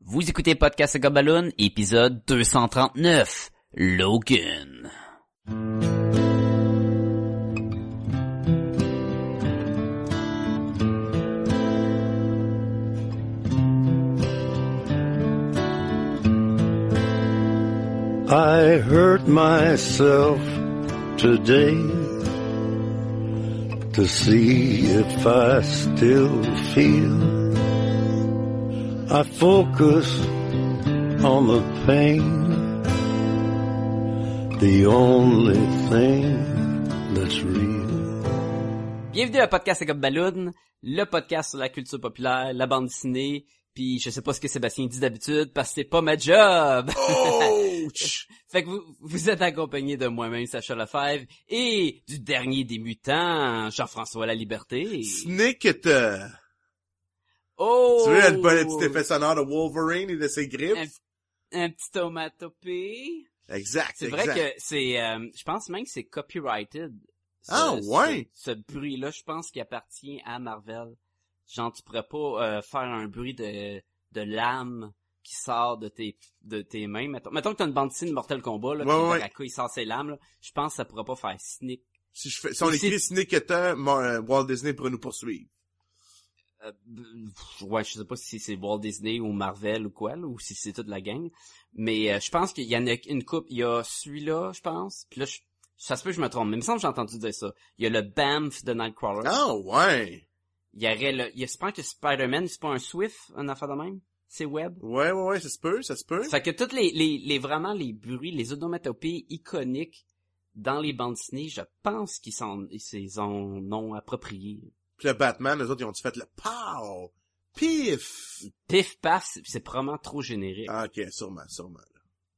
Vous écoutez Podcast Gobaloon, épisode 239, Logan. I hurt myself today to see if I still feel. I focus on the pain, the only thing that's real. Bienvenue à Podcast Gobaloon, le podcast sur la culture populaire, la bande dessinée, puis je sais pas ce que Sébastien dit d'habitude parce que c'est pas ma job. Ouch! Fait que vous êtes accompagné de moi-même, Sacha Lefebvre, et du dernier des mutants, Jean-François Laliberté. Snicketa! Oh! Tu veux le petit effet sonore de Wolverine et de ses griffes? Un petit onomatopée. Exact, C'est exact. vrai que c'est, je pense même que c'est copyrighted. Ouais? Ce bruit-là, je pense qu'il appartient à Marvel. Genre, tu pourrais pas faire un bruit de lame qui sort de tes mains. Mettons que t'as une bande dessinée de Mortal Kombat, là, Ouais. Baraka, il sort ses lames, là. Je pense que ça pourrait pas faire snick. Si on écrit Snicketa, Walt Disney pourrait nous poursuivre. Ouais, je sais pas si c'est Walt Disney ou Marvel ou quoi, là, ou si c'est toute la gang. Mais je pense qu'il y en a une couple. Il y a celui-là, je pense. Puis là, ça se peut que je me trompe, mais il me semble que j'ai entendu dire ça. Il y a le Banff de Nightcrawler. Ah, ouais! Il y aurait je pense que Spider-Man, c'est pas un Swift, un affaire de même? C'est Web? Ouais, ça se peut. Fait que toutes les vraiment les bruits, les onomatopées iconiques dans les bandes dessinées, je pense qu'ils ont approprié. Puis le Batman, eux autres, ils ont fait le pow! Pif! Pif paf, c'est probablement trop générique. Ah, ok, sûrement, là.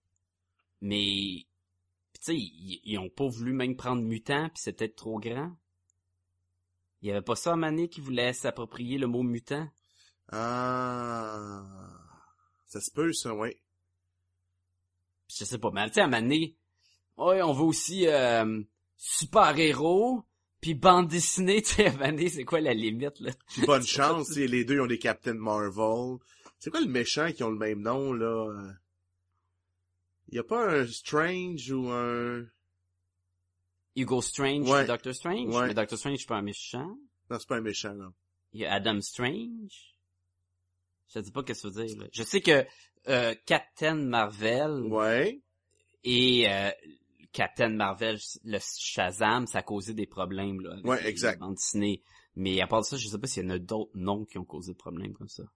Mais, tu sais, ils ont pas voulu même prendre mutant, puis c'est peut-être trop grand. Il y avait pas ça à Mané qui voulait s'approprier le mot mutant. Ah... Ça se peut, ça, ouais. Je sais pas, mais tu sais, à Mané, ouais, on veut aussi super-héros, puis bande dessinée, tu sais, à Mané, c'est quoi la limite, là? Puis bonne chance, si les deux ils ont des Captain Marvel. C'est quoi le méchant qui ont le même nom, là? Y a pas un Strange ou un... Hugo Strange, Ouais. puis Doctor Strange. Ouais. Mais Doctor Strange, c'est pas un méchant. Non, c'est pas un méchant, non. Il y a Adam Strange. Je sais pas ce que ça veut dire, là. Je sais que Captain Marvel Ouais. et Captain Marvel, le Shazam, ça a causé des problèmes, là, avec Ouais, les exact. bandes dessinées. Mais à part de ça, je sais pas s'il y en a d'autres noms qui ont causé des problèmes comme ça.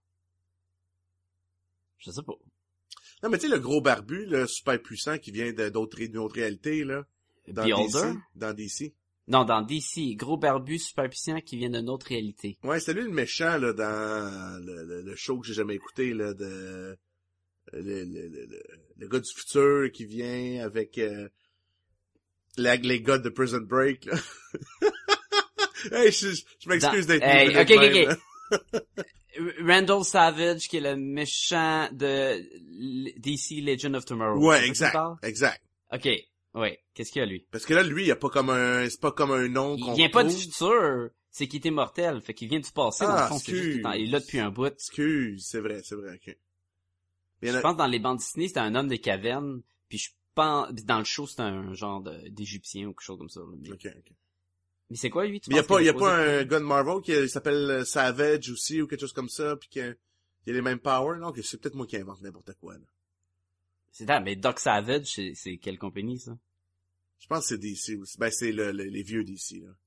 Je sais pas. Non, mais tu sais, le gros barbu, là, super puissant, qui vient d'une autre réalité, là. Dans Beholder? DC. Dans DC. Non, dans DC, gros barbu super puissant qui vient d'une autre réalité. Ouais, c'est lui le méchant, là, dans le show que j'ai jamais écouté, là, de... Le gars du futur qui vient avec les gars de Prison Break, là. Hey, je m'excuse d'être... Hey, de même, ok. Randall Savage, qui est le méchant de DC Legend of Tomorrow. Ouais, C'est exact, ça que tu parles? exact. Ok, ouais. Qu'est-ce qu'il y a, lui? Parce que là, lui, il y a pas comme c'est pas comme un nom qu'on Il vient pas du retrouve. futur. C'est qu'il était mortel. Fait qu'il vient du passé, dans le fond. C'est juste qu'il il est là depuis un bout. Excuse, c'est vrai, ok. Je pense que dans les bandes Disney, c'était un homme des cavernes. Puis je pense, dans le show, c'était un genre d'Égyptien ou quelque chose comme ça. Là. Mais, Ok. mais c'est quoi, lui? Tu Mais y a penses qu'il pas un causé- gars de Marvel qui s'appelle Savage aussi ou quelque chose comme ça, puis qu'il a les mêmes powers? Non, que c'est peut-être moi qui invente n'importe quoi, là. Mais Doc Savage, c'est quelle compagnie, ça? Je pense que c'est DC aussi. Ben, c'est les vieux DC, là.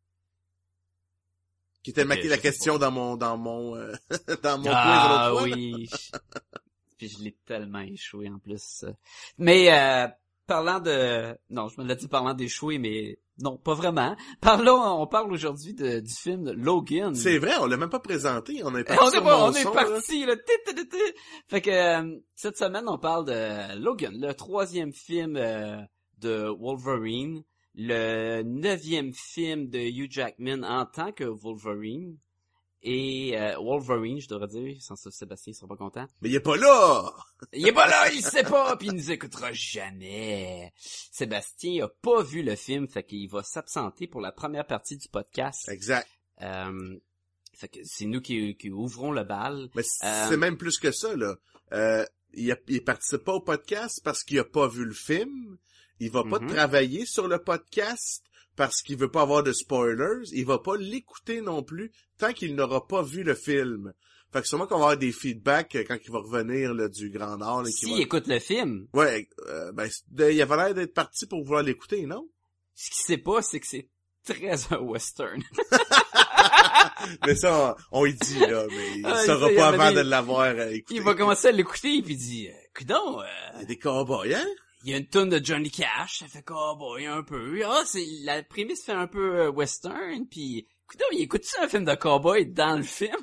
Qui était marqué je la sais question dans mon dans mon quiz Ah l'autre fois. oui. Puis je l'ai tellement échoué en plus. Mais parlant de... Non, je me l'ai dit parlant d'échouer, mais non, pas vraiment. On parle aujourd'hui du film de Logan. C'est vrai, on l'a même pas présenté. On est On parti sur mon est son, parti, là. Fait que cette semaine, on parle de Logan, le 3e film de Wolverine, le 9e film de Hugh Jackman en tant que Wolverine. Et Wolverine, je devrais dire, sans ça, Sébastien sera pas content. Mais il est pas là! Il est pas là, il sait pas, puis il nous écoutera jamais. Sébastien a pas vu le film, fait qu'il va s'absenter pour la première partie du podcast. Exact. Fait que c'est nous qui ouvrons le bal. Mais c'est même plus que ça, là. Il participe pas au podcast parce qu'il a pas vu le film. Il va pas travailler sur le podcast parce qu'il veut pas avoir de spoilers. Il va pas l'écouter non plus tant qu'il n'aura pas vu le film. Fait que sûrement qu'on va avoir des feedbacks quand il va revenir là, du Grand Nord. Là, S'il écoute le film. Ouais, il avait l'air d'être parti pour vouloir l'écouter, non? Ce qu'il sait pas, c'est que c'est très un western. Mais ça, on y dit, là, mais il saura il pas a avant donné- de l'avoir écouté. Il va commencer à l'écouter puis il dit coudonc, Il y a des cowboys, hein? il y a une tonne de Johnny Cash, ça fait cowboy un peu. Ah, c'est la prémisse fait un peu western puis coudonc, il écoute-tu un film de cowboy dans le film?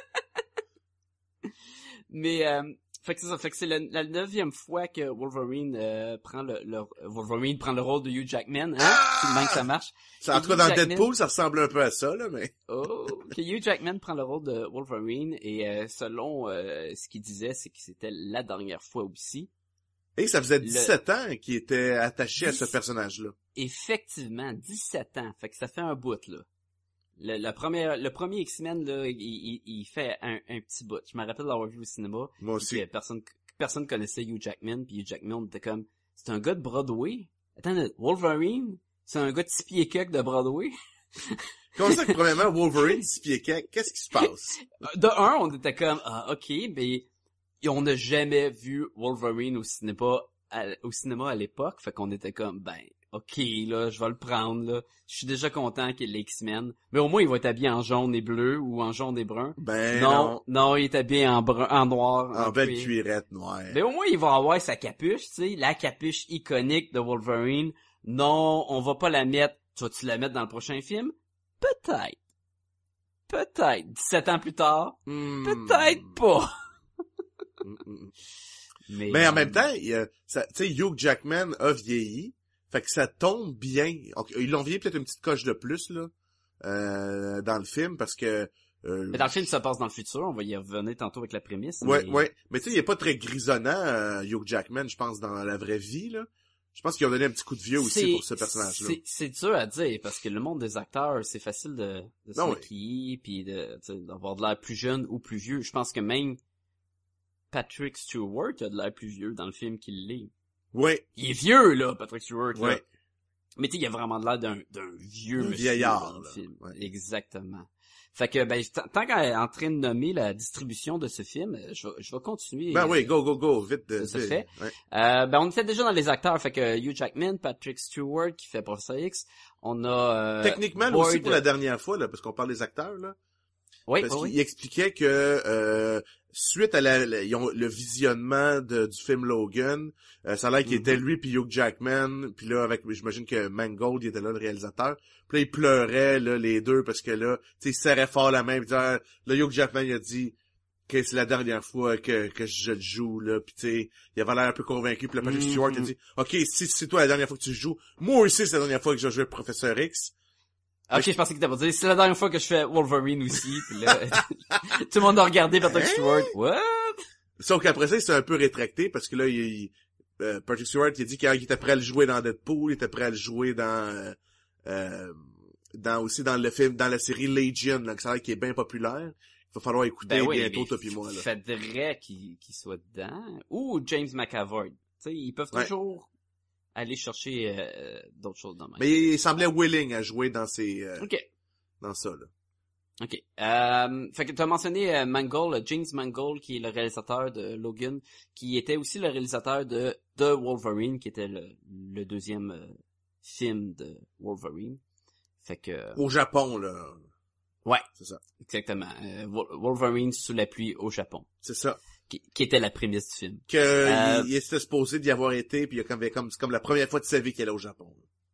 Mais fait que c'est ça, fait que c'est la 9e fois que Wolverine prend Wolverine prend le rôle de Hugh Jackman, hein? C'est le même que ça marche. Ça, en Et tout cas, Hugh dans Jackman- Deadpool, ça ressemble un peu à ça, là, mais... Oh, que Hugh Jackman prend le rôle de Wolverine et selon ce qu'il disait, c'est que c'était la dernière fois aussi. Et ça faisait 17 ans qu'il était attaché à ce 10 personnage-là. Effectivement, 17 ans, fait que ça fait un bout là. Le premier X-Men là, il fait un petit bout. Je me rappelle l'avoir vu au cinéma. Moi Puis aussi. que personne connaissait Hugh Jackman, puis Hugh Jackman on était comme c'est un gars de Broadway. Attends, Wolverine, c'est un gars de 6 pieds quelques de Broadway. Comment ça que, premièrement, Wolverine, 6 pieds quelques, qu'est-ce qui se passe? De un, on était comme ah ok, mais on n'a jamais vu Wolverine au cinéma à l'époque, fait qu'on était comme ben ok là, je vais le prendre là. Je suis déjà content qu'il y ait les X-Men, mais au moins il va être habillé en jaune et bleu ou en jaune et brun. Ben Non, il est habillé en brun, en noir, En belle cuir. cuirette noire. Mais au moins il va avoir sa capuche, tu sais, la capuche iconique de Wolverine. Non, on va pas la mettre. Tu vas-tu la mettre dans le prochain film? Peut-être. 17 ans plus tard, peut-être pas. Mais en même temps, tu sais, Hugh Jackman a vieilli, fait que ça tombe bien. Ils l'ont vieilli peut-être une petite coche de plus, là, dans le film, parce que... Mais dans le film, ça passe dans le futur, on va y revenir tantôt avec la prémisse. Ouais. Mais tu sais, il est pas très grisonnant, Hugh Jackman, je pense, dans la vraie vie, là. Je pense qu'ils ont donné un petit coup de vieux aussi pour ce personnage-là. C'est dur à dire, parce que le monde des acteurs, c'est facile de se maquiller, puis d'avoir de l'air plus jeune ou plus vieux. Je pense que même Patrick Stewart a de l'air plus vieux dans le film qu'il l'est. Ouais. Il est vieux, là, Patrick Stewart, là. Ouais. Mais tu sais, il a vraiment de l'air d'un vieux monsieur vieillard, dans le là. film. Ouais. Exactement. Fait que, ben, tant qu'elle est en train de nommer la distribution de ce film, je vais continuer. Ben oui, go, vite. Ça se fait. Ouais. Ben, on était déjà dans les acteurs, fait que Hugh Jackman, Patrick Stewart qui fait Professor X, on a Techniquement, Boyd... aussi pour la dernière fois, là, parce qu'on parle des acteurs, là. Oui, Parce oui. qu'il expliquait que suite à le visionnement du film Logan, ça a l'air qu'il était lui puis Hugh Jackman, puis là j'imagine que Mangold il était là le réalisateur. Puis là ils pleuraient là les deux parce que là, tu sais, ils serraient fort la main, puis là Hugh Jackman il a dit que c'est la dernière fois que je le joue là, puis tu sais, il avait l'air un peu convaincu, puis là Patrick Stewart a dit OK, si c'est toi la dernière fois que tu joues, moi aussi c'est la dernière fois que je joue Professeur X. Ok, je pensais que t'avais dit, c'est la dernière fois que je fais Wolverine aussi, puis là, tout le monde a regardé Patrick Stewart. What? Sauf qu'après ça, il s'est un peu rétracté parce que là, Patrick Stewart, il a dit qu'il était prêt à le jouer dans Deadpool, il était prêt à le jouer dans aussi dans le film, dans la série Legion, là, que ça a l'air qui est bien populaire. Il va falloir écouter bientôt, toi pis moi, là. Faudrait qu'il soit dedans. Ou James McAvoy. Tu sais, ils peuvent toujours aller chercher d'autres choses dans le même. Mais il semblait willing à jouer dans ces dans ça, là. OK. Fait que tu as mentionné Mangold, James Mangold, qui est le réalisateur de Logan, qui était aussi le réalisateur de Wolverine, qui était le deuxième film de Wolverine. Fait que... Au Japon, là. Ouais. C'est ça. Exactement. Wolverine sous la pluie au Japon. C'est ça. Qui était la prémisse du film. Il était supposé d'y avoir été, puis c'est comme la première fois de sa vie qu'il allait au Japon.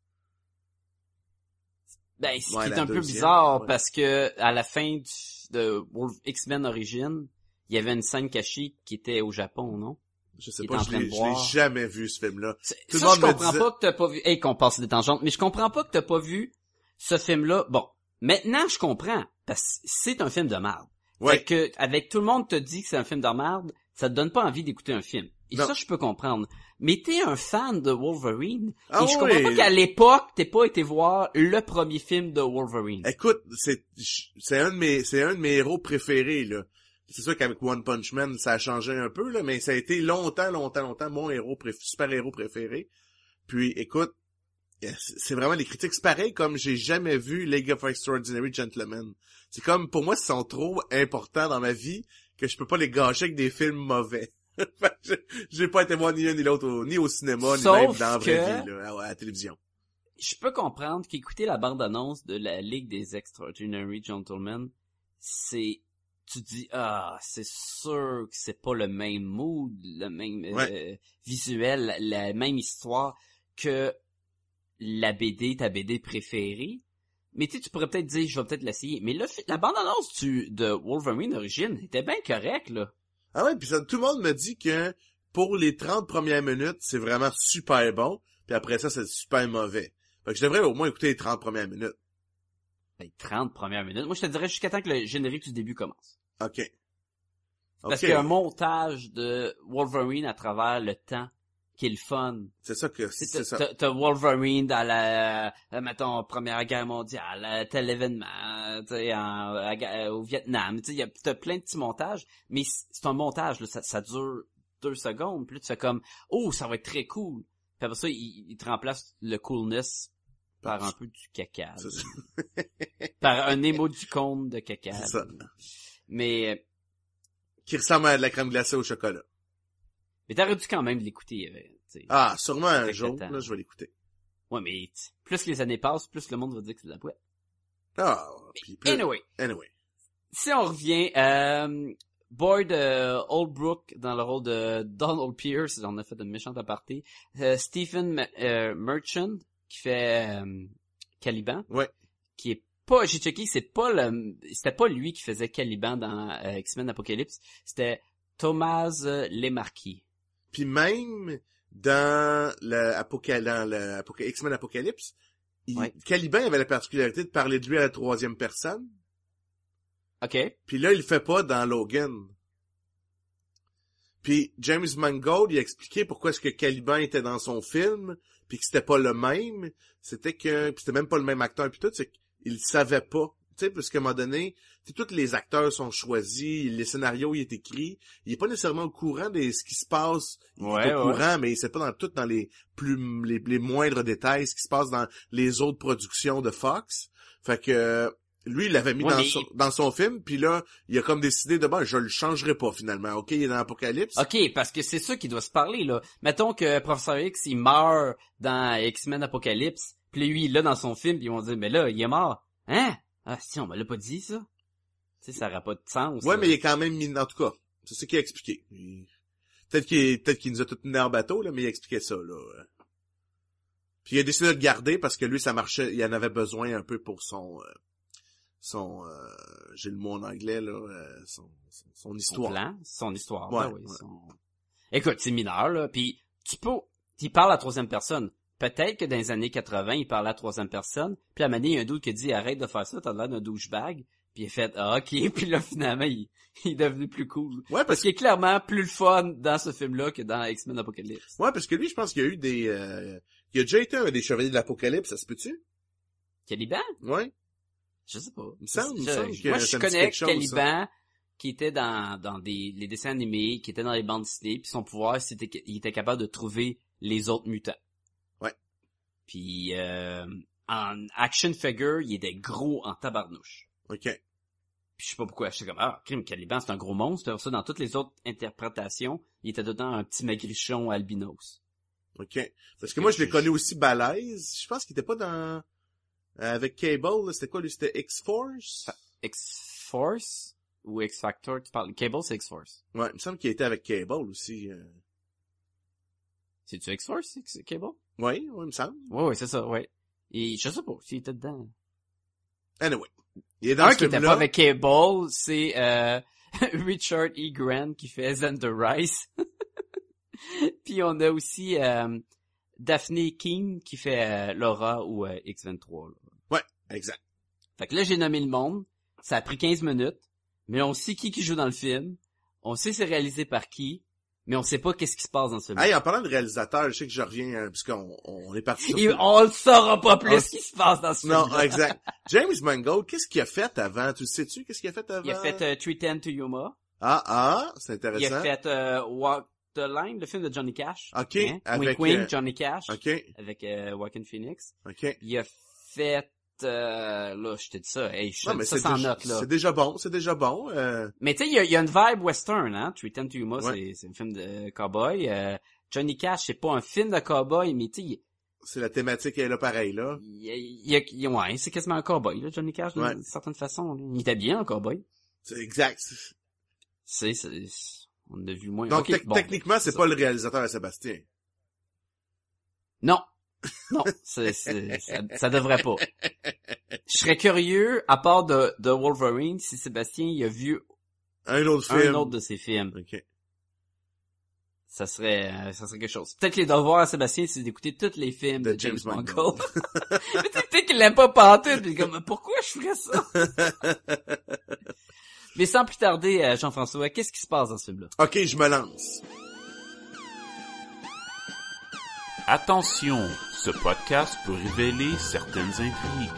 Ben, ce qui est un peu bizarre, parce que à la fin de X-Men Origins, il y avait une scène cachée qui était au Japon, non? Je sais pas, je l'ai jamais vu, ce film-là. Tout le monde je comprends pas que t'as pas vu... Hey, qu'on passe des tangentes, mais je comprends pas que t'as pas vu ce film-là. Bon, maintenant, je comprends, parce que c'est un film de merde. Ouais. Fait que, avec tout le monde te dit que c'est un film de merde, ça te donne pas envie d'écouter un film. Et Non. ça, je peux comprendre. Mais t'es un fan de Wolverine. Ah et je oui. comprends pas qu'à l'époque, t'aies pas été voir le premier film de Wolverine. Écoute, c'est un de mes héros préférés, là. C'est sûr qu'avec One Punch Man, ça a changé un peu, là, mais ça a été longtemps mon super héros préféré. Puis, écoute, c'est vraiment des critiques. C'est pareil comme j'ai jamais vu League of Extraordinary Gentlemen. C'est comme, pour moi, ils sont trop importants dans ma vie que je peux pas les gâcher avec des films mauvais. J'ai pas été voir ni un ni l'autre ni au cinéma, Sauf ni même dans la vraie que- vie, là, à la télévision. Je peux comprendre qu'écouter la bande-annonce de la Ligue des Extraordinary Gentlemen, tu dis, c'est sûr que c'est pas le même mood, le même visuel, la même histoire que ta BD préférée. Mais tu pourrais peut-être dire, je vais peut-être l'essayer. Mais là, la bande-annonce de Wolverine Origins était bien correcte, là. Ah ouais, puis tout le monde me dit que pour les 30 premières minutes, c'est vraiment super bon, puis après ça, c'est super mauvais. Fait que je devrais au moins écouter les 30 premières minutes. Ben, 30 premières minutes. Moi, je te dirais jusqu'à temps que le générique du début commence. OK. Parce qu'il y a un montage de Wolverine à travers le temps qui est le fun. C'est ça que c'est ça. T'as Wolverine dans mettons, Première Guerre mondiale, tel événement, tu sais, au Vietnam, tu sais, t'as plein de petits montages, mais c'est un montage, là, ça dure 2 secondes, puis là, tu fais comme, oh, ça va être très cool. Puis après ça, il te remplace le coolness par un peu du caca. C'est ça. Par un émoticône de caca. C'est ça. Mais Qui ressemble à de la crème glacée au chocolat. t'aurais dû quand même l'écouter, tu sais. Ah, sûrement un Avec jour, le temps. là, je vais l'écouter. Ouais, mais plus les années passent, plus le monde va dire que c'est de la boîte. Ah, puis plus... Anyway, si on revient, Boyd Holbrook dans le rôle de Donald Pierce, on a fait une méchante aparté. Stephen Merchant qui fait Caliban. Ouais. Qui est pas, j'ai checké, c'était pas lui qui faisait Caliban dans X-Men Apocalypse, c'était Thomas Lemarquis. Puis même dans X-Men Apocalypse, Ouais. Caliban avait la particularité de parler de lui à la 3e personne. OK. Puis là, il le fait pas dans Logan. Puis James Mangold, il a expliqué pourquoi est-ce que Caliban était dans son film, puis que c'était pas le même. Puis c'était même pas le même acteur, puis tout, c'est qu'il savait pas. Tu sais, parce qu'à un moment donné, tous les acteurs sont choisis, les scénarios, il est écrit. Il est pas nécessairement au courant de ce qui se passe. Il est au courant, mais c'est pas dans les moindres détails, ce qui se passe dans les autres productions de Fox. Fait que, lui, il l'avait mis dans son film, puis là, il a comme décidé de, je le changerai pas, finalement. OK, il est dans Apocalypse. OK, parce que c'est ça qui doit se parler, là. Mettons que Professeur X, il meurt dans X-Men Apocalypse, puis lui, il l'a dans son film, puis ils vont dire, mais là, il est mort. Hein? Ah, si, on me l'a pas dit, ça. Tu sais, ça aurait pas de sens. Ouais, là. mais il est quand même mis, en tout cas. C'est ce qu'il a expliqué. Peut-être qu'il nous a tout mis en bateau, là, mais il a expliqué ça, là. Puis il a décidé de le garder parce que lui, ça marchait, il en avait besoin un peu pour son j'ai le mot en anglais, là, son histoire. Son plan, son histoire. Ouais, ben oui, ouais. Écoute, c'est mineur, là, puis il parle à la 3e personne. Peut-être que dans les années 80, il parlait à la 3e personne, puis à un moment donné, il y a un dude qui a dit, arrête de faire ça, t'as l'air d'un douchebag. Puis il a fait, ok, puis là, finalement, il est devenu plus cool. Ouais, Parce qu'il est clairement plus le fun dans ce film-là que dans X-Men Apocalypse. Ouais, parce que lui, je pense qu'il y a eu il a déjà été un des Chevaliers de l'Apocalypse, ça se peut-tu? Caliban? Ouais. Je sais pas. Il me semble que moi, ça je me dit connais quelque chose, Caliban, qui était dans les dessins animés, qui était dans les bandes dessinées, puis son pouvoir, c'était qu'il était capable de trouver les autres mutants. Ouais. Puis, en action figure, il était gros en tabarnouche. OK. Puis je sais pas pourquoi, j'étais comme, crime, Caliban, c'est un gros monstre. Ça, dans toutes les autres interprétations, il était dedans un petit magrichon albinos. OK. Parce que moi, je l'ai connu aussi balèze. Je pense qu'il était pas dans... avec Cable, là, c'était quoi, lui? C'était X-Force? X-Force? Ou X-Factor? Tu parles... Cable, c'est X-Force. Ouais, il me semble qu'il était avec Cable aussi. C'est-tu X-Force, Cable? Ouais, il me semble. Ouais, c'est ça, ouais. Et je sais pas s'il était dedans. Anyway. Il est dans Un ce qui était film-là. pas avec Cable, c'est Richard E. Grant qui fait Xander Rice. Puis on a aussi Daphne King qui fait Laura ou X-23. Là. Ouais, exact. Fait que là, j'ai nommé le monde. Ça a pris 15 minutes. Mais on sait qui joue dans le film. On sait c'est réalisé par qui, mais on sait pas qu'est-ce qui se passe dans ce film. Hey, en parlant de réalisateur, je sais que je reviens, puisqu'on est parti sur... On le saura pas plus ce qui se passe dans ce film. Non, exact. James Mangold, qu'est-ce qu'il a fait avant? Tu le sais-tu? Qu'est-ce qu'il a fait avant? Il a fait 310 to Yuma. C'est intéressant. Il a fait Walk the Line, le film de Johnny Cash. OK. Hein? Avec, Wink Wink, Johnny Cash. OK. Avec Joaquin Phoenix. OK. Il a fait... là, je t'ai dit ça. Hey, Non, mais ça sans note, là. C'est déjà bon. Mais tu sais, il y a une vibe western, hein. 310 to Yuma, Ouais. c'est un film de cowboy. Johnny Cash, c'est pas un film de cowboy, mais tu sais, C'est la thématique est là pareil, là. ouais, c'est quasiment un cowboy, là, Johnny Cash, Ouais. d'une certaine façon. Là. Il était bien, un cowboy. C'est exact. On a vu moins. Donc, Ok, bon, techniquement, c'est pas le réalisateur à Sébastien. Non. Non, ça devrait pas. Je serais curieux, à part de Wolverine, si Sébastien il a vu Un autre un film. autre de ses films. OK. Ça serait quelque chose. Peut-être les devoirs à Sébastien, c'est d'écouter tous les films de James Mangold. Mais peut-être qu'il l'aime pas pantoute, puis comme, pourquoi je ferais ça? Mais sans plus tarder, Jean-François, qu'est-ce qui se passe dans ce film-là? OK, je me lance. Attention, ce podcast peut révéler certaines intrigues.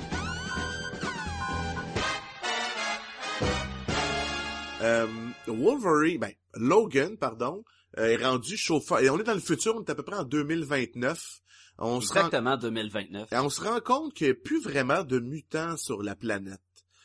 Logan, est rendu chauffeur. Et on est dans le futur, on est à peu près en 2029. Exactement, 2029. Et on se rend compte qu'il n'y a plus vraiment de mutants sur la planète.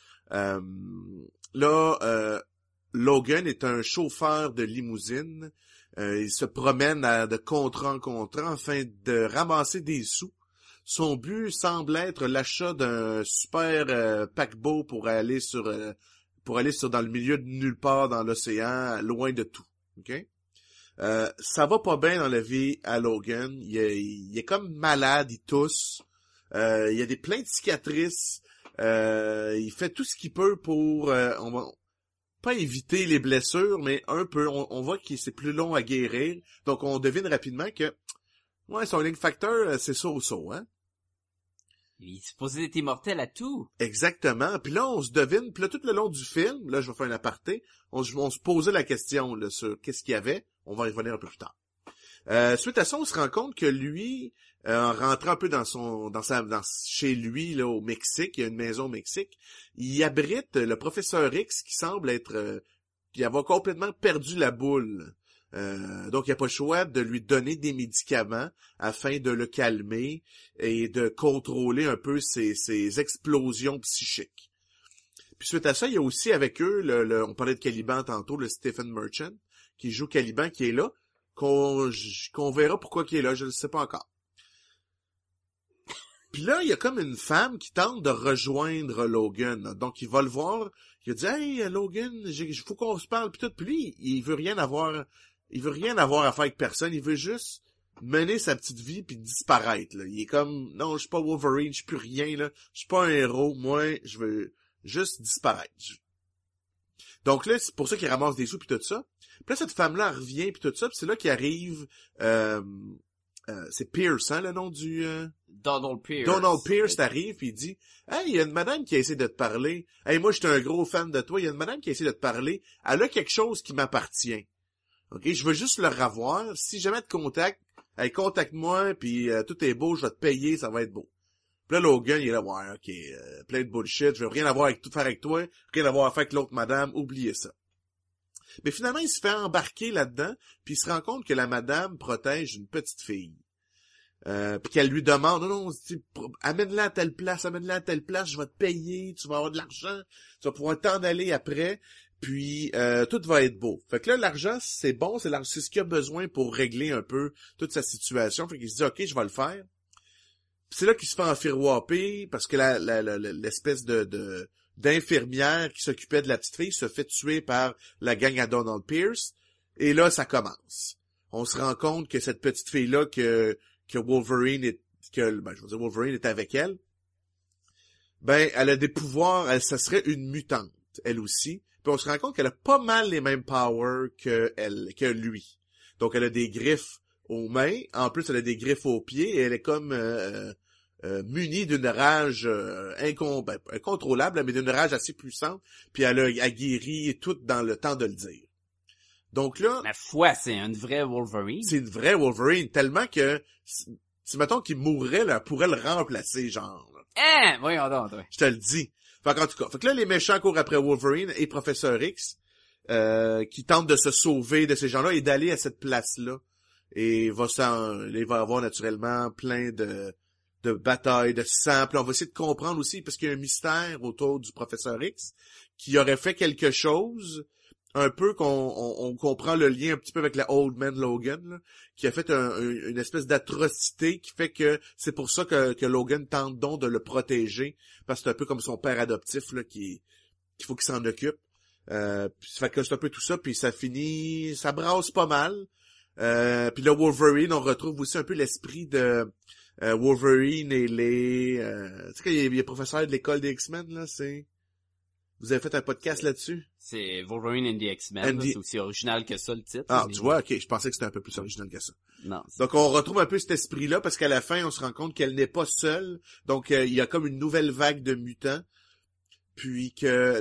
Logan est un chauffeur de limousine. Il se promène de contrat en contrat afin de ramasser des sous. Son but semble être l'achat d'un super paquebot pour aller dans le milieu de nulle part dans l'océan, loin de tout. OK? Ça va pas bien dans la vie à Logan. Il est comme malade, il tousse. Il y a plein de cicatrices. Il fait tout ce qu'il peut pour on va pas éviter les blessures, mais un peu. On voit que c'est plus long à guérir. Donc on devine rapidement que son link factor, c'est so-so, hein? Il est supposé être immortel à tout. Exactement. Puis là, on se devine. Puis là, tout le long du film, là, je vais faire un aparté, on se posait la question là, sur qu'est-ce qu'il y avait. On va y revenir un peu plus tard. Suite à ça, on se rend compte que lui, en rentrant un peu chez lui là au Mexique, il y a une maison au Mexique, il abrite le professeur X qui semble être qui avoir complètement perdu la boule. Donc il n'y a pas le choix de lui donner des médicaments afin de le calmer et de contrôler un peu ses explosions psychiques. Puis suite à ça, il y a aussi avec eux, on parlait de Caliban tantôt, le Stephen Merchant, qui joue Caliban, qui est là, qu'on verra pourquoi il est là, je ne sais pas encore. Puis là, il y a comme une femme qui tente de rejoindre Logan. Là. Donc, il va le voir, il a dit « Hey, Logan, il faut qu'on se parle. » Puis tout, puis lui, il veut rien avoir à faire avec personne, il veut juste mener sa petite vie puis disparaître. Là. Il est comme « Non, je suis pas Wolverine, je suis plus rien, là. Je suis pas un héros, moi, je veux juste disparaître. » Donc là, c'est pour ça qu'il ramasse des sous puis tout ça. Puis là, cette femme-là revient puis tout ça, puis c'est là qu'il arrive... c'est Pierce, hein, le nom du... Donald Pierce. Donald Pierce arrive puis il dit « Hey, il y a une madame qui a essayé de te parler. Hey, moi, j'étais un gros fan de toi. Il y a une madame qui a essayé de te parler. Elle a quelque chose qui m'appartient. OK, je veux juste le revoir. Si jamais te contacte, hey, contacte-moi, puis tout est beau, je vais te payer, ça va être beau. » Puis là, Logan, il est là, ouais, OK, plein de bullshit, je veux rien avoir faire avec toi, rien avoir à faire avec l'autre madame, oubliez ça. Mais finalement, il se fait embarquer là-dedans, puis il se rend compte que la madame protège une petite fille. Puis qu'elle lui demande, non, amène-la à telle place, je vais te payer, tu vas avoir de l'argent, tu vas pouvoir t'en aller après, puis tout va être beau. Fait que là, l'argent, c'est bon, c'est ce qu'il a besoin pour régler un peu toute sa situation. Fait qu'il se dit, OK, je vais le faire. Puis c'est là qu'il se fait enfiroiper, parce que l'espèce d'infirmière qui s'occupait de la petite fille se fait tuer par la gang à Donald Pierce. Et là, ça commence. On se rend compte que cette petite fille-là, que Wolverine Wolverine est avec elle, ben, elle a des pouvoirs, ça serait une mutante, elle aussi. Puis on se rend compte qu'elle a pas mal les mêmes powers que lui. Donc elle a des griffes aux mains, en plus elle a des griffes aux pieds, et elle est comme munie d'une rage incontrôlable, mais d'une rage assez puissante, puis elle a guéri tout dans le temps de le dire. Donc là, Ma foi, c'est une vraie Wolverine. c'est une vraie Wolverine, tellement que, si mettons qu'il mourrait, là, elle pourrait le remplacer, genre. Là. Hein? Voyons donc, toi. Je te le dis. Fait qu'en tout cas, fait que là, les méchants courent après Wolverine et Professeur X, qui tentent de se sauver de ces gens-là et d'aller à cette place-là. Et il va avoir naturellement plein de batailles, de sang. Puis on va essayer de comprendre aussi, parce qu'il y a un mystère autour du Professeur X, qui aurait fait quelque chose, un peu on comprend le lien un petit peu avec la Old Man Logan, là, qui a fait une espèce d'atrocité qui fait que c'est pour ça que Logan tente donc de le protéger, parce que c'est un peu comme son père adoptif là, qu'il faut qu'il s'en occupe. Puis ça fait que c'est un peu tout ça, puis ça brasse pas mal. Puis là, Wolverine, on retrouve aussi un peu l'esprit de Wolverine et les... tu sais, il y a professeur de l'école des X-Men, là, c'est... Vous avez fait un podcast là-dessus? C'est Wolverine and the X-Men. C'est aussi original que ça, le titre. Ah, mais... tu vois, ok, je pensais que c'était un peu plus original que ça. Non. Donc, on retrouve un peu cet esprit-là, parce qu'à la fin, on se rend compte qu'elle n'est pas seule. Donc, il y a comme une nouvelle vague de mutants. Puis que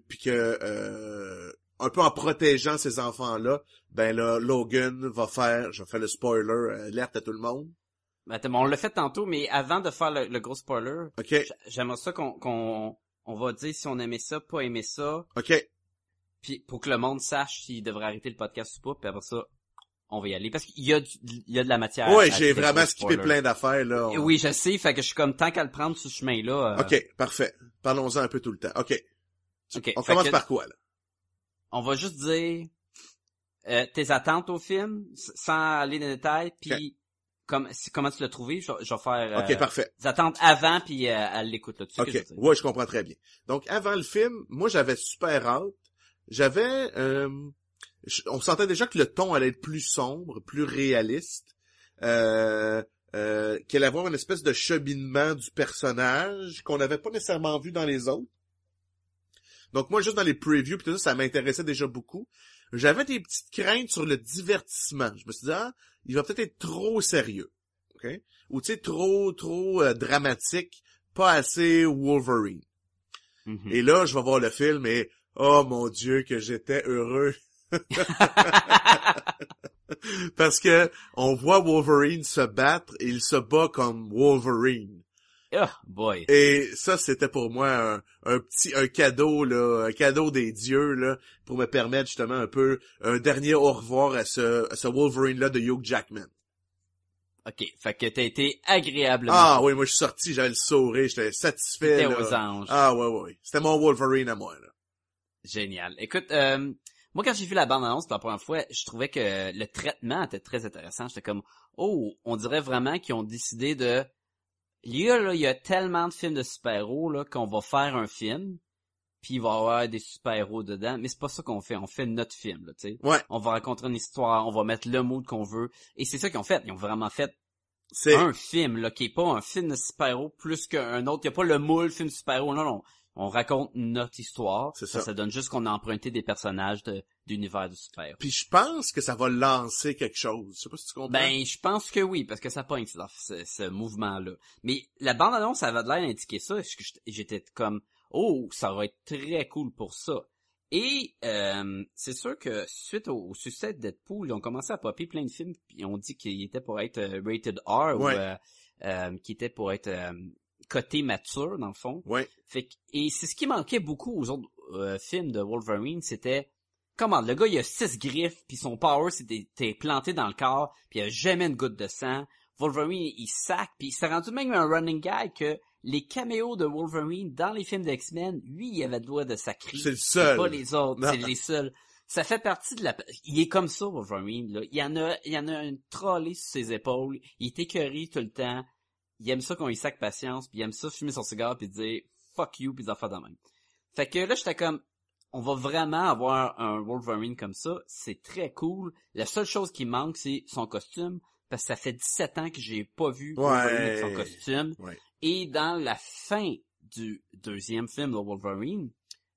un peu en protégeant ces enfants-là, ben là, Logan va faire, je vais faire le spoiler, alerte à tout le monde. Attends, on l'a fait tantôt, mais avant de faire le gros spoiler, OK. J'aimerais ça qu'on va dire si on aimait ça, pas aimé ça, OK. puis pour que le monde sache s'il devrait arrêter le podcast ou pas, puis après ça, on va y aller. Parce qu'il y a de la matière. Ouais, j'ai vraiment skippé plein d'affaires, là. Oui, je sais, fait que je suis comme, tant qu'à le prendre ce chemin-là... OK, parfait. Parlons-en un peu tout le temps. OK. OK. On commence par quoi, là? On va juste dire tes attentes au film, sans aller dans les détails, puis comment tu l'as trouvé. Je vais faire OK, parfait. des attentes avant, puis à l'écoute. Là, tu sais OK, que je veux dire. ouais, je comprends très bien. Donc, avant le film, moi, j'avais super hâte. J'avais... on sentait déjà que le ton allait être plus sombre, plus réaliste. Qu'elle allait avoir une espèce de cheminement du personnage qu'on n'avait pas nécessairement vu dans les autres. Donc moi, juste dans les previews, pis tout ça, ça m'intéressait déjà beaucoup. J'avais des petites craintes sur le divertissement. Je me suis dit, il va peut-être être trop sérieux. OK? Ou tu sais, trop dramatique, pas assez Wolverine. Mm-hmm. Et là, je vais voir le film et, oh mon Dieu, que j'étais heureux. Parce que on voit Wolverine se battre et il se bat comme Wolverine. Oh boy. Et ça, c'était pour moi un cadeau, là, un cadeau des dieux, là, pour me permettre justement un dernier au revoir à ce Wolverine-là de Hugh Jackman. OK, fait que t'as été agréablement... Ah oui, moi je suis sorti, j'avais le sourire, j'étais satisfait. T'étais là. aux anges. Ah ouais. C'était mon Wolverine à moi, là. Génial. Écoute, moi quand j'ai vu la bande-annonce pour la première fois, je trouvais que le traitement était très intéressant. J'étais comme, on dirait vraiment qu'ils ont décidé de... Il y a tellement de films de super-héros là qu'on va faire un film, puis il va y avoir des super-héros dedans, mais c'est pas ça qu'on fait. On fait notre film, là, tu sais. Ouais. On va raconter une histoire, on va mettre le mood qu'on veut, et c'est ça qu'ils ont fait. Ils ont vraiment fait un film là qui est pas un film de super-héros plus qu'un autre. Il y a pas le moule film de super-héros, non. On raconte notre histoire. C'est ça. Ça donne juste qu'on a emprunté des personnages d'univers de super-héros. Puis je pense que ça va lancer quelque chose. Je sais pas si tu comprends. Ben, je pense que oui, parce que ça pogne ce mouvement-là. Mais la bande-annonce, ça avait l'air d'indiquer ça. J'étais comme, ça va être très cool pour ça. Et c'est sûr que suite au succès de Deadpool, ils ont commencé à popper plein de films, puis on dit qu'il était pour être rated R, ouais. ou qu'il était pour être côté mature, dans le fond. Ouais. Et c'est ce qui manquait beaucoup aux autres films de Wolverine, c'était... Comment, le gars, il a 6 griffes, puis son power, c'était planté dans le corps, puis il a jamais une goutte de sang. Wolverine, il sac, puis il s'est rendu même un running gag que les caméos de Wolverine dans les films d'X-Men, lui, il avait le droit de sacrer. C'est le seul. Pas les autres, Non. c'est les seuls. Ça fait partie de il est comme ça, Wolverine, là. Il y en a une trolley sur ses épaules, il est écœuré tout le temps. Il aime ça qu'on y sac patience, puis il aime ça fumer son cigare, puis dire « fuck you », puis des affaires de même. Fait que là, j'étais comme... On va vraiment avoir un Wolverine comme ça. C'est très cool. La seule chose qui manque, c'est son costume. Parce que ça fait 17 ans que j'ai pas vu Wolverine avec son costume. Ouais. Et dans la fin du deuxième film de Wolverine,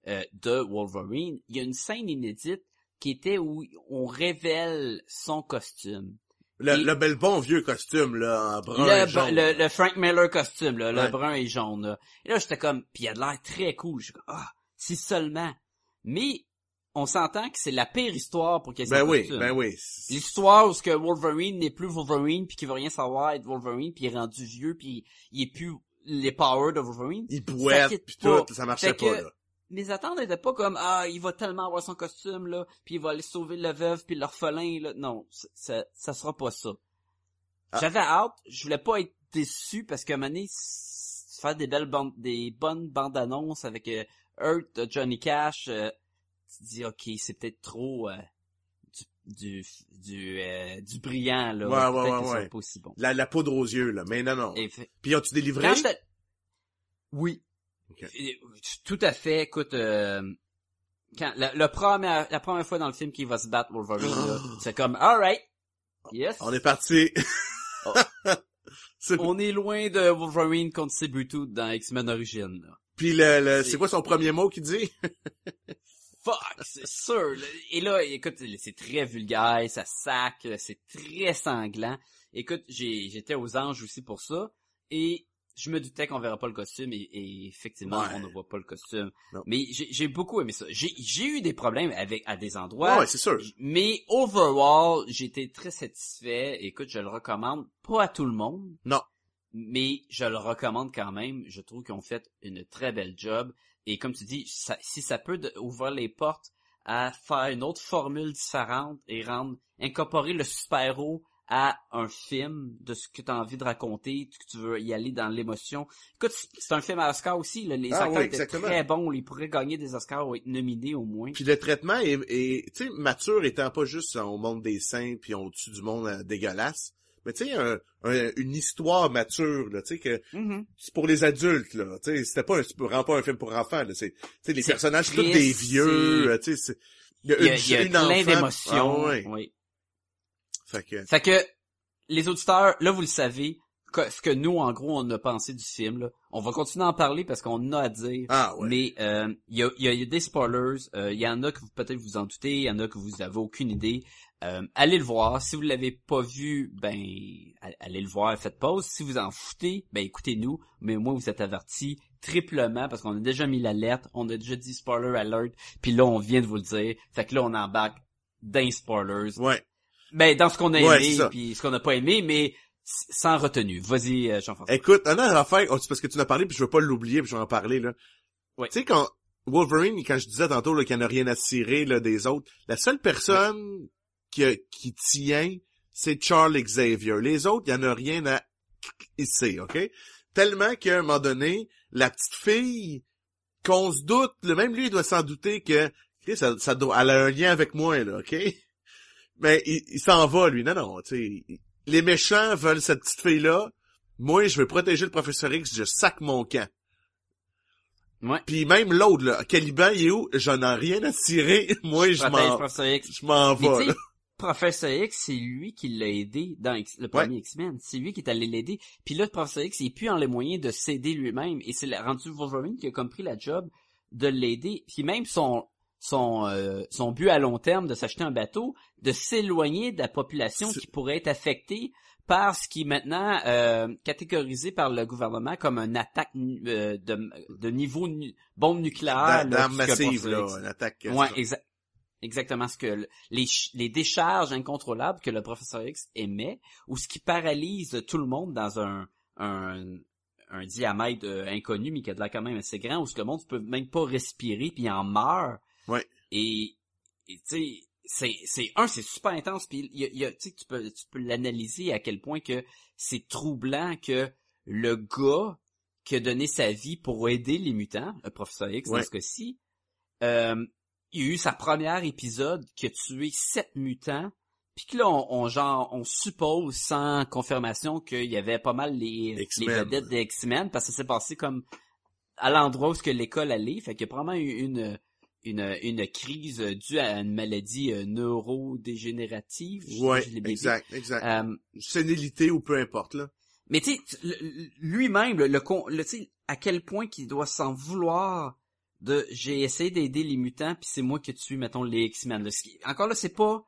il y a une scène inédite qui était où on révèle son costume. Le bon vieux costume, là, en brun et jaune. Le Frank Miller costume, là, ouais. le brun et jaune. Là. Et là, j'étais comme... Puis il a de l'air très cool. Je suis comme, si seulement... Mais on s'entend que c'est la pire histoire pour qu'il y ait Ben son oui, costume. ben oui. L'histoire où ce que Wolverine n'est plus Wolverine puis qu'il veut rien savoir être Wolverine puis il est rendu vieux puis il est plus les powers de Wolverine. Il Ça bouette quitte pis pas. tout, ça marchait Fait pas, que là. mes attentes étaient pas comme il va tellement avoir son costume là puis il va aller sauver la veuve puis l'orphelin là. Non, ça sera pas ça. Ah. J'avais hâte, je voulais pas être déçu parce qu'à un moment donné, faire des bonnes bandes annonces avec Hurt, Johnny Cash, tu te dis ok, c'est peut-être trop du brillant là. Ouais, Peut-être que ça ouais. va pas aussi bon. La poudre aux yeux, là. Mais non. Et Puis as-tu délivré? quand j'étais... Oui. Ok. Tout à fait. Écoute, quand la première fois dans le film qu'il va se battre Wolverine, là, c'est comme alright, yes. On est parti. Oh. C'est- On est loin de Wolverine contre Sabretooth dans X-Men Origins. Là. Puis c'est quoi son premier mot qu'il dit? Fuck, c'est sûr. Là. Et là, écoute, c'est très vulgaire, ça sac, c'est très sanglant. Écoute, j'étais aux anges aussi pour ça. Et je me doutais qu'on verra pas le costume et effectivement, Ouais. on ne voit pas le costume. Non. Mais j'ai beaucoup aimé ça. J'ai eu des problèmes à des endroits. Ouais, c'est sûr. Mais overall, j'étais très satisfait. Écoute, je le recommande. Pas à tout le monde. Non. Mais je le recommande quand même. Je trouve qu'ils ont fait une très belle job. Et comme tu dis, si ça peut ouvrir les portes à faire une autre formule différente et incorporer le super-héros à un film de ce que tu as envie de raconter, que tu veux y aller dans l'émotion. Écoute, c'est un film à Oscar aussi. Là. Les acteurs étaient exactement. très bons. Ils pourraient gagner des Oscars ou être nominés au moins. Puis le traitement est tu sais, mature étant pas juste au monde des saints puis au-dessus du monde dégueulasse. Mais tu sais, une histoire mature, là, tu sais, que Mm-hmm. c'est pour les adultes, là. Tu sais, c'était vraiment pas un film pour enfants, là. Tu sais, les C'est personnages, c'est tous triste, des vieux, tu sais, il y a une plein enfant. d'émotions. Ah, ouais. Oui. Fait que, Les auditeurs, là, vous le savez, ce que nous, en gros, on a pensé du film, là. On va continuer à en parler parce qu'on a à dire. ah, ouais. Mais il y a des spoilers. Il y en a que vous peut-être vous en doutez, il y en a que vous avez aucune idée. Allez le voir. Si vous l'avez pas vu, ben allez le voir, faites pause. Si vous en foutez, ben écoutez-nous. Mais moi, vous êtes avertis triplement parce qu'on a déjà mis l'alerte, on a déjà dit spoiler alert, puis là, on vient de vous le dire. Fait que là, on embarque dans les spoilers. Ouais. Ben dans ce qu'on a Ouais, aimé, c'est ça. puis ce qu'on n'a pas aimé, mais sans retenue. Vas-y, Jean-François. Écoute, un affaire, c'est parce que tu en as parlé puis je veux pas l'oublier puis je vais en parler, là. Ouais. Tu sais, quand Wolverine, quand je disais tantôt, là, qu'il n'y en a rien à cirer, là, des autres, la seule personne qui tient, c'est Charles Xavier. Les autres, il y en a rien à hisser, ok? Tellement qu'à un moment donné, la petite fille, qu'on se doute, même lui, il doit s'en douter que, okay, ça doit, elle a un lien avec moi, là, ok? Mais il s'en va, lui. Non, tu sais, les méchants veulent cette petite fille-là. Moi, je vais protéger le professeur X, je sac mon camp. Ouais. Puis même l'autre, là, Caliban, il est où? J'en ai rien à cirer. Moi, je Professeur X. m'en Mais vais, tu là. sais, Professeur X, c'est lui qui l'a aidé dans le premier X-Men. C'est lui qui est allé l'aider. Puis là, le Professeur X, il est plus en les moyens de s'aider lui-même. Et c'est rendu Wolverine qui a comme pris la job de l'aider. Puis même son but à long terme de s'acheter un bateau, de s'éloigner de la population qui pourrait être affectée par ce qui est maintenant catégorisé par le gouvernement comme une attaque de niveau bombe nucléaire. D'armes là, massives, là, une attaque. Ouais, exactement ce que les décharges incontrôlables que le professeur X émet, ou ce qui paralyse tout le monde dans un diamètre inconnu, mais qui a de l'air quand même assez grand, où ce que le monde ne peut même pas respirer, puis il en meurt. Ouais. Et tu sais, c'est super intense, puis tu sais, tu peux l'analyser à quel point que c'est troublant que le gars qui a donné sa vie pour aider les mutants, le professeur X dans ce cas-ci, il y a eu sa première épisode qui a tué 7 mutants, puis que là, on suppose sans confirmation qu'il y avait pas mal les vedettes des X-Men, parce que ça s'est passé comme à l'endroit où l'école allait, fait qu'il y a probablement eu une crise due à une maladie neurodégénérative. Ouais, exact. Sénilité ou peu importe, là. Mais tu sais, lui-même, tu sais, à quel point qu'il doit s'en vouloir j'ai essayé d'aider les mutants puis c'est moi qui tue, mettons, les X-Men. Encore là, c'est pas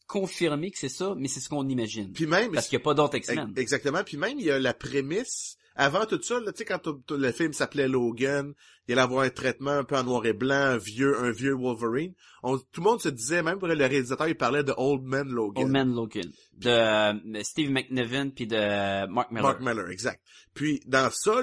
confirmé que c'est ça, mais c'est ce qu'on imagine. Puis même, parce qu'il n'y a pas d'autres X-Men. Exactement. Puis même, il y a la prémisse avant tout ça, là, tu sais, quand le film s'appelait Logan, il allait avoir un traitement un peu en noir et blanc, un vieux Wolverine. Tout le monde se disait, même pour le réalisateur, il parlait de Old Man Logan. Old Man Logan. De Steve McNiven puis de Mark Miller. Mark Miller, exact. Puis, dans ça,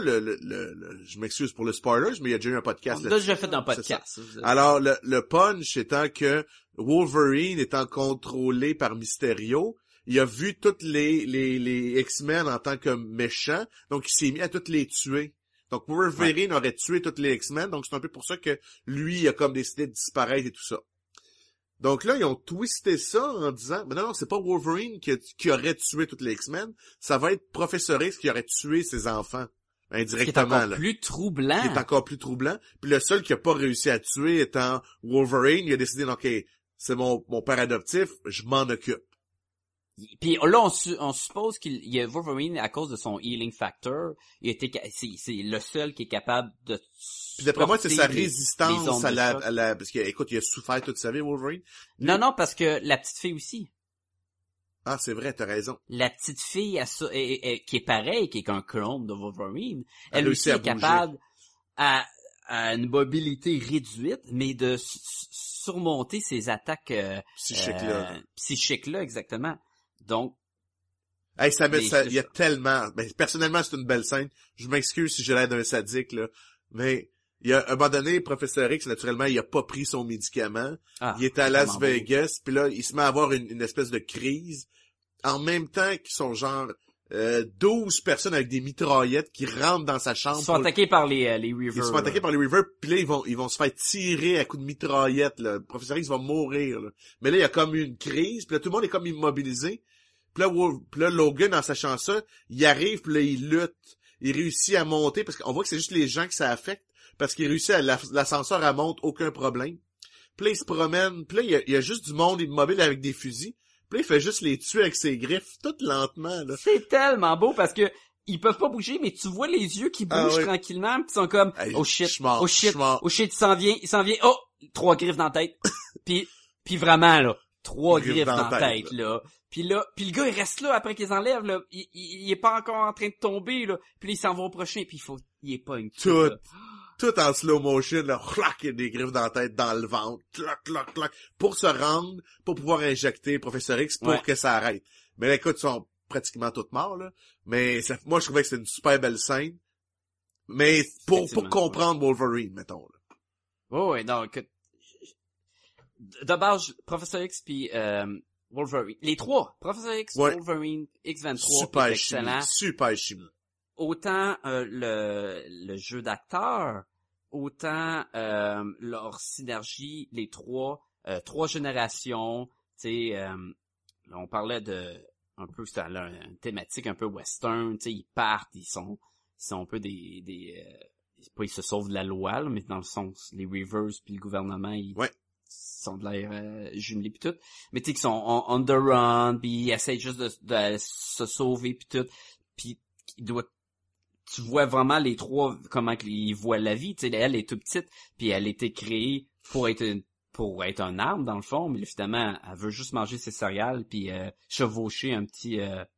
je m'excuse pour le spoiler, mais il y a déjà eu un podcast. On l'a déjà fait un podcast. Alors, le punch étant que Wolverine étant contrôlé par Mysterio, il a vu toutes les X-Men en tant que méchants, donc il s'est mis à toutes les tuer. Donc Wolverine aurait tué toutes les X-Men, donc c'est un peu pour ça que lui, il a comme décidé de disparaître et tout ça. Donc là, ils ont twisté ça en disant, mais non, c'est pas Wolverine qui aurait tué toutes les X-Men, ça va être Professor X qui aurait tué ses enfants. Indirectement, qui est encore plus troublant. Qui est encore plus troublant. Puis le seul qui a pas réussi à tuer étant Wolverine, il a décidé, ok, c'est mon père adoptif, je m'en occupe. Puis là, on suppose qu'il y a Wolverine, à cause de son healing factor, c'est le seul qui est capable de... Puis d'après moi, c'est sa résistance à la... Parce qu'écoute, il a souffert toute sa vie, Wolverine. Non, parce que la petite fille aussi. Ah, c'est vrai, t'as raison. La petite fille qui est pareille, qui est qu'un clone de Wolverine, elle aussi est capable à une mobilité réduite, mais de surmonter ses attaques psychiques-là, exactement. Donc, hey, il y a tellement... Ben, personnellement, c'est une belle scène. Je m'excuse si j'ai l'air d'un sadique, là. Mais, il y a un moment donné, Professeur X, naturellement, il a pas pris son médicament. Il est à Las Vegas, puis là, il se met à avoir une espèce de crise. En même temps qu'ils sont genre 12 personnes avec des mitraillettes qui rentrent dans sa chambre. Ils sont attaqués par les Reavers. Ils sont attaqués par les Reavers, puis là, ils vont se faire tirer à coups de mitraillettes, là. Le Professeur X va mourir, là. Mais là, il y a comme une crise, puis là, tout le monde est comme immobilisé. Puis là, Logan, en sachant ça, il arrive, puis là, il lutte. Il réussit à monter, parce qu'on voit que c'est juste les gens que ça affecte, parce qu'il réussit l'ascenseur à monter, aucun problème. Puis là, il se promène, puis là, il y a juste du monde immobile avec des fusils. Puis là, il fait juste les tuer avec ses griffes, tout lentement, là. C'est tellement beau, parce que ils peuvent pas bouger, mais tu vois les yeux qui bougent tranquillement, pis ils sont comme, hey, oh shit, il s'en vient, oh, 3 griffes dans la tête. puis vraiment, là, 3 griffes dans la tête, là. Puis le gars, il reste là après qu'ils enlèvent, là. Il est pas encore en train de tomber, là. Puis là, il s'en va au prochain, puis il est pas une tout en slow motion, là, clac, il y a des griffes dans la tête, dans le ventre, clac, clac, clac, pour se rendre, pour pouvoir injecter Professeur X pour que ça arrête. Mais là, écoute, ils sont pratiquement tous morts, là. Mais moi, je trouvais que c'était une super belle scène. Mais pour comprendre Wolverine, mettons, là. Oh, ouais, non, écoute. De base, Professeur X puis Wolverine. Les trois. Professeur X, Wolverine, X-23. Super excellent. Super chimie. Autant le jeu d'acteur, autant leur synergie, les trois générations, tu sais, on parlait de un peu, c'était une thématique un peu western, tu sais, ils partent, ils sont un peu pas ils se sauvent de la loi, là, mais dans le sens, les Reavers puis le gouvernement, ils sont de l'air jumelés puis tout, mais tu sais, qu'ils sont on the run, puis ils essayent juste de se sauver puis tout, puis tu vois vraiment les trois comment ils voient la vie, tu sais, elle est toute petite, puis elle a été créée pour être un arme dans le fond, mais finalement elle veut juste manger ses céréales puis chevaucher un petit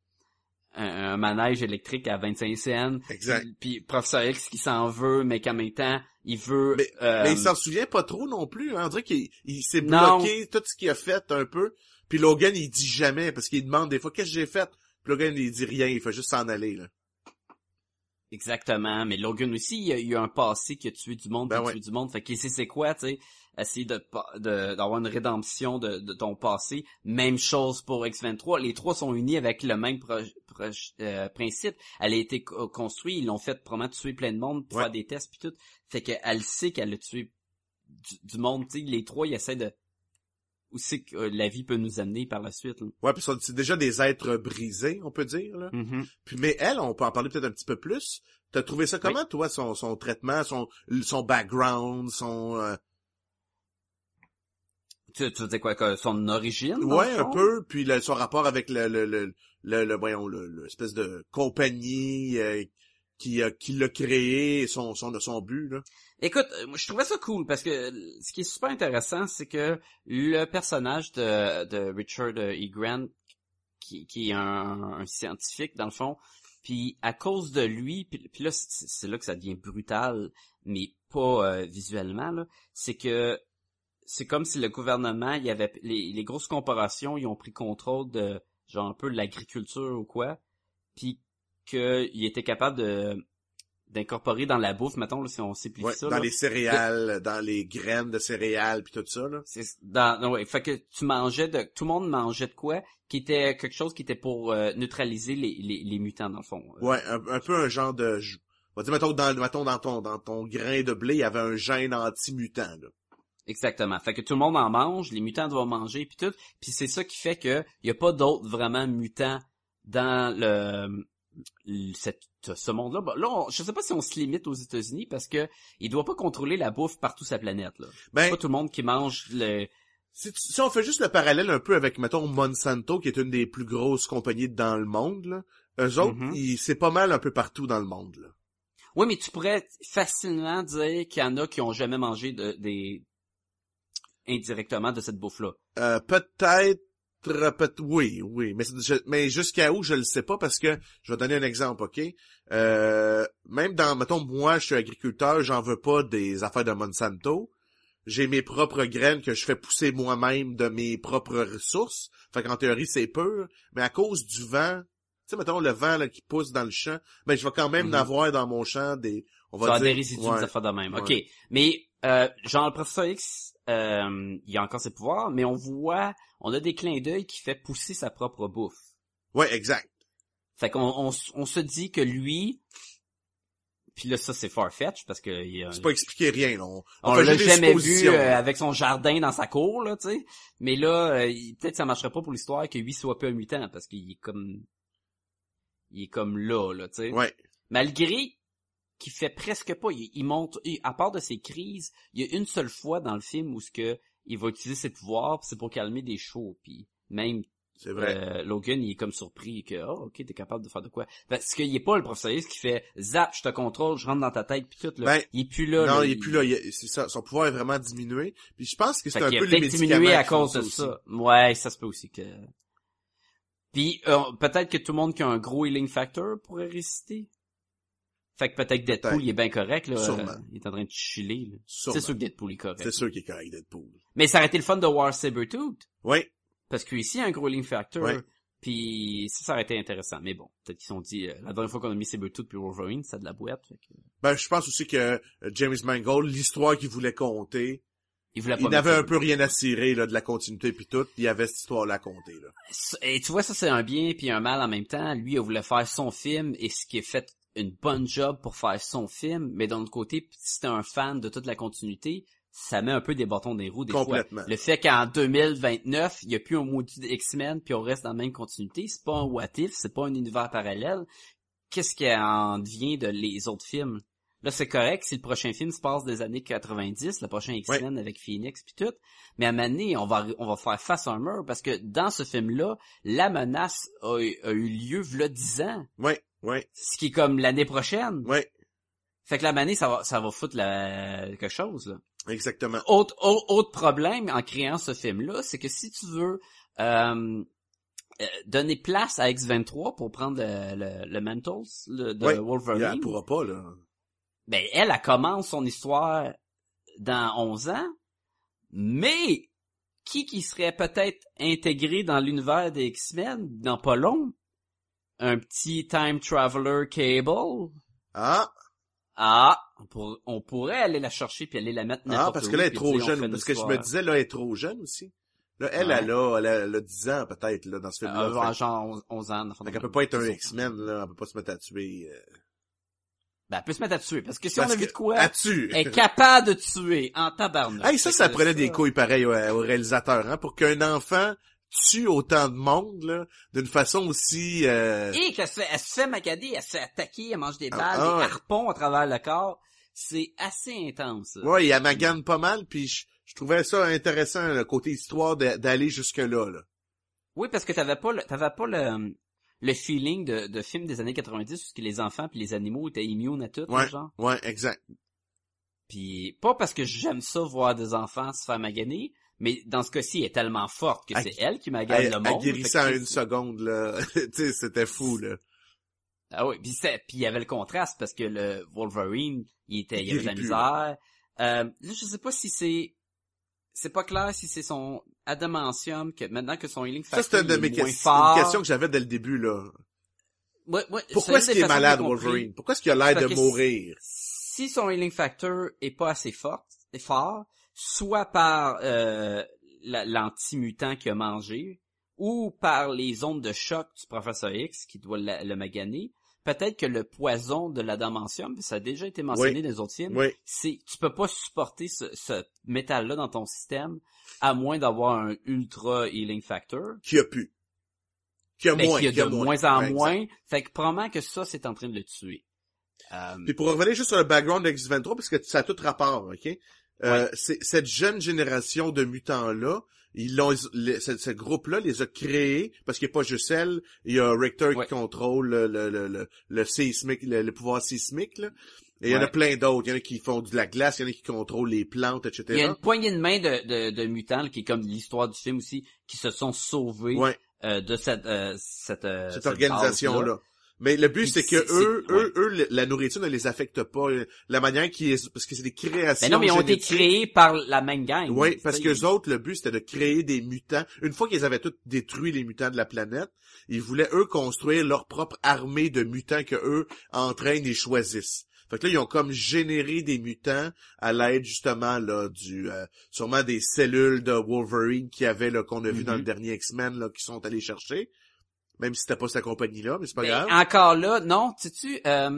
un manège électrique à 25 cents. Exact. Puis Professeur X qui s'en veut, mais qu'en même temps il veut. Mais il s'en souvient pas trop non plus. Hein. On dirait qu'il s'est bloqué tout ce qu'il a fait un peu. Puis Logan il dit jamais parce qu'il demande des fois qu'est-ce que j'ai fait. Puis Logan il dit rien, il fait juste s'en aller là. Exactement, mais Logan aussi, il y a un passé qui a tué du monde, tué du monde, fait qu'il sait c'est quoi, tu sais, essayer d'avoir une rédemption de ton passé. Même chose pour X-23, les trois sont unis avec le même principe. Elle a été construite, ils l'ont fait probablement tuer plein de monde pour faire des tests puis tout, fait qu'elle sait qu'elle a tué du monde, tu sais, les trois ils essaient de où c'est que la vie peut nous amener par la suite. Là. Ouais, puis c'est déjà des êtres brisés, on peut dire. Là. Mm-hmm. Puis mais elle, on peut en parler peut-être un petit peu plus. T'as trouvé ça comment, toi, son traitement, son background, son... Tu veux dire quoi, son origine? Ouais, un peu. Puis son rapport avec l'espèce de compagnie qui l'a créé, son but, là. Écoute, moi je trouvais ça cool parce que ce qui est super intéressant, c'est que le personnage de Richard E. Grant, qui est un scientifique dans le fond, Puis à cause de lui, puis là c'est là que ça devient brutal, mais pas visuellement là, c'est que c'est comme si le gouvernement, il y avait les grosses corporations, ils ont pris contrôle de genre un peu de l'agriculture ou quoi, puis qu'ils étaient capables d'incorporer dans la bouffe, mettons là, si on simplifie Ouais, ça. dans là, les céréales, dans les graines de céréales puis tout ça là. ouais, fait que tout le monde mangeait de quoi qui était quelque chose qui était pour neutraliser les mutants dans le fond. Ouais, un peu un genre de on va dire mettons dans ton grain de blé, il y avait un gène anti-mutant là. Exactement. Fait que tout le monde en mange, les mutants doivent manger puis tout, puis c'est ça qui fait que y a pas d'autres vraiment mutants dans ce monde-là. Bon, là, je sais pas si on se limite aux États-Unis parce que il doit pas contrôler la bouffe partout sur la planète là. Ben, c'est pas tout le monde qui mange le si on fait juste le parallèle un peu avec mettons Monsanto qui est une des plus grosses compagnies dans le monde là, eux autres, c'est pas mal un peu partout dans le monde là. Oui, mais tu pourrais facilement dire qu'il y en a qui ont jamais mangé indirectement de cette bouffe-là. Oui, mais jusqu'à où je le sais pas parce que je vais donner un exemple, ok? Même mettons, moi, je suis agriculteur, j'en veux pas des affaires de Monsanto. J'ai mes propres graines que je fais pousser moi-même de mes propres ressources. Fait qu'en théorie, c'est pur. Mais à cause du vent, tu sais, mettons, le vent là, qui pousse dans le champ, ben je vais quand même avoir dans mon champ des résidus des affaires de même. Ouais. OK. Mais genre le professeur X, il a encore ses pouvoirs, mais on a des clins d'œil qui fait pousser sa propre bouffe. Ouais, exact. Fait qu'on se dit que lui, puis là ça c'est far-fetch parce que c'est pas expliqué rien, là. On l'a jamais vu avec son jardin dans sa cour là, tu sais. Mais là peut-être ça marcherait pas pour l'histoire que lui soit pas un mutant parce qu'il est comme là, tu sais. Ouais. Malgré qu'il fait presque pas, il monte, à part de ses crises, il y a une seule fois dans le film où il va utiliser ses pouvoirs, pis c'est pour calmer des chauds, puis même c'est vrai. Logan, il est comme surpris que ok, t'es capable de faire de quoi. Parce qu'il est pas le professeur X qui fait zap, je te contrôle, je rentre dans ta tête puis tout là. Ben, il est plus là. Non, là, il est plus là, c'est ça, son pouvoir est vraiment diminué. Puis je pense que c'est un peu les médicaments diminué à qui font cause de aussi. ça. Ouais, ça se peut aussi que puis peut-être que tout le monde qui a un gros healing factor pourrait résister. Fait que peut-être Deadpool, il est bien correct, là. Sûrement. Il est en train de chiller, là. Sûrement. C'est sûr que Deadpool est correct. C'est sûr qu'il est correct, Deadpool. Mais ça aurait été le fun de voir Sabretooth. Oui. Parce qu'ici, il y a un gros healing factor. Oui. Puis ça aurait été intéressant. Mais bon, peut-être qu'ils se sont dit, la dernière fois qu'on a mis Sabretooth puis Wolverine, c'est de la boîte. Fait que... Ben, je pense aussi que James Mangold, l'histoire qu'il voulait conter, il n'avait un peu rien à cirer, là, de la continuité puis tout. Il y avait cette histoire-là à compter, là. Et tu vois, ça c'est un bien puis un mal en même temps. Lui, il voulait faire son film et ce qui est fait une bonne job pour faire son film, mais d'un autre côté, si t'es un fan de toute la continuité, ça met un peu des bâtons dans les roues des Complètement. fois. Le fait qu'en 2029, il y a plus un maudit X-Men puis on reste dans la même continuité, c'est pas un what if, c'est pas un univers parallèle. Qu'est-ce qui en devient de les autres films? Là, c'est correct si le prochain film se passe des années 90, le prochain X-Men avec Phoenix puis tout, mais à un moment donné, on va faire face à un mur parce que dans ce film-là, la menace a eu lieu v'là 10 ans. Ouais. Ce qui est comme l'année prochaine. Ouais. Fait que l'année, ça va foutre quelque chose, là. Exactement. Autre problème en créant ce film-là, c'est que si tu veux donner place à X-23 pour prendre le Mantles de Wolverine. Elle pourra pas, là. Ben, elle commence son histoire dans 11 ans, mais qui serait peut-être intégré dans l'univers des X-Men dans pas long? Un petit time traveler Cable. On pourrait aller la chercher puis aller la mettre n'importe où. Parce que là, elle est trop jeune. Parce que je me disais, là, elle est trop jeune aussi. Là, elle a 10 ans, peut-être, là, dans ce film-là. Genre 11 ans. Donc, elle peut pas être un X-Men, là. Elle peut pas se mettre à tuer. Ben, elle peut se mettre à tuer. Parce que si on a vu de quoi, elle est capable de tuer en tabarnak. Hey, ça prenait des couilles pareilles au réalisateur, hein, pour qu'un enfant tue autant de monde, là, d'une façon aussi... Et elle se fait macader, elle se fait attaquer, elle mange des balles, des harpons à travers le corps. C'est assez intense. Ouais, elle magane pas mal, puis je trouvais ça intéressant, le côté histoire d'aller jusque-là, là. Oui, parce que t'avais pas le feeling de film des années 90 où les enfants puis les animaux étaient immunes à tout, genre. Ouais, exact. Puis pas parce que j'aime ça voir des enfants se faire maganer, mais dans ce cas-ci, elle est tellement forte que c'est elle qui magane le monde. Elle guérissait en une seconde, là. Tu sais, c'était fou, là. Ah oui, puis il y avait le contraste parce que le Wolverine, il y avait de la plus, misère. Là, je sais pas si c'est pas clair si c'est son adamantium que maintenant que son healing Ça, factor c'est est moins fort. une question que j'avais dès le début, là. Ouais, Pourquoi est-ce c'est qu'il est une des façons malade, que j'ai compris. Wolverine? Pourquoi est-ce qu'il a l'air Parce de que mourir? Si son healing factor est pas assez fort, soit par l'anti-mutant qu'il a mangé, ou par les ondes de choc du Professeur X qui doit le maganer, peut-être que le poison de l'adamantium, ça a déjà été mentionné dans les autres films, tu peux pas supporter ce métal-là dans ton système, à moins d'avoir un ultra healing factor. Qui a pu. Qui a moins. Qui a de moins en moins. Exact. Fait que probablement que ça, c'est en train de le tuer. Puis pour revenir juste sur le background de X-23, parce que ça a tout rapport, ok? Cette jeune génération de mutants-là, ce groupe-là les a créés, parce qu'il n'y a pas juste elle, il y a Richter qui contrôle le sismique, le pouvoir sismique, là. Et il y en a plein d'autres. Il y en a qui font de la glace, il y en a qui contrôlent les plantes, etc. Il y a une poignée de main de mutants, là, qui est comme l'histoire du film aussi, qui se sont sauvés de cette organisation-là. Mais le but, c'est que eux, la nourriture ne les affecte pas. La manière parce que c'est des créations. Mais non, mais ils ont été créés par la même gang. Oui, parce qu'eux autres, le but, c'était de créer des mutants. Une fois qu'ils avaient tous détruit les mutants de la planète, ils voulaient, eux, construire leur propre armée de mutants que eux entraînent et choisissent. Fait que là, ils ont comme généré des mutants à l'aide, justement, là, sûrement des cellules de Wolverine qu'on a vu dans le dernier X-Men, là, qui sont allés chercher. Même si c'était pas cette compagnie-là, mais c'est pas grave. Encore là, non, sais-tu,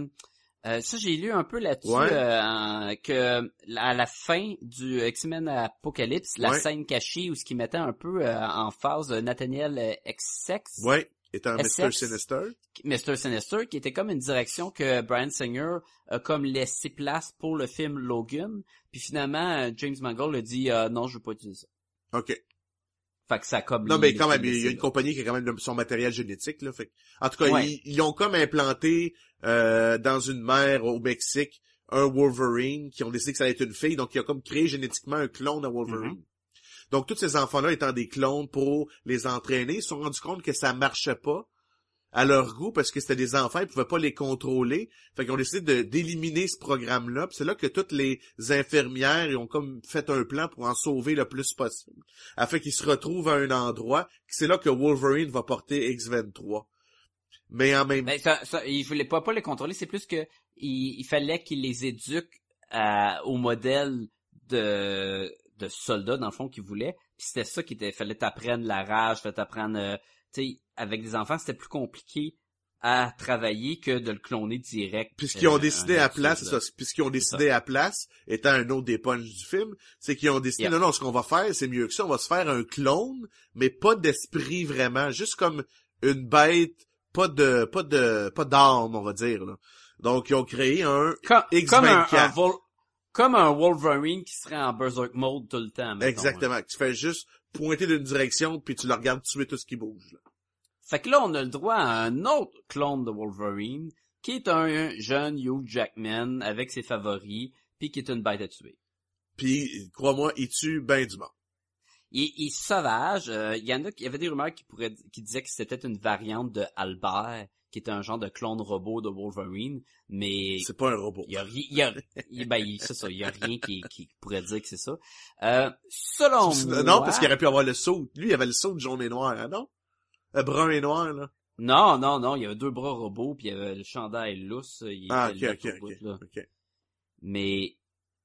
ça j'ai lu un peu là-dessus, que à la fin du X-Men Apocalypse, la scène cachée où ce qui mettait un peu en phase Nathaniel Essex. Ouais, étant Mr. Sinister. Mr. Sinister, qui était comme une direction que Bryan Singer a comme laissé place pour le film Logan. Puis finalement, James Mangold a dit non, je veux pas utiliser ça. OK. Fait que ça comme non, mais quand même, il y a une compagnie qui a quand même son matériel génétique, là. Fait en tout cas, ils ont comme implanté dans une mer au Mexique un Wolverine qui ont décidé que ça allait être une fille, donc il a comme créé génétiquement un clone à Wolverine. Donc tous ces enfants-là étant des clones pour les entraîner, ils se sont rendus compte que ça marchait pas à leur goût parce que c'était des enfants, ils pouvaient pas les contrôler. Fait qu'ils ont décidé d'éliminer ce programme-là. Puis c'est là que toutes les infirmières ils ont comme fait un plan pour en sauver le plus possible. Afin qu'ils se retrouvent à un endroit. C'est là que Wolverine va porter X-23. Mais en même temps... il voulait pas les contrôler, c'est plus que il fallait qu'ils les éduquent au modèle de soldats, dans le fond, qu'ils voulaient. Puis c'était ça fallait t'apprendre la rage, fallait t'apprendre... tu sais, avec des enfants, c'était plus compliqué à travailler que de le cloner direct. Puis ce qu'ils ont décidé à place, c'est ça. Puis ce qu'ils ont décidé à place, étant un autre des punchs du film, c'est qu'ils ont décidé, non, ce qu'on va faire, c'est mieux que ça, on va se faire un clone, mais pas d'esprit vraiment, juste comme une bête, pas d'âme, on va dire, là. Donc, ils ont créé un X-24. Comme un Wolverine qui serait en Berserk Mode tout le temps. Mettons, exactement. Tu fais juste pointer d'une direction, puis tu le regardes tuer tout ce qui bouge, là. Fait que là, on a le droit à un autre clone de Wolverine, qui est un jeune Hugh Jackman avec ses favoris, puis qui est une bête à tuer. Puis, crois-moi, il tue ben du monde. Il est sauvage. Il y avait des rumeurs qui disaient que c'était une variante de Albert, qui était un genre de clone robot de Wolverine, mais... C'est pas un robot. C'est ça, il y a rien qui pourrait dire que c'est ça. Selon moi... Non, parce qu'il aurait pu avoir le saut. Lui, il avait le saut de jaune et noir, hein, non? Brun et noir, là. Non, il y avait 2 bras robots, puis il y avait le chandail lousse. Ok. Mais...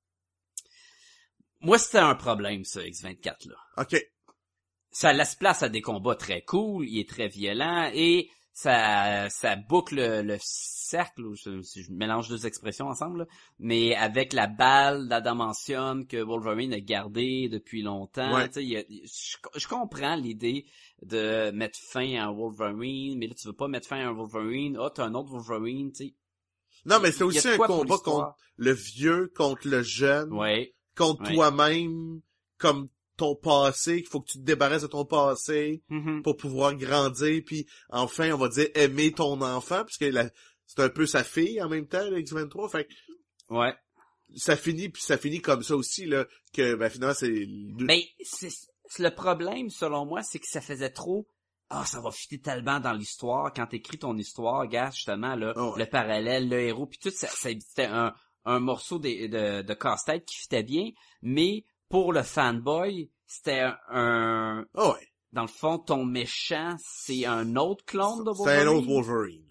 Moi, c'était un problème, ça, X-24, là. OK. Ça laisse place à des combats très cool, il est très violent, et ça boucle le cercle, si je mélange 2 expressions ensemble, là, mais avec la balle d'adamantium que Wolverine a gardée depuis longtemps. Ouais. Je comprends l'idée de mettre fin à un Wolverine, mais là, tu veux pas mettre fin à un Wolverine, t'as un autre Wolverine, tu sais. Non, mais c'est aussi un combat contre le vieux, contre le jeune, contre toi-même, comme ton passé, qu'il faut que tu te débarrasses de ton passé pour pouvoir grandir, puis enfin, on va dire, aimer ton enfant, puisque c'est un peu sa fille en même temps, le X-23, fait que ça finit comme ça aussi, là, que finalement, c'est... Mais le problème, selon moi, c'est que ça faisait trop ça va fitter tellement dans l'histoire. Quand t'écris ton histoire, gars, justement, là, Oh, ouais. le parallèle, le héros, puis tout, c'était un morceau de casse-tête qui fitait bien, mais pour le fanboy, c'était Ah ouais. dans le fond, ton méchant, c'est un autre clone de C'est Wolverine. un autre Wolverine.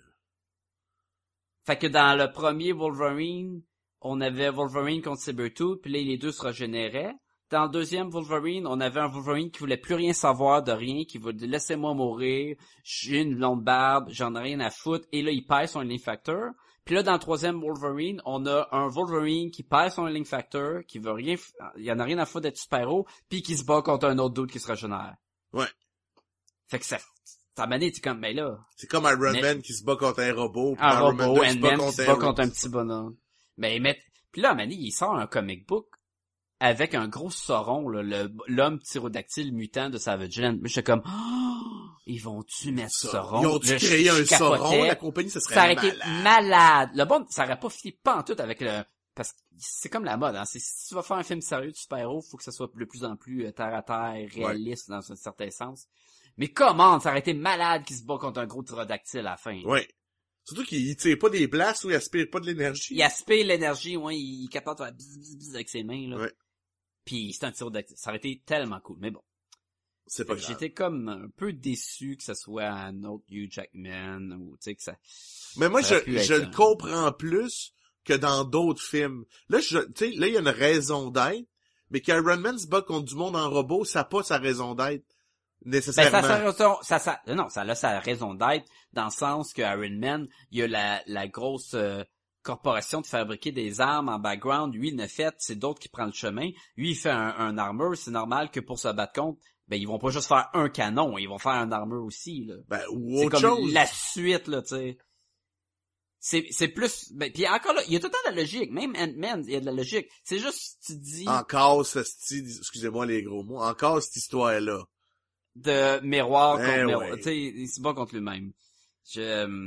Fait que dans le premier Wolverine, on avait Wolverine contre Sabretooth, puis là, les deux se régénéraient. Dans le deuxième Wolverine, on avait un Wolverine qui voulait plus rien savoir de rien, qui voulait laissez-moi mourir, j'ai une longue barbe, j'en ai rien à foutre, et là, il perd son healing factor. Puis là, dans le troisième Wolverine, on a un Wolverine qui perd son healing factor, qui veut rien, il en a rien à foutre d'être super-héros, puis qui se bat contre un autre dude qui se régénère. Ouais. Fait que ça manait, tu comme, mais là, C'est comme Iron Man qui se bat contre un robot. puis un Iron Man robot, 2 Ant-Man qui se bat contre un Rex. petit bonhomme. Puis là, Manny, il sort un comic book avec un gros sauron, là, l'homme pterodactyle mutant de Savage Land. Mais j'étais comme, ils vont-tu mettre sauron? Ils ont-tu Là, créé je un capotais. sauron? La compagnie, ça serait Ça aurait été malade. malade. Le bon, ça aurait pas fini pantoute avec parce que c'est comme la mode, hein. Si tu vas faire un film sérieux de super-héros, faut que ça soit de plus en plus terre à terre, réaliste dans un certain sens. Mais comment? Ça aurait été malade qu'il se bat contre un gros pterodactyle à la fin. Ouais. Surtout qu'il tire pas des blasts ou il aspire pas de l'énergie. Il aspire l'énergie, ouais, il est capable de faire bzz avec ses mains, là. Ouais. Puis c'est un pterodactyle. Ça aurait été tellement cool, mais bon. C'est pas grave. J'étais comme un peu déçu que ça soit un autre Hugh Jackman, ou tu sais que ça... Mais moi, ça aurait pu je être le comprends plus que dans d'autres films. Là, tu sais, là, il y a une raison d'être, mais qu'Iron Man se bat contre du monde en robot, ça n'a pas sa raison d'être, Ben, nécessairement. ça a sa raison d'être, dans le sens que Iron Man, il y a la grosse corporation de fabriquer des armes en background. Lui, il ne fait, c'est d'autres qui prennent le chemin. Lui, il fait un armor. C'est normal que pour se battre contre, ben, ils vont pas juste faire un canon, ils vont faire un armor aussi, là. Ben, ou C'est autre comme chose. la suite, là, tu sais. C'est plus, ben, puis encore là, il y a tout le temps de la logique. Même Ant-Man, il y a de la logique. C'est juste, tu dis, Encore, excusez-moi les gros mots, encore cette histoire-là. de miroir Ben contre miroir. ouais. Tu sais, il se bat contre lui-même. Tu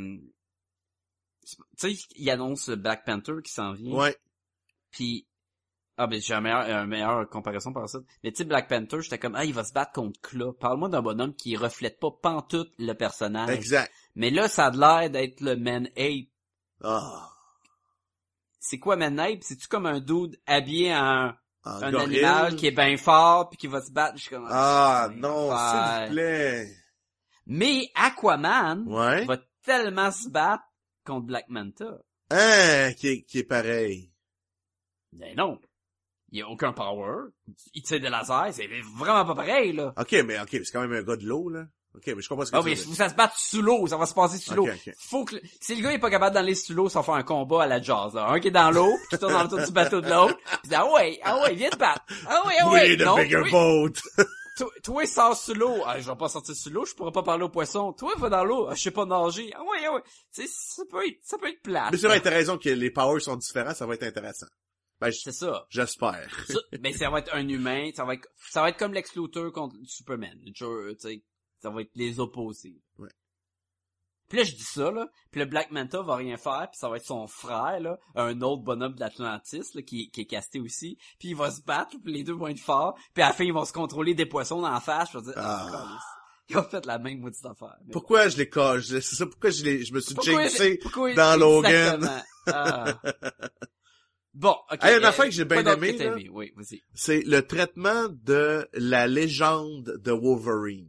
sais, il annonce Black Panther qui s'en vient. Ouais. Puis, ben, j'ai un meilleur comparaison par ça. Mais tu sais, Black Panther, j'étais comme, il va se battre contre Claw. Parle-moi d'un bonhomme qui reflète pas pantoute le personnage. Exact. Mais là, ça a l'air d'être le Man-Ape. Ah. C'est quoi Man-Ape? C'est-tu comme un dude habillé en En un gorille. animal qui est bien fort puis qui va se battre? Je suis comme, Ah, c'est non, faire. s'il vous plaît. Mais Aquaman Ouais. va tellement se battre contre Black Manta. Hein, qui est pareil. Ben non. Il y a aucun power. Il tire des lasers. C'est vraiment pas pareil, là. Ok, mais c'est quand même un gars de l'eau, là. Ok, mais je comprends ce que Ah, tu mais veux dire. ça se bat sous l'eau. Ça va se passer sous l'eau. Ok. Faut que, si le gars est pas capable d'aller sous l'eau, ça va faire un combat à la jazz, là. Un qui est dans l'eau, qui tourne dans le tour du bateau de l'autre. Pis dit, ah ouais, viens te battre. Ah ouais, Oui, the non. bigger boat. Toi, sors sous l'eau. Ah, je vais pas sortir sous l'eau, je pourrais pas parler aux poissons. Toi, va dans l'eau. Ah, je sais pas nager. Ah ouais. Tu sais, ça peut être plate. Mais c'est vrai, t'as raison que les powers sont différents, ça va être intéressant. Ben, C'est ça. j'espère. Mais ça va être un humain, ça va être comme Lex Luthor contre Superman. Tu sais, ça va être les opposés. Ouais. Puis là, je dis ça, là. Puis le Black Manta va rien faire, puis ça va être son frère, là, un autre bonhomme de l'Atlantis, là, qui est casté aussi. Puis il va se battre, puis les deux vont être forts. Puis à la fin, ils vont se contrôler des poissons dans la face. Je vais dire, câlisse. Ils ont fait la même maudite affaire. Mais Pourquoi je les coche? C'est ça, pourquoi je me suis jinxé pourquoi- dans Logan? Exactement. Ah. Bon, ok. Hey, une affaire que j'ai bien quoi d'autre aimé, que t'as là? aimé? Oui, vas-y. C'est le traitement de la légende de Wolverine.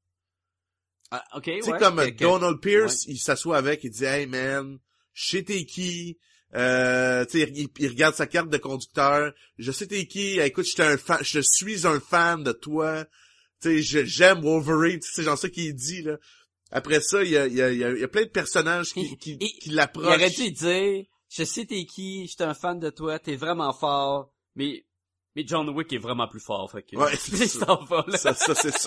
Ah, ok, Tu sais, ouais. comme Donald Pierce, ouais. il s'assoit avec, il dit, hey man, je sais t'es qui, tu sais, il regarde sa carte de conducteur, je sais t'es qui, écoute, je suis un fan de toi, tu sais, j'aime Wolverine, tu sais, c'est genre ça qu'il dit, là. Après ça, il y a plein de personnages qui Il l'approchent. aurait dû dire, je sais t'es qui, je suis un fan de toi, t'es vraiment fort, mais John Wick est vraiment plus fort, fait que... Ouais, c'est ça. s'en va, là. Ça, c'est ça.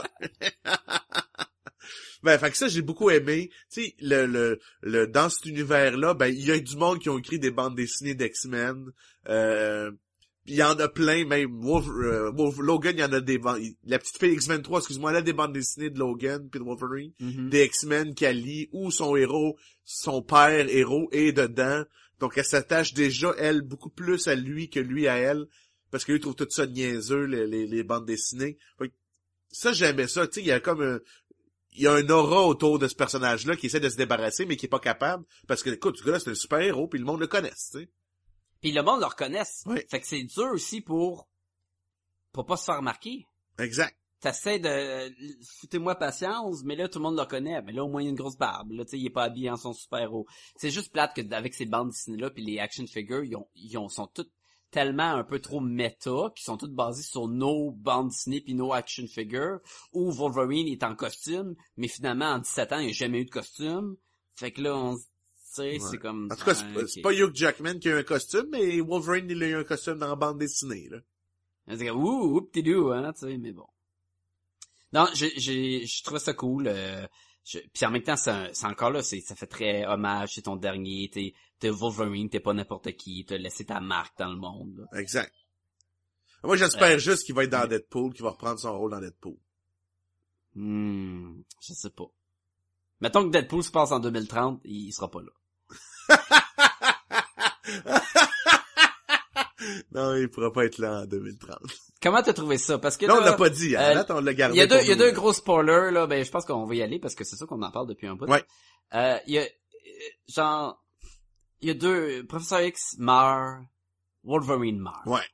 Ben, fait que ça, j'ai beaucoup aimé. Tu sais, dans cet univers-là, ben, il y a du monde qui ont écrit des bandes dessinées d'X-Men. Il y en a plein, même. Logan, il y en a des bandes. La petite fille X-Men 3, excuse-moi, elle a des bandes dessinées de Logan puis de Wolverine. Mhm. Des X-Men qu'elle lit, où son héros, son père héros est dedans. Donc, elle s'attache déjà, elle, beaucoup plus à lui que lui à elle. Parce que lui trouve tout ça niaiseux, les bandes dessinées. Fait que ça, j'aimais ça. Tu sais, il y a comme il y a un aura autour de ce personnage-là qui essaie de se débarrasser, mais qui est pas capable. Parce que, écoute, ce gars-là, c'est un super-héros, puis le monde le connaisse, tu sais. Puis le monde le reconnaisse. Oui. Fait que c'est dur aussi pour pas se faire remarquer. Exact. T'essaies de foutez-moi patience, mais là tout le monde le reconnaît. Mais là au moins il y a une grosse barbe. Là, tu sais, il est pas habillé en son super-héros. C'est juste plate que avec ces bandes dessinées là puis les action figures, ils sont toutes tellement un peu trop méta, qui sont toutes basées sur nos bandes dessinées puis nos action figures, où Wolverine est en costume, mais finalement en 17 ans il a jamais eu de costume. Fait que là on tu sais, c'est comme En tout cas, c'est pas Hugh Jackman qui a un costume, mais Wolverine il a eu un costume dans la bande dessinée, là. C'est comme ouh, petit dou, hein, tu sais, mais bon. Non, je trouve ça cool. Puis en même temps, c'est encore là, ça fait très hommage, c'est ton dernier, t'es Wolverine, t'es pas n'importe qui, t'as laissé ta marque dans le monde. Là. Exact. Moi, j'espère juste qu'il va être dans Deadpool, qu'il va reprendre son rôle dans Deadpool. Je sais pas. Mettons que Deadpool se passe en 2030, il sera pas là. Non, il pourra pas être là en 2030. Comment t'as trouvé ça? Parce que non, là, on l'a pas dit, hein. Là, on l'a gardé. Il y a deux gros spoilers, là. Ben, je pense qu'on va y aller parce que c'est ça qu'on en parle depuis un bout. Ouais. Il y a deux, Professeur X meurt, Wolverine meurt. Ouais.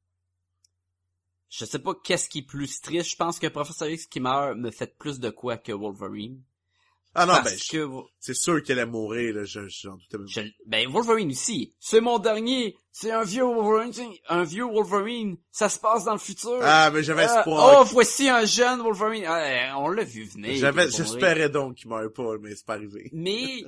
Je sais pas qu'est-ce qui est plus triste. Je pense que Professeur X qui meurt me fait plus de quoi que Wolverine. Ah non, parce c'est sûr qu'elle allait mourir, là, j'en doutais même pas. Ben, Wolverine aussi. C'est mon dernier. C'est un vieux Wolverine. Ça se passe dans le futur. Ah, mais j'avais espoir. Oh, voici un jeune Wolverine. On l'a vu venir. J'espérais donc qu'il meure pas, mais c'est pas arrivé. Mais,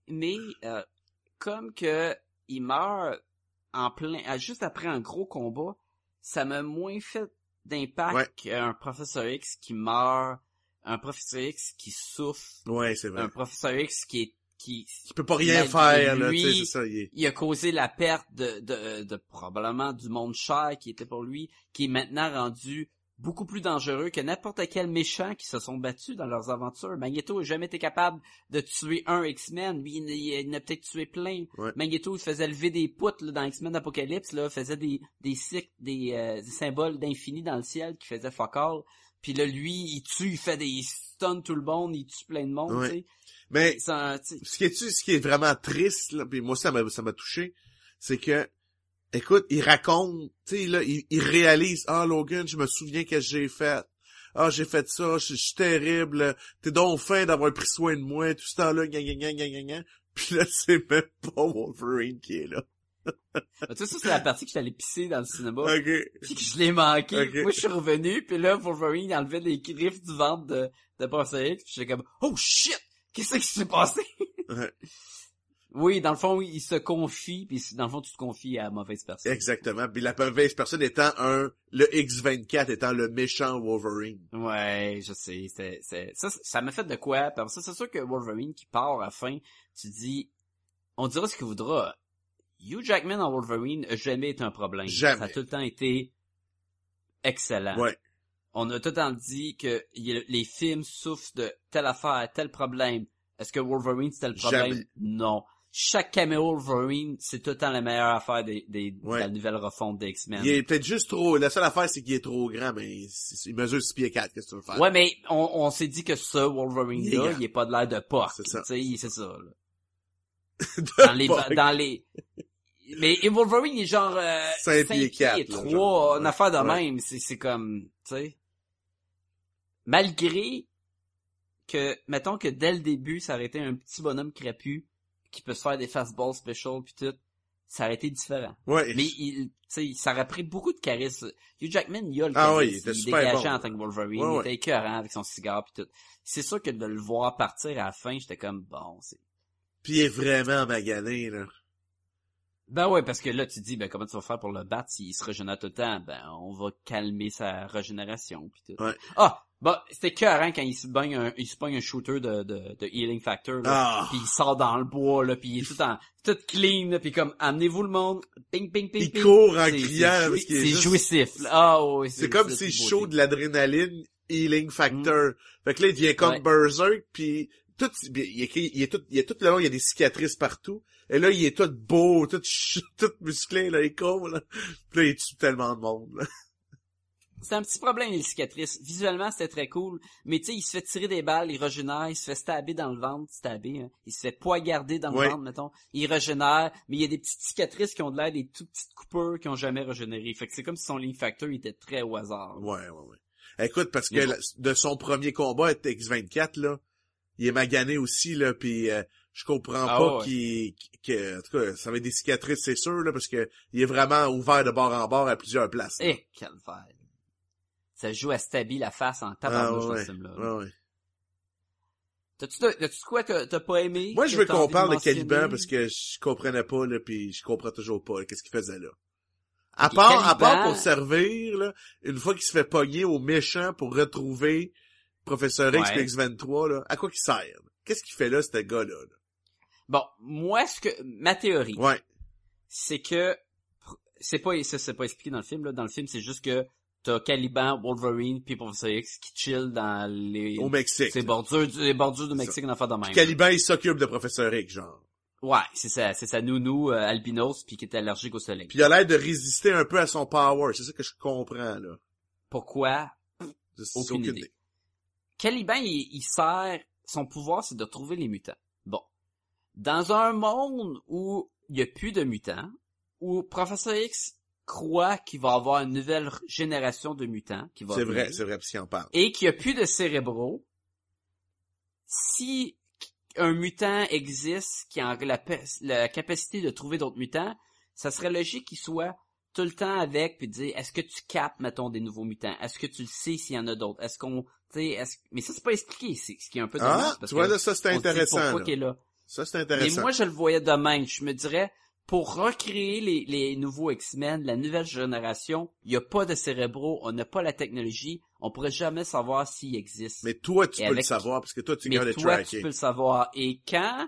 comme que il meurt juste après un gros combat, ça m'a moins fait d'impact qu'un Professeur X qui meurt, un Professeur X qui souffre. Ouais, c'est vrai. Un Professeur X qui peut pas rien faire, là, lui, tu sais, c'est ça, il a causé la perte de probablement du monde cher qui était pour lui, qui est maintenant rendu beaucoup plus dangereux que n'importe quel méchant qui se sont battus dans leurs aventures. Magneto n'a jamais été capable de tuer un X-Men. Lui, il en a peut-être tué plein. Ouais. Magneto, il faisait lever des poutres là, dans X-Men Apocalypse, là, faisait des cycles, des symboles d'infini dans le ciel qui faisaient fuck all. Puis là, lui, il tue, il fait des stuns tout le monde, il tue plein de monde, tu sais. Mais ce qui est vraiment triste, là, puis moi ça m'a touché, c'est que écoute, il raconte, tu sais là, il réalise, Logan, je me souviens que j'ai fait. J'ai fait ça, je suis terrible, t'es donc fin d'avoir pris soin de moi, tout ce temps-là, gna. Puis là, c'est même pas Wolverine qui est là. Tu sais, ça, c'est la partie que j'allais pisser dans le cinéma. OK. Puis que je l'ai manqué. Okay. Moi, je suis revenu, puis là, Wolverine, il enlevait les griffes du ventre de Professeur X, puis j'étais comme, oh shit! Qu'est-ce qui s'est passé? Ouais. Oui, dans le fond, il se confie, puis dans le fond, tu te confies à la mauvaise personne. Exactement. Puis la mauvaise personne étant le X-24 étant le méchant Wolverine. Ouais, je sais. Ça m'a fait de quoi? Parce que c'est sûr que Wolverine qui part à la fin, tu dis, on dira ce qu'il voudra. Hugh Jackman en Wolverine a jamais été un problème. Jamais. Ça a tout le temps été excellent. Ouais. On a tout le temps dit que les films souffrent de telle affaire, tel problème. Est-ce que Wolverine c'était le problème? Jamais. Non. Chaque caméo Wolverine, c'est tout le temps la meilleure affaire de la nouvelle refonte des X-Men. Il est peut-être juste trop... La seule affaire, c'est qu'il est trop grand, mais il mesure 6 pieds 4, qu'est-ce que tu veux faire? Ouais, mais on s'est dit que ce Wolverine-là, il est pas de l'air de porc. C'est ça. Tu sais, c'est ça, là. Dans les... Mais Wolverine, il est genre 5 pieds 4, 3, une affaire de même. C'est comme, tu sais... Malgré que, mettons que dès le début, ça aurait été un petit bonhomme crapus qui peut se faire des fastballs special pis tout, ça aurait été différent. Ouais. Mais ça aurait pris beaucoup de charisme. Hugh Jackman, il a le charisme. Ah oui, il était super dégageait bon. en tant que Wolverine. Ouais, il était écœurant avec son cigare pis tout. C'est sûr que de le voir partir à la fin, j'étais comme, bon, c'est... Puis il est vraiment magané, là. Ben ouais, parce que là, tu dis, ben comment tu vas faire pour le battre s'il se régénère tout le temps? Ben, on va calmer sa régénération pis tout. Ouais. Bah, c'était écœurant quand il se pogne un shooter de Healing Factor, là. Puis il sort dans le bois, là, puis il est tout clean, là, puis comme, amenez-vous le monde, ping, ping, ping, il ping. court en criant, parce qu'il est c'est juste... jouissif, là. Oui, c'est comme s'il chaud de l'adrénaline, Healing Factor. Fait que là, il devient comme Berserk, puis il est tout le long, il y a des cicatrices partout. Et là, il est tout beau, tout musclé, là, il court, là. Puis là, il tue tellement de monde, là. C'était un petit problème, les cicatrices. Visuellement, c'était très cool. Mais tu sais, il se fait tirer des balles, il régénère, il se fait stabber dans le ventre, hein. Il se fait poignarder dans le ventre, mettons. Il régénère, mais il y a des petites cicatrices qui ont de l'air des toutes petites coupures qui ont jamais régénéré. Fait que c'est comme si son Lean Factor il était très au hasard. Ouais. Écoute, parce que de son premier combat avec X-24, là, il est magané aussi, là, pis je comprends pas en tout cas, ça va être des cicatrices, c'est sûr, là, parce que il est vraiment ouvert de bord en bord à plusieurs places. Calvaire. Ça joue à stabiller la face en tabarnouche dans ce film-là. Ouais. T'as-tu quoi t'as pas aimé? Moi, je veux qu'on parle de Caliban parce que je comprenais pas, là, pis je comprends toujours pas, là, qu'est-ce qu'il faisait là. À part pour servir, là, une fois qu'il se fait pogner au méchant pour retrouver Professeur X et X-23, là, à quoi qu'il sert? Là? Qu'est-ce qu'il fait là, ce gars-là? Là? Bon, moi, ma théorie, c'est que, c'est pas expliqué dans le film, là. Dans le film, c'est juste que t'as Caliban, Wolverine, puis Professeur X qui chill dans au Mexique. Les bordures du Mexique, une affaire de même. Caliban, il s'occupe de Professeur X, genre. Ouais, c'est sa nounou albinos puis qui est allergique au soleil. Puis il a l'air de résister un peu à son power, c'est ça que je comprends là. Pourquoi? Aucune idée. Caliban, il sert, son pouvoir c'est de trouver les mutants. Bon. Dans un monde où il y a plus de mutants, où Professeur X croit qu'il va avoir une nouvelle génération de mutants qui va venir, c'est vrai, s'il en parle. Et qu'il y a plus de cérébraux, si un mutant existe qui a la capacité de trouver d'autres mutants, ça serait logique qu'il soit tout le temps avec puis dire est-ce que tu captes mettons des nouveaux mutants, est-ce que tu le sais s'il y en a d'autres, est-ce qu'on mais ça c'est pas expliqué, c'est ce qui est un peu dommage parce tu vois que là, ça c'est intéressant là. Ça c'est intéressant. Mais moi je le voyais de même, je me dirais pour recréer les nouveaux X-Men, la nouvelle génération, il y a pas de cérébraux, on n'a pas la technologie, on pourrait jamais savoir s'il existe. Mais toi tu peux le savoir parce que toi tu gardes le tracking. Mais toi tu peux le savoir et quand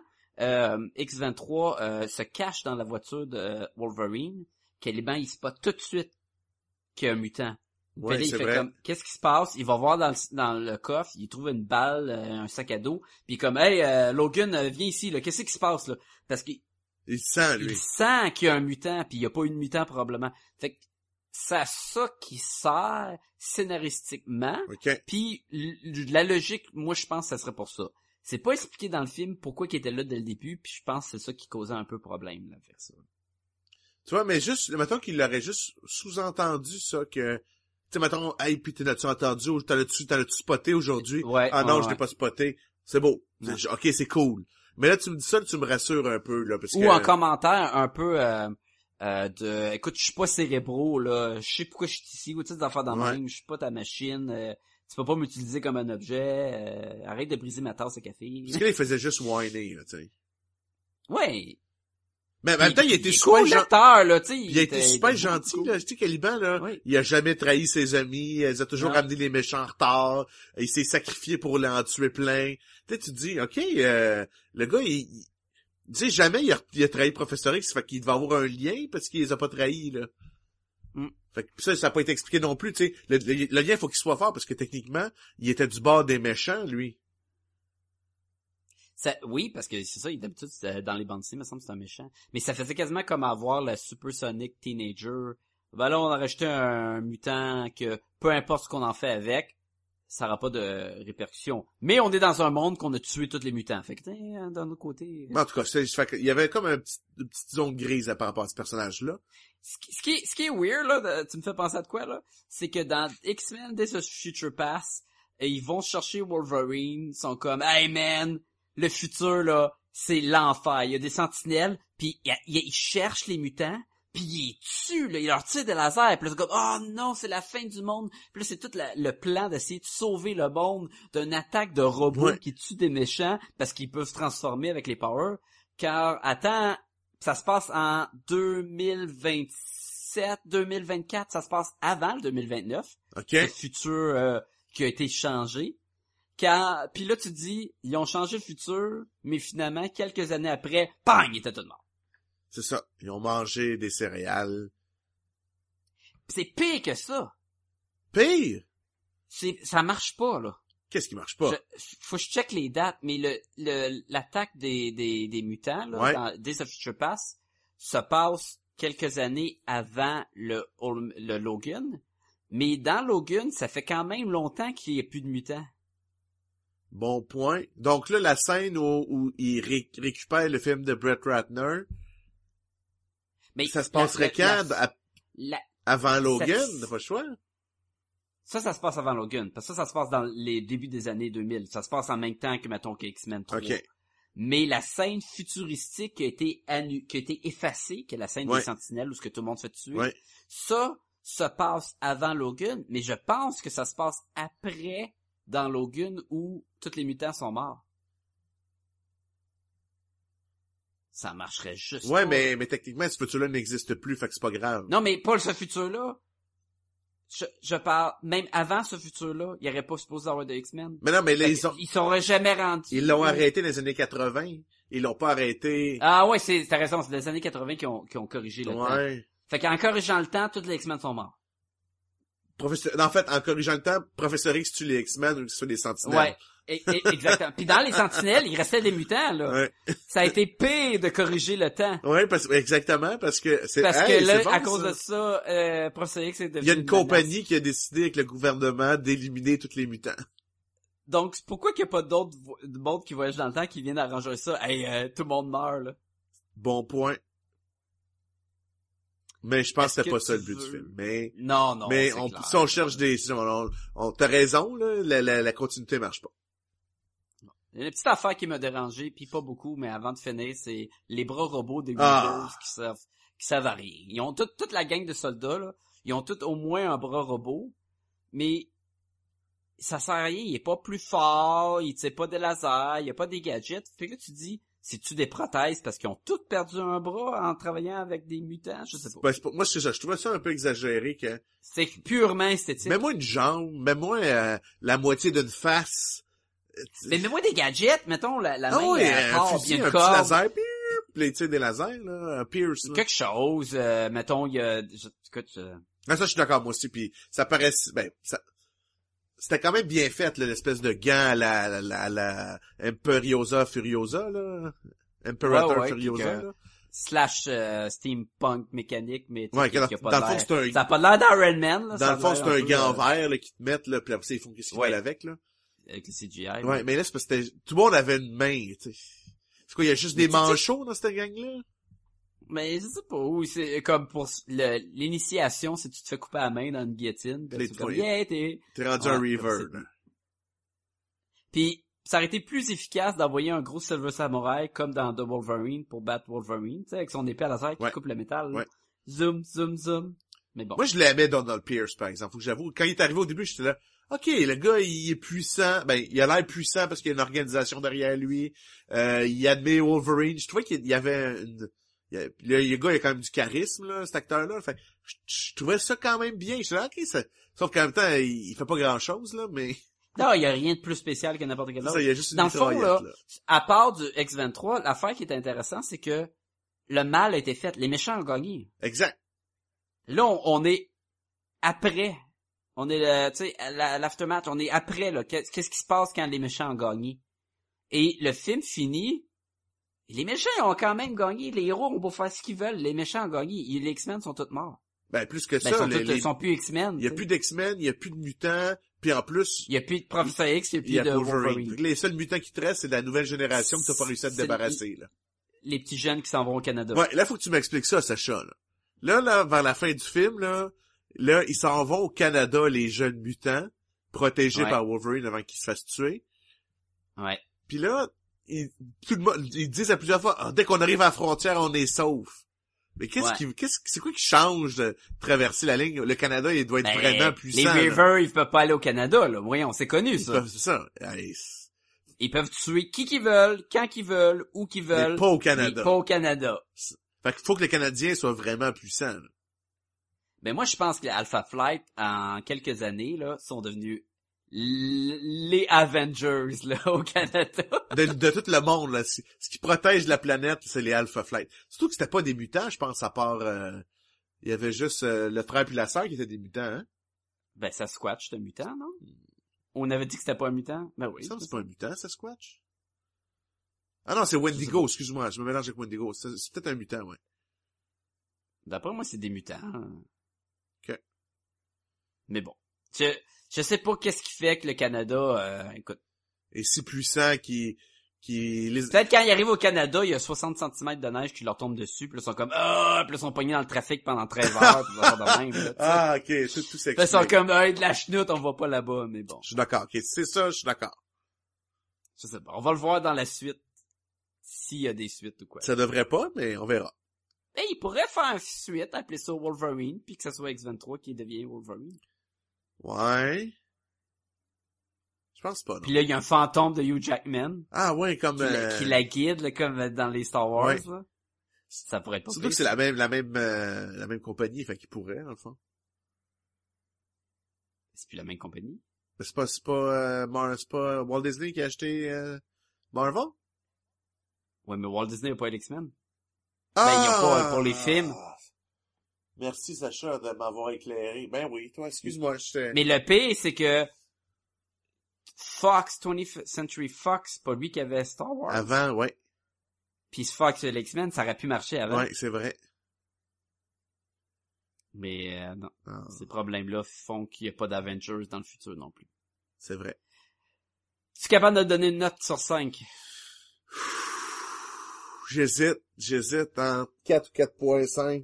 X-23 se cache dans la voiture de Wolverine, Caliban il spot tout de suite qu'il y a un mutant. Ouais, puis là, il fait comme qu'est-ce qui se passe? Il va voir dans le coffre, il trouve une balle, un sac à dos, puis comme hey Logan viens ici là, qu'est-ce qui se passe là? Parce qu'il sent lui. Il sent qu'il y a un mutant puis il y a pas eu de mutant probablement. Fait que c'est à ça qui sert scénaristiquement. Puis la logique, moi je pense que ça serait pour ça. C'est pas expliqué dans le film pourquoi il était là dès le début, puis je pense que c'est ça qui causait un peu problème là, faire ça. Tu vois, mais juste, mettons qu'il l'aurait juste sous-entendu ça que, tu sais, mettons, hey, pis t'as-tu entendu, ou t'as-tu spoté aujourd'hui? Non, je l'ai pas spoté. C'est beau. Ok, c'est cool. Mais là, tu me dis ça, tu me rassures un peu, là, parce que... Ou en commentaire, un peu, écoute, je suis pas cérébro, là, je sais pourquoi je suis ici, ou tu sais, des affaires dans même, je suis pas ta machine, tu peux pas m'utiliser comme un objet, arrête de briser ma tasse de café. Parce que là, il faisait juste whiner, là, tu sais. Ouais. Mais en même temps, il était super gentil. Il a été super gentil, là. Tu sais, Caliban, là, il a jamais trahi ses amis, il a toujours ramené les méchants en retard, il s'est sacrifié pour en tuer plein. Tu sais, tu te dis, ok, le gars, tu sais, jamais il a trahi le Professeur X, fait qu'il devait avoir un lien parce qu'il les a pas trahis, là. Fait que ça n'a pas été expliqué non plus, tu sais. Le lien, faut qu'il soit fort parce que techniquement, il était du bord des méchants, lui. Oui, parce que c'est ça, d'habitude, dans les bandes il me semble que c'est un méchant. Mais ça faisait quasiment comme avoir la Supersonic Teenager. Ben là, on a rajouté un mutant que, peu importe ce qu'on en fait avec, ça n'aura pas de répercussions. Mais on est dans un monde qu'on a tué tous les mutants. Fait que, d'un autre côté... En tout cas, il y avait comme une petite zone grise par rapport à ce personnage-là. Ce qui est weird, là, tu me fais penser à de quoi, là? C'est que dans X-Men, Days of Future Past, ils vont chercher Wolverine, ils sont comme, hey man, le futur, là, c'est l'enfer. Il y a des sentinelles, puis ils cherchent les mutants, puis ils les tuent, là. Ils leur tirent des lasers, puis là, c'est comme, oh non, c'est la fin du monde. Puis là, c'est tout le plan d'essayer de sauver le monde d'une attaque de robots qui tuent des méchants, parce qu'ils peuvent se transformer avec les powers. Car, attends, ça se passe en 2027, 2024, ça se passe avant le 2029. Le futur qui a été changé. Puis là, tu dis, ils ont changé le futur, mais finalement, quelques années après, bang, ils étaient tous morts. C'est ça. Ils ont mangé des céréales. C'est pire que ça. Pire? Ça marche pas, là. Qu'est-ce qui marche pas? Faut que je check les dates, mais l'attaque des mutants, là, dans Days of Future Past, se passe quelques années avant le Logan. Mais dans Logan, ça fait quand même longtemps qu'il n'y a plus de mutants. Bon point. Donc là, la scène où il récupère le film de Brett Ratner, Mais ça se passerait quand? Avant Logan? T'as pas le choix? Ça se passe avant Logan. Parce que ça se passe dans les débuts des années 2000. Ça se passe en même temps que, mettons, que X-Men 3. OK. Mais la scène futuristique qui a été effacée, qui est la scène des Sentinelles où ce que tout le monde se fait tuer, ça se passe avant Logan, mais je pense que ça se passe après dans Logan où tous les mutants sont morts. Ça marcherait juste pas. Mais techniquement, ce futur-là n'existe plus, fait que c'est pas grave. Non, mais pas ce futur-là. Je parle, même avant ce futur-là, il n'y aurait pas supposé avoir de X-Men. Mais non, mais là, ils seraient jamais rendus. Ils l'ont arrêté dans les années 80. Ils l'ont pas arrêté. Ah ouais, t'as raison, c'est les années 80 qui ont corrigé le temps. Fait qu'en corrigeant le temps, tous les X-Men sont morts. En fait, en corrigeant le temps, Professeur X tue les X-Men ou que ce soit des Sentinelles. Ouais. Exactement. Puis dans les Sentinelles, il restait des mutants, là. Ouais. Ça a été pire de corriger le temps. Ouais, exactement, parce que là, bon, à cause de ça, Professeur X est devenu il y a une compagnie qui a décidé avec le gouvernement d'éliminer tous les mutants. Donc, pourquoi qu'il n'y a pas d'autres monde qui voyagent dans le temps qui viennent arranger ça? Tout le monde meurt, là. Bon point. Mais je pense que c'était pas ça le but du film. Mais non. Mais clair. Si on cherche des, t'as raison, là, la continuité marche pas. Il y a une petite affaire qui m'a dérangé, puis pas beaucoup, mais avant de finir, c'est les bras robots des Weavers qui servent à rien. Ils ont toute la gang de soldats, là. Ils ont tous au moins un bras robot, mais ça sert à rien. Il est pas plus fort, il tire pas des lasers, il y a pas des gadgets. Fait que là, tu dis, c'est-tu des prothèses parce qu'ils ont tous perdu un bras en travaillant avec des mutants? Je sais pas. Moi, c'est ça. Je trouvais ça un peu exagéré que... C'est purement esthétique. Mets-moi une jambe, mets-moi la moitié d'une face. Mais mets-moi des gadgets, mettons, la main, un fusil, un petit laser, puis tu sais, des lasers, là, un pierce, là. Quelque chose, mettons, il y a... Écoute... ça, je suis d'accord, moi aussi, puis ça paraît... C'était quand même bien fait, là, l'espèce de gant à la Imperiosa Furiosa, là. Imperator Furiosa, là. Slash steampunk mécanique, mais dans le fond, c'est un... Ça a pas l'air d'Iron Man, là. Dans le fond, c'est un gant vert, là, qu'ils te mettent, là, puis après, ils font qu'est-ce qu'ils veulent avec, là. Avec le CGI. Ouais, mais là, c'est parce que tout le monde avait une main, tu sais. C'est quoi, il y a juste des manchots dans cette gang-là? Mais je sais pas où, c'est comme pour l'initiation, si tu te fais couper la main dans une guillotine, ben, c'est comme, t'es rendu un Reaver. Puis, ça aurait été plus efficace d'envoyer un gros Silver Samurai comme dans The Wolverine pour battre Wolverine, tu sais, avec son épée à laser qui coupe le métal. Là. Zoom, zoom, zoom. Mais bon. Moi, je l'aimais Donald Pierce, par exemple. Faut que j'avoue, quand il est arrivé au début, j'étais là, OK, le gars, il est puissant. Ben, il a l'air puissant parce qu'il y a une organisation derrière lui. Il admet Wolverine. Je trouvais qu'il y avait le gars, il a quand même du charisme, là, cet acteur-là. Fait je trouvais ça quand même bien. Je disais, OK, sauf qu'en même temps, il fait pas grand-chose, là, mais... Non, il y a rien de plus spécial que n'importe quel autre. Ça, il y a juste une dans le fond, là, là, à part du X-23, l'affaire qui est intéressante, c'est que le mal a été fait. Les méchants ont gagné. Exact. Là, on est après. On est, tu sais, l'aftermath, on est après, là. Qu'est-ce qui se passe quand les méchants ont gagné? Et le film finit, les méchants ont quand même gagné. Les héros ont beau faire ce qu'ils veulent. Les méchants ont gagné. Les X-Men sont tous morts. Ben, plus que ça. Ils sont plus X-Men. Il y a plus d'X-Men, il y a plus de mutants, puis en plus... Il y a plus de Professeur X, il y a plus de Wolverine. Les seuls mutants qui te restent, c'est de la nouvelle génération que t'as pas réussi à te débarrasser, là. Les petits jeunes qui s'en vont au Canada. Ouais, là, faut que tu m'expliques ça, Sacha, là. Là, vers la fin du film, là, ils s'en vont au Canada, les jeunes mutants, protégés par Wolverine avant qu'ils se fassent tuer. Ouais. Puis là, tout le monde, ils disent à plusieurs fois, dès qu'on arrive à la frontière, on est sauf. Mais c'est quoi qui change de traverser la ligne? Le Canada, il doit être vraiment puissant. Les Weavers, ils peuvent pas aller au Canada, là. Voyons, c'est connu, ça. C'est ça. Ils peuvent tuer qui qu'ils veulent, quand qu'ils veulent, où qu'ils veulent. Mais pas au Canada. Mais pas au Canada. Fait qu'il faut que les Canadiens soient vraiment puissants, là. Ben, moi, je pense que les Alpha Flight, en quelques années, là, sont devenus les Avengers, là, au Canada. de tout le monde, là. Ce qui protège la planète, c'est les Alpha Flight. Surtout que c'était pas des mutants, je pense, à part, il y avait juste le frère puis la sœur qui étaient des mutants, hein. Ben, Sasquatch, c'est un mutant, non? On avait dit que c'était pas un mutant? Ben oui. Ça, c'est pas un mutant, Sasquatch? Ah non, c'est Wendigo, excuse-moi, je me mélange avec Wendigo. C'est peut-être un mutant, ouais. D'après moi, c'est des mutants. OK. Mais bon. Je sais pas qu'est-ce qui fait que le Canada, écoute. Et si puissant Peut-être quand ils arrivent au Canada, il y a 60 cm de neige qui leur tombe dessus, puis là, ils sont comme, puis là, ils sont pognés dans le trafic pendant 13 heures, puis ils vont faire de même, là, Ah, ok, tout Puis s'explique. là, ils sont comme, de la chenoute, on va pas là-bas, mais bon. Je suis d'accord, ok, c'est ça, je suis d'accord. Je sais pas. On va le voir dans la suite. S'il y a des suites ou quoi. Ça devrait pas, mais on verra. Il pourrait faire une suite, appeler ça Wolverine, puis que ça soit X-23 qui devient Wolverine. Ouais. Je pense pas, non. Puis là, il y a un fantôme de Hugh Jackman. Ah ouais, comme... Qui la guide, là, comme dans les Star Wars, Ouais. là. Ça pourrait être pas Surtout que c'est la même compagnie, fait qu'il pourrait, dans le fond. C'est plus la même compagnie. Mais c'est pas Walt Disney qui a acheté Marvel? Ouais, mais Walt Disney n'a pas X-Men. Ah! Ben, ils ont pas pour les films. Merci, Sacha, de m'avoir éclairé. Ben oui, toi, excuse-moi, j'étais... Mais le pire, c'est que Fox, 20th Century Fox, c'est pas lui qui avait Star Wars. Avant, ouais. Puis Fox et l'X-Men, ça aurait pu marcher avant. Ouais, c'est vrai. Mais non, Ah, ces problèmes-là font qu'il n'y a pas d'Avengers dans le futur non plus. c'est vrai. Tu es capable de donner une note sur 5? J'hésite entre 4 ou 4.5.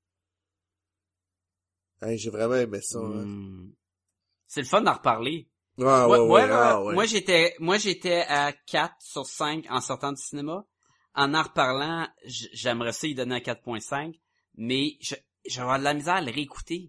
Hey, j'ai vraiment aimé ça. Hein. C'est le fun d'en reparler. Ah, ouais. Moi, j'étais à 4 sur 5 en sortant du cinéma. En reparlant, j'aimerais ça y donner un 4.5, mais je vais avoir de la misère à le réécouter.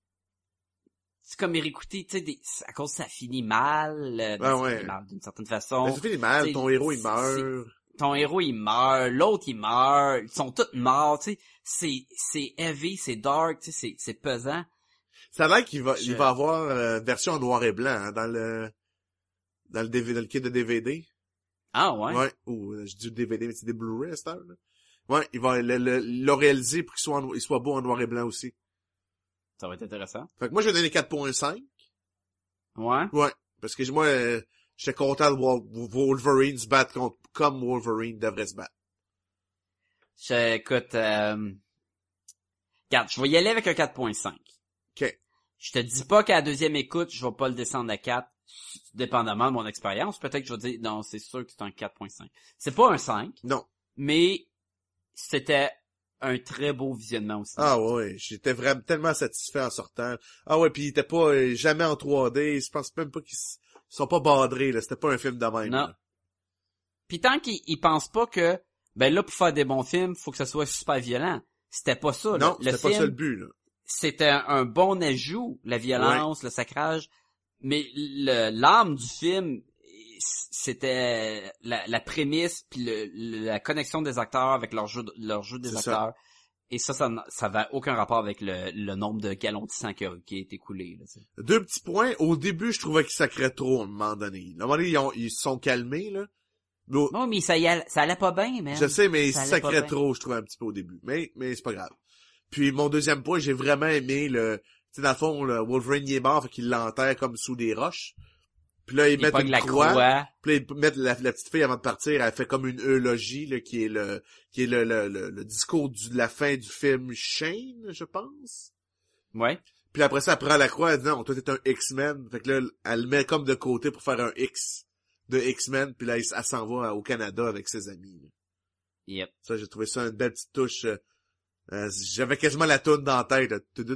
C'est comme réécouter, tu sais, à cause ça finit mal, ça finit mal d'une certaine façon. Ben, ça finit mal, t'sais, ton héros il meurt. Ton héros il meurt, l'autre il meurt, ils sont tous morts, tu sais, c'est heavy, c'est dark, tu sais, c'est pesant. Ça a l'air il va avoir version en noir et blanc hein, dans le DVD, dans le kit de DVD. Ah ouais? Ouais. Ou je dis DVD, mais c'est des Blu-ray à cette heure, là. Ouais, il va l'a réalisé pour qu'il soit beau en noir et blanc aussi. Ça va être intéressant. Fait que moi je vais donner 4.5. Ouais? Ouais. Parce que moi, j'étais content de voir Wolverine se battre comme Wolverine devrait se battre. Écoute, regarde, je vais y aller avec un 4.5. OK. Je te dis pas qu'à la deuxième écoute, je vais pas le descendre à 4, dépendamment de mon expérience. Peut-être que je vais dire, non, c'est sûr que c'est un 4.5. C'est pas un 5. Non. Mais c'était un très beau visionnement aussi. Ah ouais, j'étais vraiment tellement satisfait en sortant. Ah ouais, puis il était pas jamais en 3D, je pense même pas qu'ils sont pas badrés, là, c'était pas un film de même. Non. Là. Puis tant qu'ils pensent pas que, ben là, pour faire des bons films, faut que ça soit super violent. C'était pas ça, là. Non, Le c'était pas ça le but, là. C'était un bon ajout, la violence, le sacrage, mais l'âme du film, c'était la prémisse puis la connexion des acteurs avec leur jeu des acteurs. Et ça avait aucun rapport avec le nombre de gallons de sang qui a été écoulé. Là, t'sais. 2 petits points. Au début, je trouvais qu'ils sacraient trop à un moment donné. À un moment donné, ils se sont calmés, là. Non, mais ça allait pas bien, man. Je sais, mais ils ça sacraient trop, je trouvais un petit peu au début. Mais c'est pas grave. Puis mon deuxième point, j'ai vraiment aimé tu sais, dans le fond, le Wolverine il est mort, fait qu'il l'enterre comme sous des roches. Puis là, ils mettent une croix. Puis là, ils mettent la petite fille avant de partir, elle fait comme une eulogie, là, qui est le discours de la fin du film Shane, je pense. Ouais. Puis après ça, elle prend la croix, elle dit non, toi t'es un X-Men. Fait que là, elle le met comme de côté pour faire un X de X-Men, puis là, elle s'en va au Canada avec ses amis. Là. Yep. Ça, j'ai trouvé ça une belle petite touche. J'avais quasiment la toune dans la tête.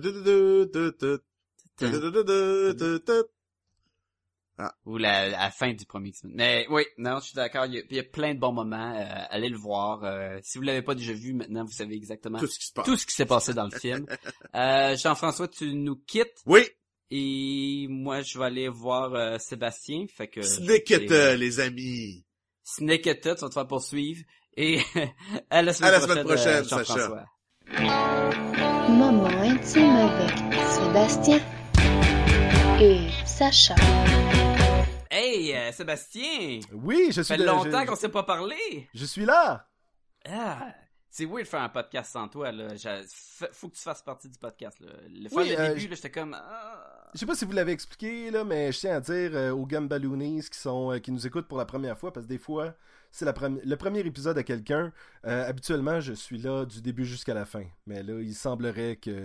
Ou la fin du premier X-Men. Mais oui, non, je suis d'accord. Il y a plein de bons moments. Allez le voir. Si vous l'avez pas déjà vu, maintenant vous savez exactement tout ce qui se passe. Tout ce qui s'est passé dans le film. Jean-François, tu nous quittes. Oui. Et moi, je vais aller voir Sébastien. Fait que Snicket, les amis. Snicket, tu vas te faire poursuivre. Et à la semaine prochaine, Sacha. Moment intime avec Sébastien et Sacha. Hey, Sébastien! Oui, je suis Ça fait longtemps qu'on s'est pas parlé! Je suis là! Ah, c'est weird de faire un podcast sans toi, là. Faut que tu fasses partie du podcast, là. Le début, là, j'étais comme... Je sais pas si vous l'avez expliqué, là, mais je tiens à dire aux Gumballoonies qui nous écoutent pour la première fois, parce que des fois, c'est le premier épisode à quelqu'un. Habituellement, je suis là du début jusqu'à la fin. Mais là, il semblerait que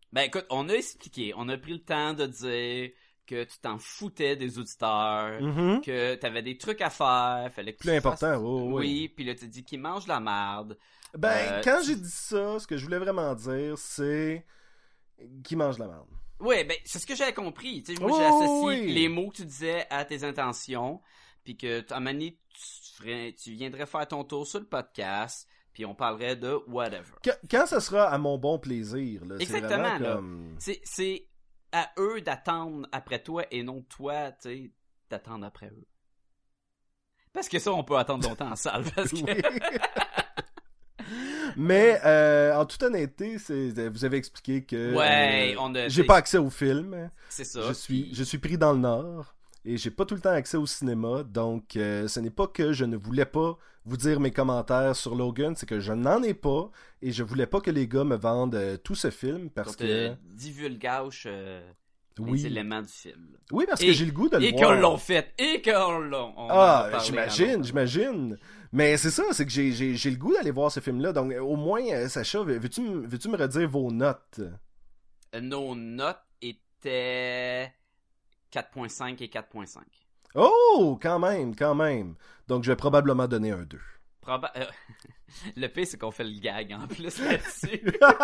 Ben écoute, on a expliqué, on a pris le temps de dire que tu t'en foutais des auditeurs, Mhm. que t'avais des trucs à faire, fallait que Plus tu important, fasses... oui. Oui, puis là tu dis qu'ils mangent la merde. Ben, quand tu- j'ai dit ça, ce que je voulais vraiment dire, c'est qu'il mange la merde. Ouais, ben c'est ce que j'avais compris. Tu sais, moi Oh, j'ai associé oui. les mots que tu disais à tes intentions, puis que à un moment donné, tu viendrais faire ton tour sur le podcast, puis on parlerait de whatever. Quand ça sera à mon bon plaisir, là, c'est Exactement, vraiment là. comme... C'est à eux d'attendre après toi et non toi, tu sais, d'attendre après eux. Parce que ça, on peut attendre longtemps en salle. Parce que... Oui. Mais, en toute honnêteté, vous avez expliqué que Ouais, on a... j'ai pas accès au film. C'est ça. Je suis pris dans le Nord et j'ai pas tout le temps accès au cinéma. Donc, ce n'est pas que je ne voulais pas vous dire mes commentaires sur Logan, c'est que je n'en ai pas et je voulais pas que les gars me vendent tout ce film parce que... divulgage Oui. les éléments du film. Là. Oui, parce Et- que j'ai le goût de le Et voir. qu'on l'ont fait. Et qu'on l'ont... on en a Ah, parlé j'imagine, avant. j'imagine. Mais c'est ça, c'est que j'ai le goût d'aller voir ce film-là. Donc, au moins, Sacha, veux-tu me redire vos notes? Nos notes étaient 4.5 et 4.5. Oh, quand même. Donc, je vais probablement donner un 2. Le pire, c'est qu'on fait le gag en plus là-dessus.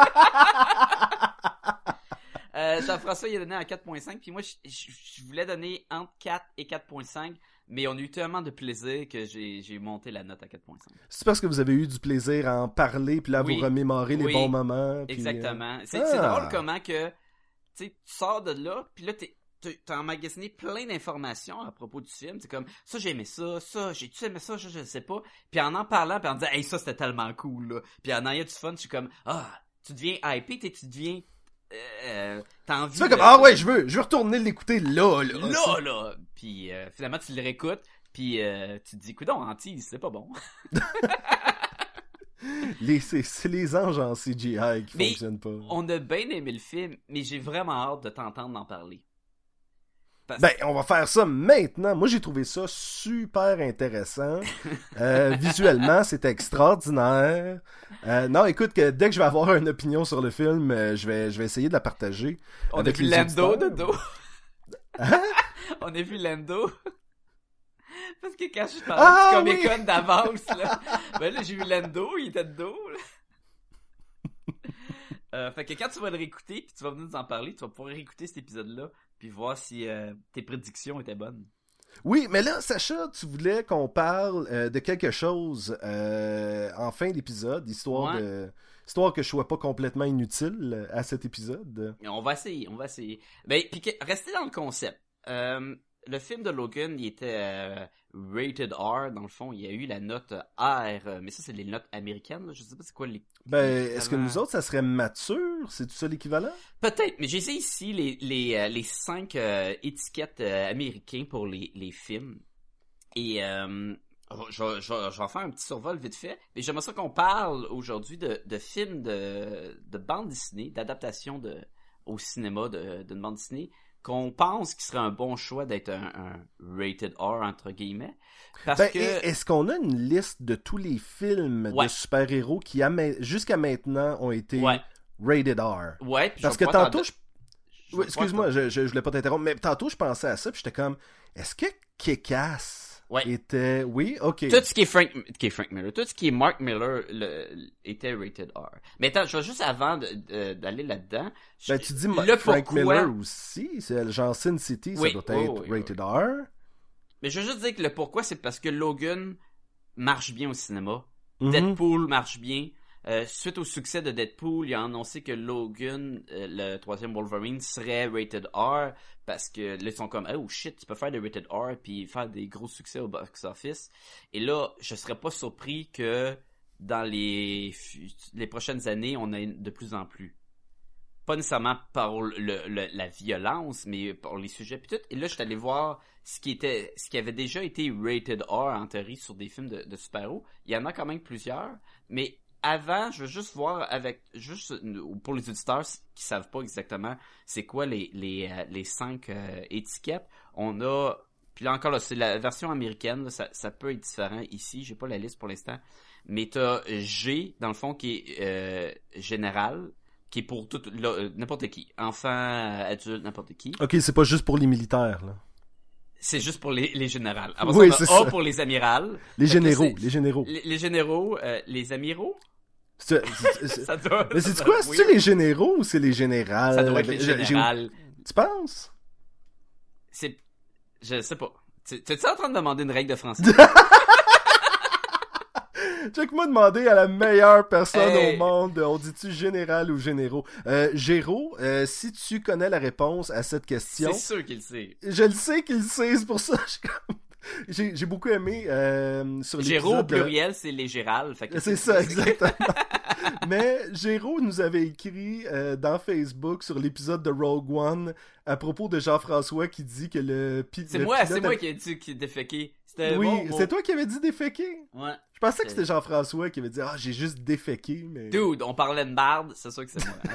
Jean-François, il a donné un 4.5, puis moi, je voulais donner entre 4 et 4.5, mais on a eu tellement de plaisir que j'ai monté la note à 4.5. C'est parce que vous avez eu du plaisir à en parler, puis là, Oui. vous remémorez les Oui. bons moments. Puis, Exactement. C'est Ah. drôle comment que, tu sais, tu sors de là, puis là, t'as emmagasiné plein d'informations à propos du film. C'est comme, ça, j'ai aimé ça, j'ai-tu aimé ça, je sais pas. Puis en parlant, puis en disant, hey, ça, c'était tellement cool, là. Puis en ayant du fun, je suis comme, tu deviens hypé, tu deviens... t'as envie Tu fais comme, je veux retourner l'écouter là. là. Puis finalement tu le réécoutes, puis tu te dis coudonc, Anti, c'est pas bon. C'est les anges en CGI qui Mais fonctionnent pas. On a bien aimé le film, mais j'ai vraiment hâte de t'entendre en parler. Ben, on va faire ça maintenant. Moi, j'ai trouvé ça super intéressant. Visuellement, c'était extraordinaire. Non, écoute, dès que je vais avoir une opinion sur le film, je vais essayer de la partager. On avec a vu les Lando auditeurs. de dos. Hein? On a vu Lando. Parce que quand je parlais du Comic-Con d'avance, là, ben là, j'ai vu Lando, il était de dos, là. Fait que quand tu vas le réécouter, puis tu vas venir nous en parler, tu vas pouvoir réécouter cet épisode-là, puis voir si tes prédictions étaient bonnes. Oui, mais là, Sacha, tu voulais qu'on parle de quelque chose en fin d'épisode, histoire que je sois pas complètement inutile à cet épisode. On va essayer. Ben, puis restez dans le concept. Le film de Logan, il était rated R, dans le fond. Il y a eu la note R, mais ça, c'est les notes américaines. Là. Je sais pas c'est quoi les... Ben, est-ce que nous autres, ça serait mature? C'est tout ça l'équivalent? Peut-être, mais j'ai essayé ici les 5 étiquettes américaines pour les films. Et je vais faire un petit survol vite fait. Mais j'aimerais ça qu'on parle aujourd'hui de films de bande dessinée, d'adaptation au cinéma d'une bande dessinée, qu'on pense qu'il serait un bon choix d'être un rated R, entre guillemets. Parce Ben, que... est-ce qu'on a une liste de tous les films Ouais. de super-héros qui, jusqu'à maintenant, ont été Ouais. rated R? Ouais, puis Parce je que vais pouvoir tantôt, je vais Oui, excuse-moi, pouvoir je voulais pas t'interrompre, mais tantôt, je pensais à ça, puis j'étais comme, est-ce que Kick-Ass Ouais. était... Oui, ok. Tout ce qui est Frank Miller, tout ce qui est Mark Miller était rated R. Mais attends, je vais juste avant d'aller là-dedans. Ben, tu dis le Frank pourquoi- Miller aussi, c'est genre Sin City, Oui, ça doit oui, être oui, rated R. Mais je veux juste dire que le pourquoi, c'est parce que Logan marche bien au cinéma. Mhm. Deadpool marche bien. Suite au succès de Deadpool, il a annoncé que Logan, le troisième Wolverine, serait rated R parce que là, ils sont comme, oh shit, tu peux faire des rated R puis faire des gros succès au box-office. Et là, je serais pas surpris que dans les prochaines années, on ait de plus en plus. Pas nécessairement par la violence, mais par les sujets pis tout. Et là, je suis allé voir ce qui avait déjà été rated R en théorie sur des films de super-héros. Il y en a quand même plusieurs, mais avant, je veux juste voir pour les auditeurs qui savent pas exactement c'est quoi les 5 étiquettes. On a, puis là encore là, c'est la version américaine, là, ça peut être différent ici. J'ai pas la liste pour l'instant, mais t'as G dans le fond qui est général, qui est pour tout, n'importe qui. Enfants, adultes, n'importe qui. Ok, c'est pas juste pour les militaires, là. C'est juste pour les générales. Après Oui, ça, c'est on a A ça. pour les amirals. Les Fait que là, généraux, les généraux. Les généraux, les amiraux? Ça doit... Mais c'est quoi? C'est-tu les généraux ou c'est les générales? Ça doit être les générales. Tu penses? Je sais pas. T'es-tu en train de demander une règle de français? Check-moi demander à la meilleure personne Hey. au monde, on dit-tu général ou généraux? Géraud, si tu connais la réponse à cette question... C'est sûr qu'il le sait. Je le sais qu'il le sait, c'est pour ça que j'ai beaucoup aimé sur l'épisode... Géraud au pluriel, c'est les gérales. Fait que C'est ça, exactement. Mais Géraud nous avait écrit dans Facebook sur l'épisode de Rogue One à propos de Jean-François qui dit que C'est moi qui ai dit qu'il déféqué. C'était Oui, bon, c'est toi qui avais dit déféquer. Ouais. Je pensais que c'était Jean-François qui avait dit « Ah, j'ai juste déféqué, mais... » Dude, on parlait de marde, c'est sûr que c'est moi.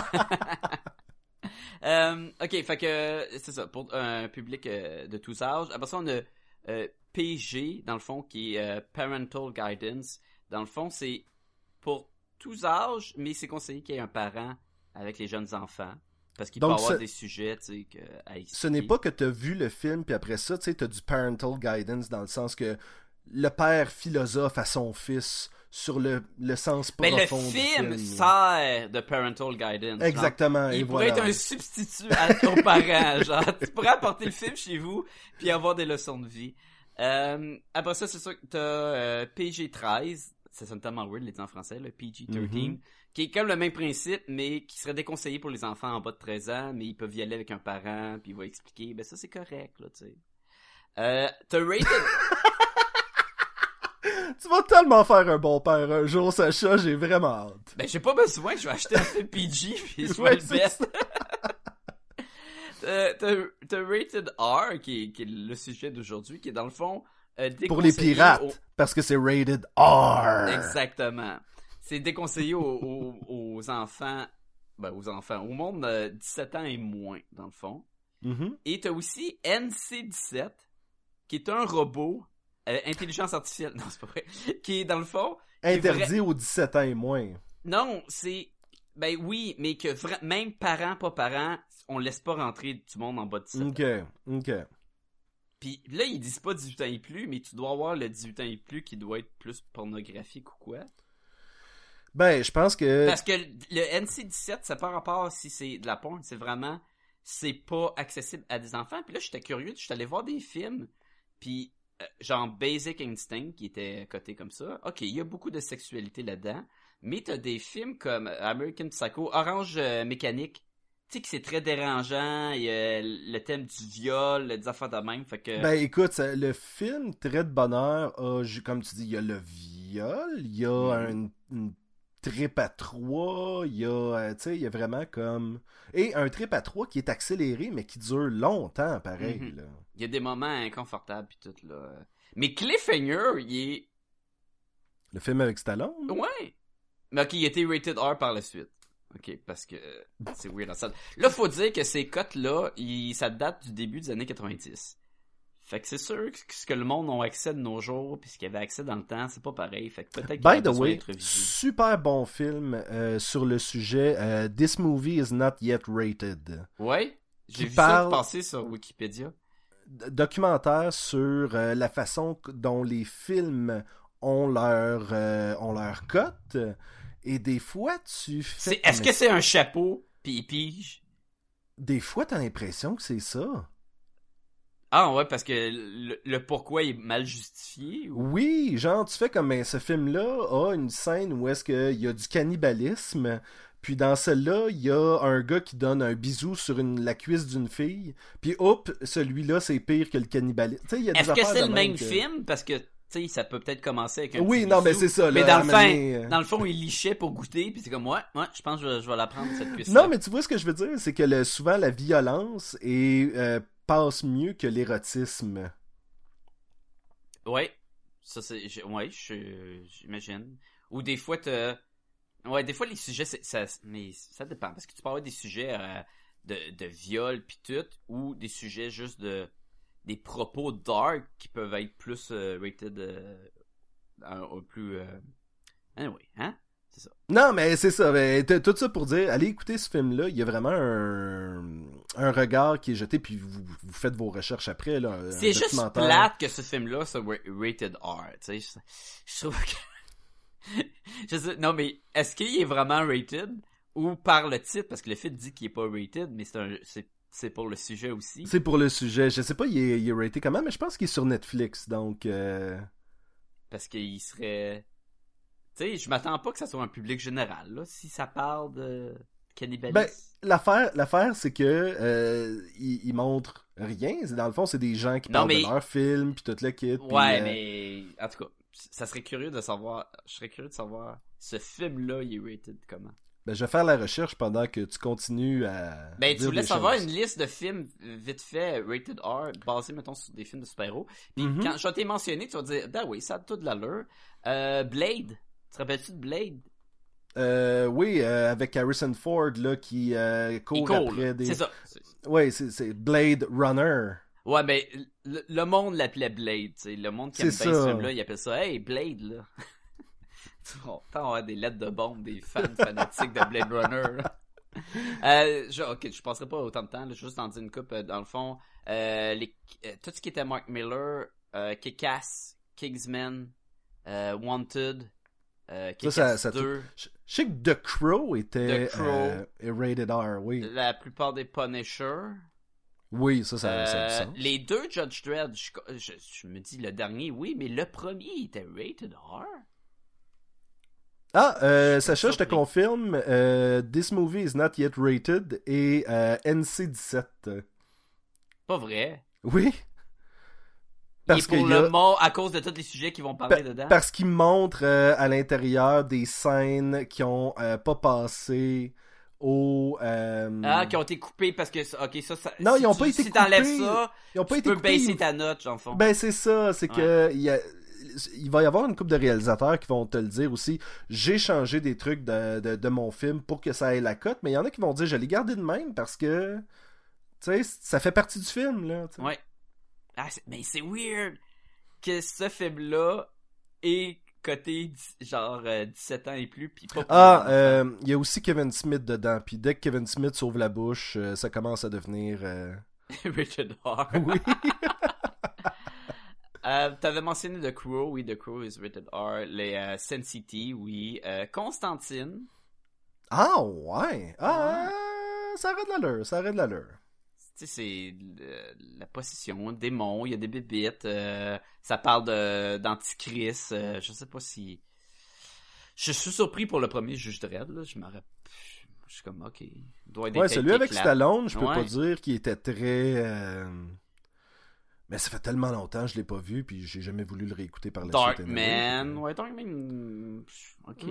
Ok, fait que c'est ça, pour un public de tous âges. Après ça, on a PG, dans le fond, qui est Parental Guidance. Dans le fond, c'est pour tous âges, mais c'est conseillé qu'il y ait un parent avec les jeunes enfants. Parce qu'il peut y Donc, avoir des sujets, tu sais, à expliquer. Ce n'est pas que tu as vu le film, puis après ça, tu sais, tu as du parental guidance dans le sens que le père philosophe à son fils sur le sens Mais profond le du film sert de parental guidance. Exactement, Genre. et Il pourrait voilà. être un substitut aux parents. Genre, tu pourrais apporter le film chez vous puis avoir des leçons de vie. Après ça, c'est sûr que t'as PG-13. Ça sonne tellement weird, les dit en français, le PG-13. Qui est comme le même principe, mais qui serait déconseillé pour les enfants en bas de 13 ans, mais ils peuvent y aller avec un parent, puis il va expliquer. Ben ça, c'est correct, là, tu sais. T'as rated... Tu vas tellement faire un bon père un jour, Sacha, j'ai vraiment hâte. Ben, j'ai pas besoin, je vais acheter un film PG, puis je Ouais, vais le c'est best. T'as Rated R, qui est le sujet d'aujourd'hui, qui est dans le fond... Pour les pirates, parce que c'est rated R. Exactement. C'est déconseillé aux enfants... Ben, aux enfants. Au monde de 17 ans et moins, dans le fond. Mm-hmm. Et t'as aussi NC-17, qui est un robot... intelligence artificielle, non c'est pas vrai, qui est dans le fond... Interdit aux 17 ans et moins. Non, c'est... Ben oui, mais que même parents, pas parents, on laisse pas rentrer du monde en bas de 17 ans. Ok. Puis là, ils disent pas 18 ans et plus, mais tu dois avoir le 18 ans et plus qui doit être plus pornographique ou quoi. Ben, je pense que... Parce que le NC-17, ça n'a pas rapport si c'est de la porn, c'est vraiment... C'est pas accessible à des enfants. Puis là, j'étais curieux, je suis allé voir des films, puis... genre Basic Instinct qui était coté comme ça. Ok, il y a beaucoup de sexualité là-dedans, mais t'as des films comme American Psycho, Orange Mécanique, tu sais que c'est très dérangeant, il y a le thème du viol, des affaires de même, fait que... Ben écoute, le film Trait de bonheur comme tu dis, il y a le viol, il y a une trip à 3, il y a, tu sais, il y a vraiment comme... Et un trip à 3 qui est accéléré, mais qui dure longtemps, pareil, là. Il y a des moments inconfortables pis tout, là. Mais Cliffhanger, il est... Le film avec Stallone? Ouais! Mais ok, il a été rated R par la suite. Ok, parce que c'est weird. Là, faut dire que ces cotes-là, ça date du début des années 90. Fait que c'est sûr que ce que le monde a accès de nos jours, puis ce qu'il y avait accès dans le temps, c'est pas pareil. Fait que peut-être qu'il By a the besoin way, d'être revisé. super bon film sur le sujet This movie is not yet rated. Ouais, j'ai Qui vu parle- ça passer sur Wikipédia. Documentaire sur la façon dont les films ont leur cote. Et des fois, tu fais... Est-ce que c'est un chapeau, pis il pige? Des fois, t'as l'impression que c'est ça. Ah ouais, parce que le pourquoi est mal justifié? Ou... Oui, genre, tu fais comme ce film-là a une scène où est-ce qu'il y a du cannibalisme, puis dans celle-là, il y a un gars qui donne un bisou sur la cuisse d'une fille, puis hop, celui-là, c'est pire que le cannibalisme. Tu sais, il y a des Est-ce que affaires c'est de le même même film? Parce que, tu sais, ça peut peut-être commencer avec un Oui, petit non, mais bisou, c'est ça, là, mais à dans un le moment fond, donné, dans le fond, il lichait pour goûter, puis c'est comme, ouais, je pense que je vais la prendre, cette cuisse. Non, mais tu vois ce que je veux dire, c'est que souvent, la violence passe mieux que l'érotisme. Ouais. Ça, c'est, j'imagine. Ou des fois, ouais, des fois, les sujets, mais ça dépend, parce que tu peux avoir des sujets de viol pis tout, ou des sujets juste des propos dark qui peuvent être plus rated, un plus, anyway, hein? c'est ça. Non, mais c'est ça. Mais tout ça pour dire, allez écouter ce film-là. Il y a vraiment un regard qui est jeté, puis vous faites vos recherches après. Là, C'est juste plate que ce film-là soit rated R. Tu sais, je trouve que... non, mais est-ce qu'il est vraiment rated? Ou par le titre? Parce que le film dit qu'il est pas rated, mais c'est pour le sujet aussi. C'est pour le sujet. Je sais pas, il est rated comment, mais je pense qu'il est sur Netflix, donc... Parce qu'il serait... Tu sais, je m'attends pas que ça soit un public général, là, si ça parle de cannibalisme. Ben, l'affaire, c'est que il montre rien. Dans le fond, c'est des gens qui parlent de leur film, puis tout le kit. Ouais, mais... En tout cas, ça serait curieux de savoir... Je serais curieux de savoir, ce film-là, il est rated comment? Ben, je vais faire la recherche pendant que tu continues à... Ben, tu voulais savoir une liste de films vite fait, rated R, basés, mettons, sur des films de super-héros. Puis quand je t'ai mentionné, tu vas dire, ben oui, ça a tout de l'allure. Blade. Tu te rappelles-tu de Blade? Oui, avec Harrison Ford, là, qui court après des... C'est ça. Oui, c'est Blade Runner. Ouais, ben, le monde l'appelait Blade, tu sais. Le monde qui aime bien ce film-là, il appelle ça, hey, Blade, là. On a des lettres de bombe des fans fanatiques de Blade Runner. Je passerai pas autant de temps, là, juste en dire une coupe. Dans le fond, tout ce qui était Mark Miller, Kick-Ass, Kingsman, Wanted, Kick-Ass 2. Je sais que The Crow était rated R, oui. La plupart des Punisher. Oui, ça a du sens. Les deux Judge Dredd, je me dis le dernier, oui, mais le premier était rated R. Ah, Sacha, je te confirme, this movie is not yet rated et NC-17. Pas vrai? Oui. Parce que le mot à cause de tous les sujets qui vont parler dedans? Parce qu'il montre à l'intérieur des scènes qui ont pas passé au... qui ont été coupées parce que... Ok, ça... Non, ils ont pas été coupés. Si t'enlèves ça, ils ont pas tu été peux coupés. baisser ta note, en fond. Ben, c'est ça, c'est que... Il va y avoir une couple de réalisateurs qui vont te le dire aussi. J'ai changé des trucs de mon film pour que ça ait la cote, mais il y en a qui vont dire je l'ai gardé de même parce que tu sais, ça fait partie du film là. T'sais. Ouais. Mais c'est weird que ce film-là est coté genre 17 ans et plus puis pas. Il y a aussi Kevin Smith dedans. Puis dès que Kevin Smith sauve la bouche, ça commence à devenir Richard R. Oui. T'avais mentionné The Crow, oui, The Crow is rated R. Les Sin City, oui. Constantine. Ah, ouais. Ah, ça arrête de l'allure. Tu sais, c'est la possession, démon, il y a des bébites. Ça parle d'antichrist. Je sais pas si... Je suis surpris pour le premier Juge Dredd, là. Je suis comme, ok. Il doit être celui avec Stallone, je peux pas dire qu'il était très... Mais ça fait tellement longtemps que je l'ai pas vu, puis j'ai jamais voulu le réécouter par la suite. Darkman, ok.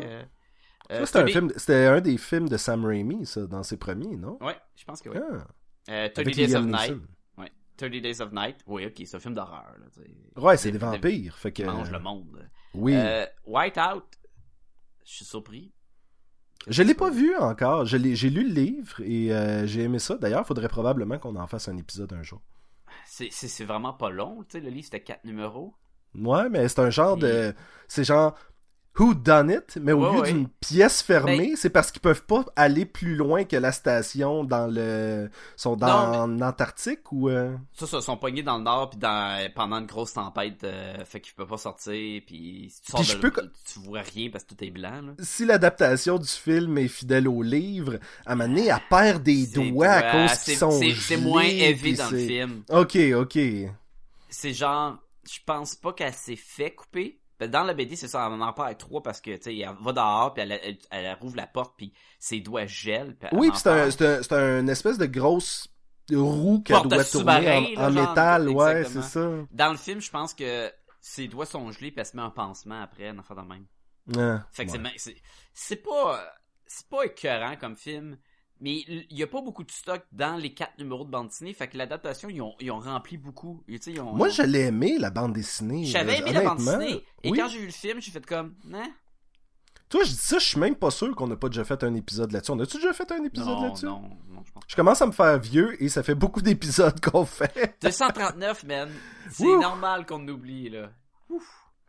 C'était un des films de Sam Raimi, ça, dans ses premiers, non? Ouais, je pense que oui. 30 Days of Night. Ouais, 30 Days of Night. Oui, ok, c'est un film d'horreur. Là, ouais, c'est des vampires. Fait que... Ils mangent le monde. Oui. Whiteout, je suis surpris. Je l'ai pas vu encore. J'ai lu le livre et j'ai aimé ça. D'ailleurs, il faudrait probablement qu'on en fasse un épisode un jour. C'est vraiment pas long, tu sais, le livre c'était 4 numéros. Ouais, mais c'est un genre de... C'est genre Who Done It, mais au lieu d'une pièce fermée, c'est parce qu'ils peuvent pas aller plus loin que la station dans le... sont en Antarctique ou... Ça, ils sont pognés dans le nord puis pendant une grosse tempête, fait qu'ils peuvent pas sortir, puis si tu sors tu vois rien parce que tout est blanc, là. Si l'adaptation du film est fidèle au livre, à un moment donné, elle perd des doigts à cause qu'ils sont gelés. C'est moins heavy dans le film. Ok. C'est genre, je pense pas qu'elle s'est fait couper. Dans la BD, c'est ça, on en parle avec 3 parce que, tu sais, elle va dehors, puis elle rouvre la porte, puis ses doigts gèlent. Oui, puis c'est un espèce de grosse roue qu'elle doit tourner en métal, ouais, c'est ça. Dans le film, je pense que ses doigts sont gelés, puis elle se met un pansement après, un enfant de même. Fait que c'est pas écœurant comme film, mais il y a pas beaucoup de stock dans les 4 numéros de bande dessinée, fait que l'adaptation, ils ont rempli beaucoup. Moi, je l'ai aimé, la bande dessinée. J'avais aimé la bande dessinée, et quand j'ai vu le film, j'ai fait comme, Toi, je dis ça, je suis même pas sûr qu'on n'a pas déjà fait un épisode là-dessus. On a-tu déjà fait un épisode là-dessus? Non, je pense pas. Je commence à me faire vieux et ça fait beaucoup d'épisodes qu'on fait. 239, man. C'est normal qu'on oublie, là. Ouf.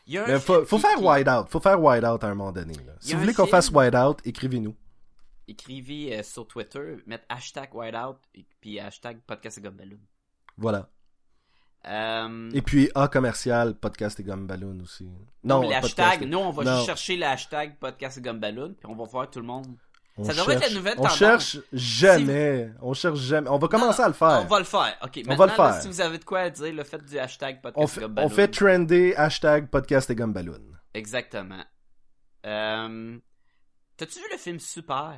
Il y a un Mais film faut faire Wide Out. Faut faire Wide Out à un moment donné. Là. Si vous voulez qu'on fasse Wide Out, écrivez-nous. Écrivez sur Twitter, mettez #WideOut et puis #podcast et Gumballoon. Voilà. Et puis commercial, podcast et Gumballoon aussi. Non, mais les hashtags, nous on va juste chercher le hashtag podcast et Gumballoon, puis on va voir tout le monde. Ça devrait être la nouvelle tendance. On cherche jamais. On va commencer à le faire. On va le faire. Ok, on va le faire. Là, si vous avez de quoi à dire, le fait du hashtag podcast et Gumballoon. On fait trender #podcast et Gumballoon. Exactement. T'as-tu vu le film Super?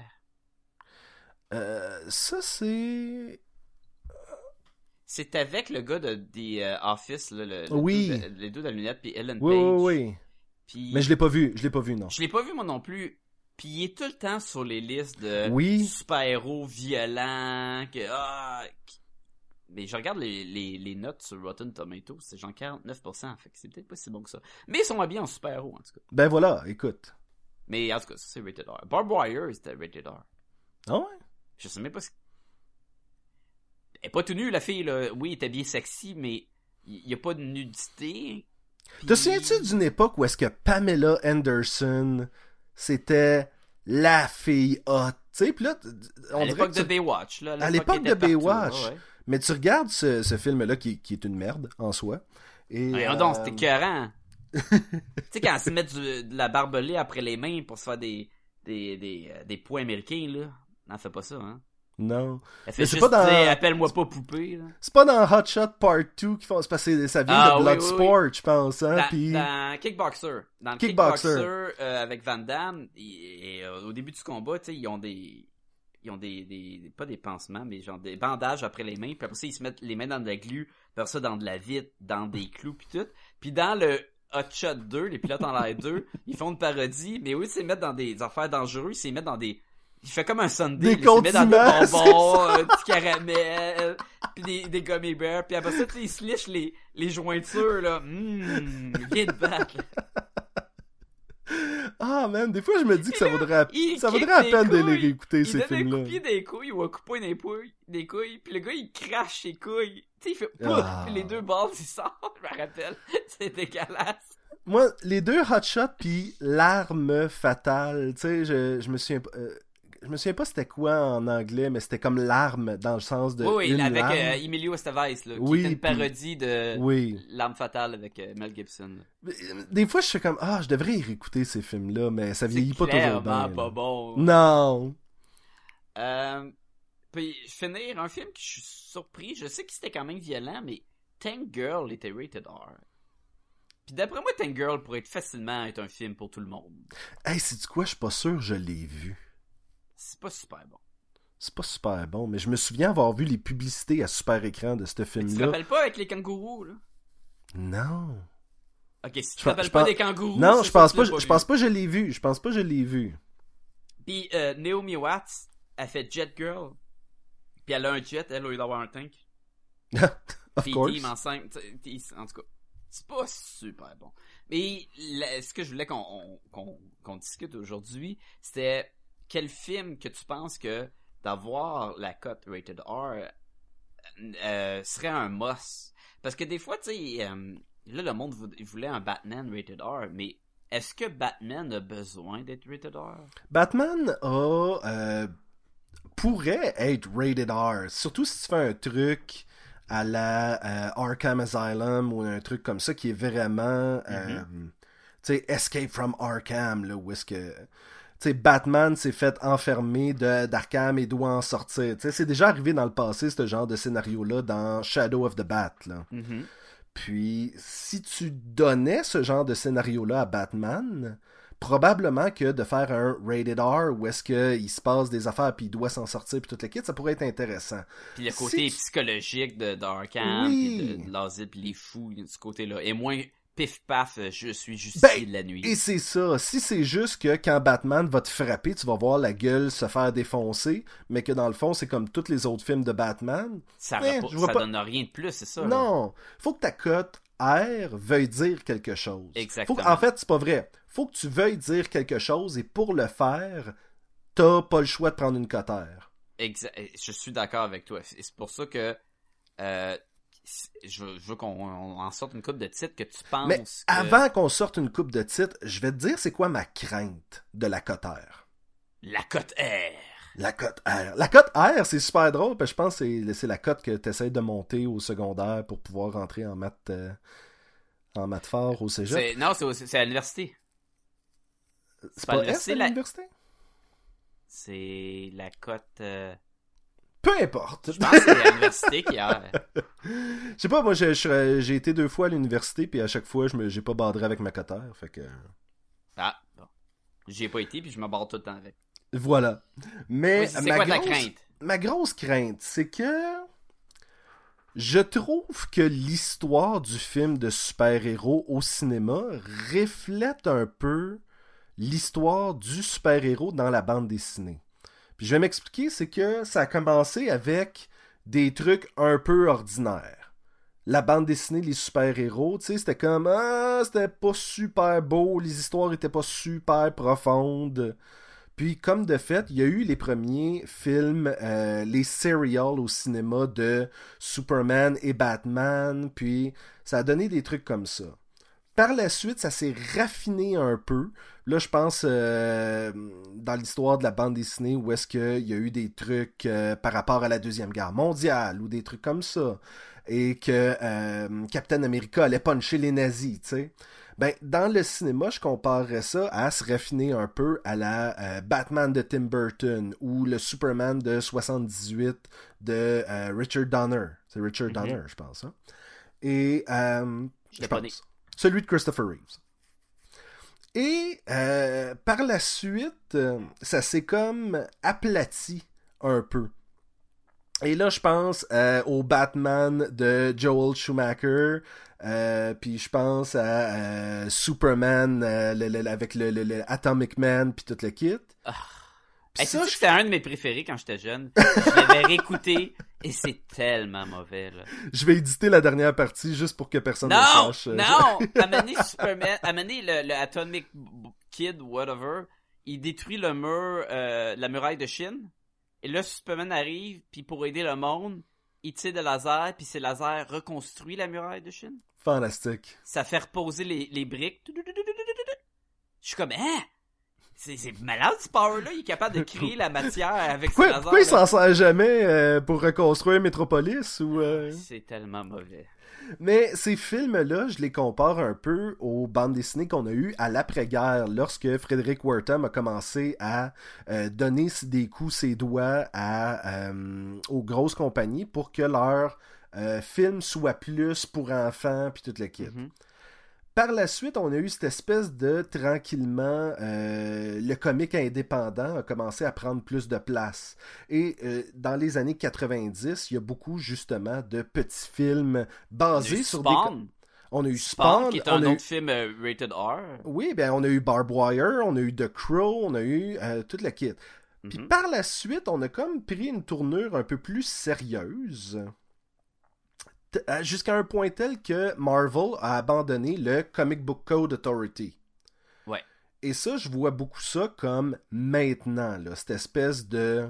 Ça c'est... C'est avec le gars de The Office, là, les deux de la lunette, puis Ellen Page. Oui. Puis... Mais je l'ai pas vu, non. Je l'ai pas vu moi non plus. Puis il est tout le temps sur les listes de super-héros violents. Mais je regarde les notes sur Rotten Tomatoes, c'est genre 49%, fait que c'est peut-être pas si bon que ça. Mais ils sont habillés en super-héros, en tout cas. Ben voilà, écoute. Mais en tout cas, ça c'est rated R. Barb Wire, c'était rated R. Ah ouais? Je sais même pas ce... Elle est pas tout nue, la fille, là. Oui, elle est habillée sexy, mais il y a pas de nudité. Puis... Te souviens-tu d'une époque où est-ce que Pamela Anderson, c'était la fille hot? Tu sais, puis là... À l'époque de Baywatch, là. À l'époque de Baywatch. Ouais. Mais tu regardes ce film-là qui est une merde, en soi. Et... Non, c'était écœurant. Tu sais, quand elle se met de la barbelée après les mains pour se faire des poids américains, là. Non, elle fait pas ça, hein. Non. Elle fait juste dire, appelle-moi pas poupée, là. C'est pas dans Hot Shot Part 2 qu'ils font se passer, ça vient de Bloodsport, je pense, hein. Dans Kickboxer. Dans Kickboxer, avec Van Damme, et au début du combat, tu sais, ils ont pas des pansements, mais genre des bandages après les mains, puis après ça, ils se mettent les mains dans de la glu, après ça, dans de la vitre, dans des clous, puis tout. Puis dans le Hot Shot 2, les pilotes en l'air 2, ils font une parodie, mais oui, ils se mettent dans des affaires dangereuses, ils se mettent dans des... Il fait comme un sundae, il se met dans des bonbons, du caramel, pis des gummy bears, puis après ça, il se liche les jointures, là. Viens de battre, Ah, man, des fois, je me dis que ça vaudrait à peine de les réécouter, ces films-là. Il donne un coup de pied des couilles, ou un coup de poing des couilles, puis le gars, il crache ses couilles. Tu sais, il fait pouf, puis les deux balles, ils sortent, je me rappelle. C'est dégueulasse. Moi, les deux Hot Shot puis l'arme fatale, tu sais, je me souviens pas... Je me souviens pas c'était quoi en anglais, mais c'était comme l'arme dans le sens de oui, une avec larme. Emilio Estevez, là, qui était une parodie de L'arme fatale avec Mel Gibson. Des fois, je suis comme, je devrais y réécouter ces films-là, mais ça vieillit pas toujours bien. C'est pas bon. Non. Puis finir, un film que je suis surpris, je sais que c'était quand même violent, mais Tank Girl était rated R. Puis d'après moi, Tank Girl pourrait facilement être un film pour tout le monde. Hey, c'est-tu quoi? Je suis pas sûr que je l'ai vu. C'est pas super bon. C'est pas super bon, mais je me souviens avoir vu les publicités à super écran de ce film-là. Tu te rappelles pas avec les kangourous, là? Non. Ok, si tu te rappelles pas des kangourous... Non, je pense pas que je l'ai vu. Je pense pas que je l'ai vu. Puis Naomi Watts a fait Jet Girl. Puis elle a un jet, elle, au lieu d'avoir un tank. Of puis course. team enceinte. En tout cas, c'est pas super bon. Mais ce que je voulais qu'on discute aujourd'hui, c'était... Quel film que tu penses que d'avoir la cote rated R serait un must? Parce que des fois, tu sais, là, le monde voulait un Batman rated R, mais est-ce que Batman a besoin d'être rated R? Batman pourrait être rated R, surtout si tu fais un truc à la Arkham Asylum ou un truc comme ça qui est vraiment, tu sais, Escape from Arkham, là, où est-ce que... T'sais, Batman s'est fait enfermer d'Arkham et doit en sortir. T'sais, c'est déjà arrivé dans le passé, ce genre de scénario-là, dans Shadow of the Bat. Là. Mm-hmm. Puis, si tu donnais ce genre de scénario-là à Batman, probablement que de faire un rated R où est-ce qu'il se passe des affaires puis il doit s'en sortir puis toute la kit, ça pourrait être intéressant. Puis le côté psychologique d'Arkham, puis de l'asile, puis les fous, de ce côté-là, est moins... Pif paf, je suis justicier de la nuit. Et c'est ça. Si c'est juste que quand Batman va te frapper, tu vas voir la gueule se faire défoncer, mais que dans le fond, c'est comme tous les autres films de Batman. Ça donne rien de plus, c'est ça. Non. Là. Faut que ta cote R veuille dire quelque chose. Exactement. En fait, c'est pas vrai. Faut que tu veuilles dire quelque chose et pour le faire, t'as pas le choix de prendre une cote R. Je suis d'accord avec toi. Et c'est pour ça que je veux qu'on en sorte une coupe de titres que tu penses. Mais avant qu'on sorte une coupe de titres, je vais te dire c'est quoi ma crainte de la cote R. La cote R. La cote R. La cote R, c'est super drôle, parce que je pense que c'est la cote que tu essaies de monter au secondaire pour pouvoir rentrer en maths fort au cégep. Non, c'est à l'université. C'est pas S à l'université? C'est la cote... Peu importe. Je pense que c'est à l'université qui a... Je sais pas, moi j'ai été 2 fois à l'université, puis à chaque fois j'ai pas badré avec ma cote R, fait que... Ah, bon. J'y ai pas été, puis je me barre tout le temps avec. Voilà. Mais oui, c'est quoi ta crainte? Ma grosse crainte, c'est que je trouve que l'histoire du film de super-héros au cinéma reflète un peu l'histoire du super-héros dans la bande dessinée. Puis je vais m'expliquer, c'est que ça a commencé avec des trucs un peu ordinaires. La bande dessinée, les super-héros, tu sais, c'était comme c'était pas super beau, les histoires étaient pas super profondes. Puis, comme de fait, il y a eu les premiers films, les serials au cinéma de Superman et Batman, puis ça a donné des trucs comme ça. Par la suite, ça s'est raffiné un peu. Là, je pense dans l'histoire de la bande dessinée où est-ce qu'il y a eu des trucs par rapport à la Deuxième Guerre mondiale ou des trucs comme ça. Et que Captain America allait puncher les nazis, tu sais. Ben, dans le cinéma, je comparerais ça à se raffiner un peu à la Batman de Tim Burton ou le Superman de 78 de Richard Donner. C'est Richard Donner, je pense. Hein? Et je pense. Celui de Christopher Reeves. Et par la suite, ça s'est comme aplati un peu. Et là, je pense au Batman de Joel Schumacher, puis je pense à Superman avec le Atomic Man, puis tout le kit. Hey, ça, c'était un de mes préférés quand j'étais jeune. Je l'avais réécouté et c'est tellement mauvais. Là. Je vais éditer la dernière partie juste pour que personne ne sache. Non! Amener Superman, amener le Atomic Kid, whatever, il détruit le mur, la muraille de Chine. Et là, Superman arrive, puis pour aider le monde, il tire des lasers, puis ces lasers reconstruisent la muraille de Chine. Fantastique. Ça fait reposer les briques. Je suis comme, hein? C'est malade, ce power-là. Il est capable de créer la matière avec ses lasers. Pourquoi il s'en sert jamais pour reconstruire Metropolis ou C'est tellement mauvais. Mais ces films-là, je les compare un peu aux bandes dessinées qu'on a eues à l'après-guerre, lorsque Frederick Wertham a commencé à donner des coups ses doigts aux grosses compagnies pour que leurs films soient plus pour enfants puis tout le kit. Mm-hmm. Par la suite, on a eu cette espèce de, tranquillement, le comique indépendant a commencé à prendre plus de place. Et dans les années 90, il y a beaucoup, justement, de petits films basés sur Spawn. On a eu Spawn. Qui est un autre film rated R. Oui, ben on a eu Barbed Wire, on a eu The Crow, on a eu toute la kit. Puis par la suite, on a comme pris une tournure un peu plus sérieuse. Jusqu'à un point tel que Marvel a abandonné le Comic Book Code Authority. Ouais. Et ça, je vois beaucoup ça comme maintenant, là, cette espèce de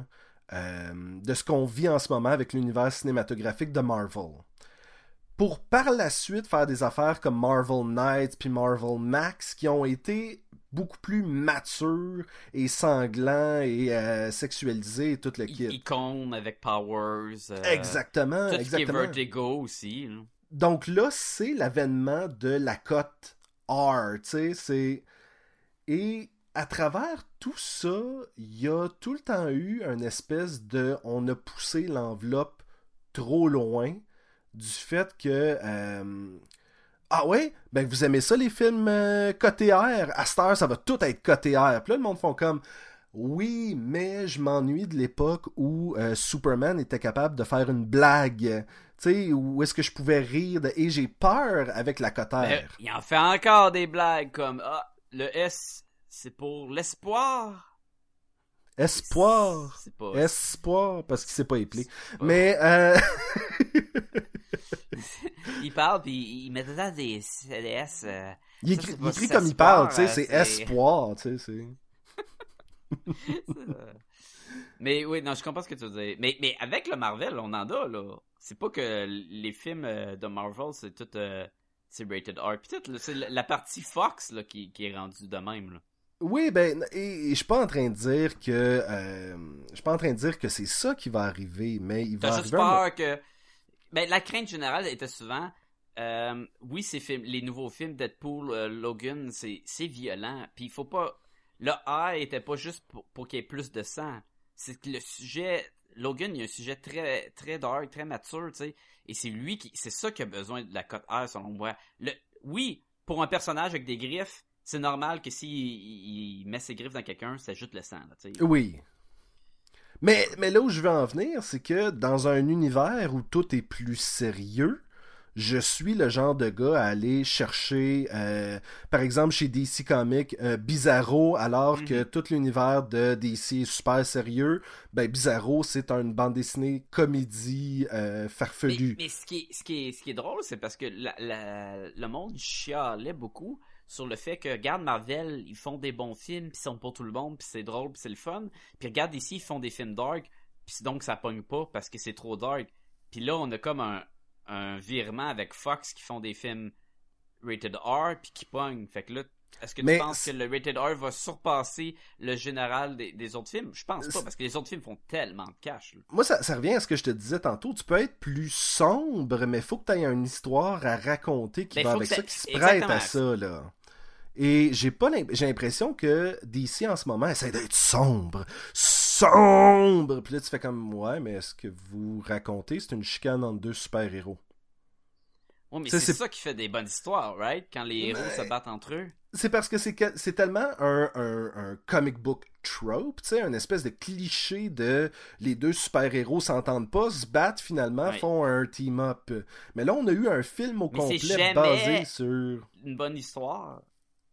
ce qu'on vit en ce moment avec l'univers cinématographique de Marvel. Pour par la suite faire des affaires comme Marvel Knights puis Marvel Max qui ont été beaucoup plus matures et sanglants et sexualisés et tout le kit. Icône avec Powers. Exactement. Tout exactement. ce qui est Vertigo aussi. Là. Donc là, c'est l'avènement de la cote R, tu sais, Et à travers tout ça, il y a tout le temps eu une espèce de... On a poussé l'enveloppe trop loin du fait que... Ah ouais? Ben vous aimez ça les films côté R? À cette heure, ça va tout être côté R. Puis là, le monde font comme... Oui, mais je m'ennuie de l'époque où Superman était capable de faire une blague. Tu sais, où est-ce que je pouvais rire de... Et j'ai peur avec la cote R. Il en fait encore des blagues comme... Ah, le S, c'est pour l'espoir. Espoir. C'est pas... Espoir, parce qu'il s'est pas éplé. Pas... Mais... il parle puis il met dedans des S. Il écrit comme il parle, tu sais, c'est espoir, tu sais, c'est... Mais oui, non, je comprends ce que tu veux dire. Mais avec le Marvel, on en a, là. C'est pas que les films de Marvel, c'est tout... c'est rated R. Puis tout, là, c'est la partie Fox là, qui est rendue de même, là. Oui, ben, et je suis pas en train de dire que... je suis pas en train de dire que c'est ça qui va arriver, mais il va T'as juste arriver... peur que... Ben, la crainte générale était souvent... oui, les nouveaux films, Deadpool, Logan, c'est violent. Puis il faut pas... Le R était pas juste pour qu'il y ait plus de sang. C'est que le sujet... Logan, il y a un sujet très, très dark, très mature, tu sais. Et c'est ça qui a besoin de la cote R, selon moi. Oui, pour un personnage avec des griffes, c'est normal que s'il met ses griffes dans quelqu'un, ça ajoute le sang, là, tu sais. Oui. Mais là où je veux en venir, c'est que dans un univers où tout est plus sérieux, je suis le genre de gars à aller chercher, par exemple chez DC Comics, Bizarro, alors que tout l'univers de DC est super sérieux. Ben Bizarro, c'est une bande dessinée comédie farfelue. Mais ce qui est drôle, c'est parce que le monde chialait beaucoup sur le fait que, regarde, Marvel, ils font des bons films, puis ils sont pour tout le monde, puis c'est drôle, puis c'est le fun. Puis regarde ici, ils font des films dark, puis donc ça pogne pas parce que c'est trop dark. Puis là, on a comme un virement avec Fox qui font des films rated R puis qui pognent. Fait que là, est-ce que tu penses que le rated R va surpasser le général des autres films? Je pense pas, parce que les autres films font tellement de cash, là. Moi, ça revient à ce que je te disais tantôt. Tu peux être plus sombre, mais faut que tu aies une histoire à raconter qui va avec ça, qui se prête à ça, là. Et j'ai l'impression que DC en ce moment essaie d'être sombre. Puis là, tu fais comme, ouais, mais est-ce que vous racontez, c'est une chicane entre deux super-héros? Oui, mais c'est ça qui fait des bonnes histoires, right? Quand les héros se battent entre eux. C'est parce que c'est tellement un comic book trope, tu sais, une espèce de cliché de les deux super-héros s'entendent pas, se battent finalement, font un team-up. Mais là, on a eu un film au complet basé sur... une bonne histoire.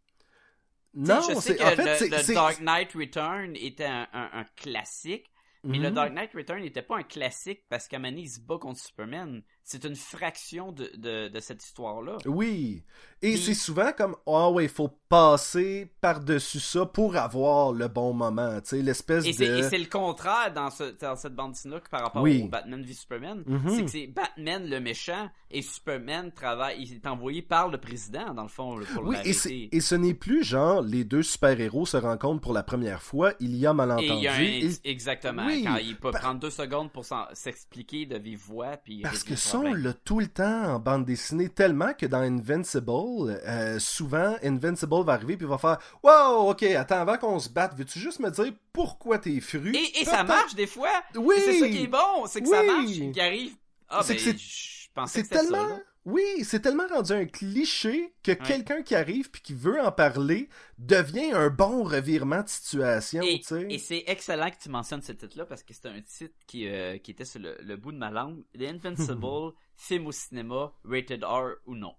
Non, je sais que le Dark Knight Return était un classique, mais le Dark Knight Return n'était pas un classique parce qu'à un moment donné, il se bat contre Superman. C'est une fraction de cette histoire-là. Oui. Et c'est souvent comme, il faut passer par-dessus ça pour avoir le bon moment. Tu sais, l'espèce de... Et c'est le contraire dans cette bande dessinée par rapport au Batman v Superman. C'est que c'est Batman le méchant et Superman il est envoyé par le président, dans le fond, pour l'arrêter. Et ce n'est plus genre, les deux super-héros se rencontrent pour la première fois, il y a malentendu. Exactement. Oui, quand il peut prendre 2 secondes pour s'expliquer de vive voix. Puis parce que ça, on l'a tout le temps en bande dessinée, tellement que dans Invincible, souvent, Invincible va arriver puis va faire « Wow, ok, attends, avant qu'on se batte, veux-tu juste me dire pourquoi t'es fru? » Et ça marche des fois! Oui! C'est ça qui est bon, c'est que ça marche, qui arrive... je pensais que c'était tellement... ça, là. Oui, c'est tellement rendu un cliché que quelqu'un qui arrive puis qui veut en parler devient un bon revirement de situation, tu sais. Et c'est excellent que tu mentionnes ce titre-là parce que c'était un titre qui était sur le bout de ma langue. The Invincible, film au cinéma, rated R ou non?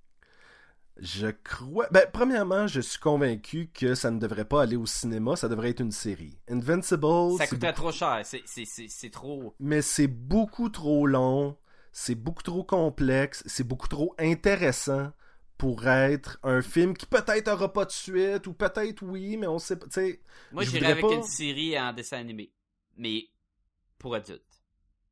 Je crois... Ben, premièrement, je suis convaincu que ça ne devrait pas aller au cinéma, ça devrait être une série. Invincible... Ça coûterait trop cher, c'est trop... Mais c'est beaucoup trop long, c'est beaucoup trop complexe, c'est beaucoup trop intéressant pour être un film qui peut-être aura pas de suite, ou peut-être oui, mais on sait pas, tu sais... Moi, j'irais avec une série en dessin animé, mais pour adultes.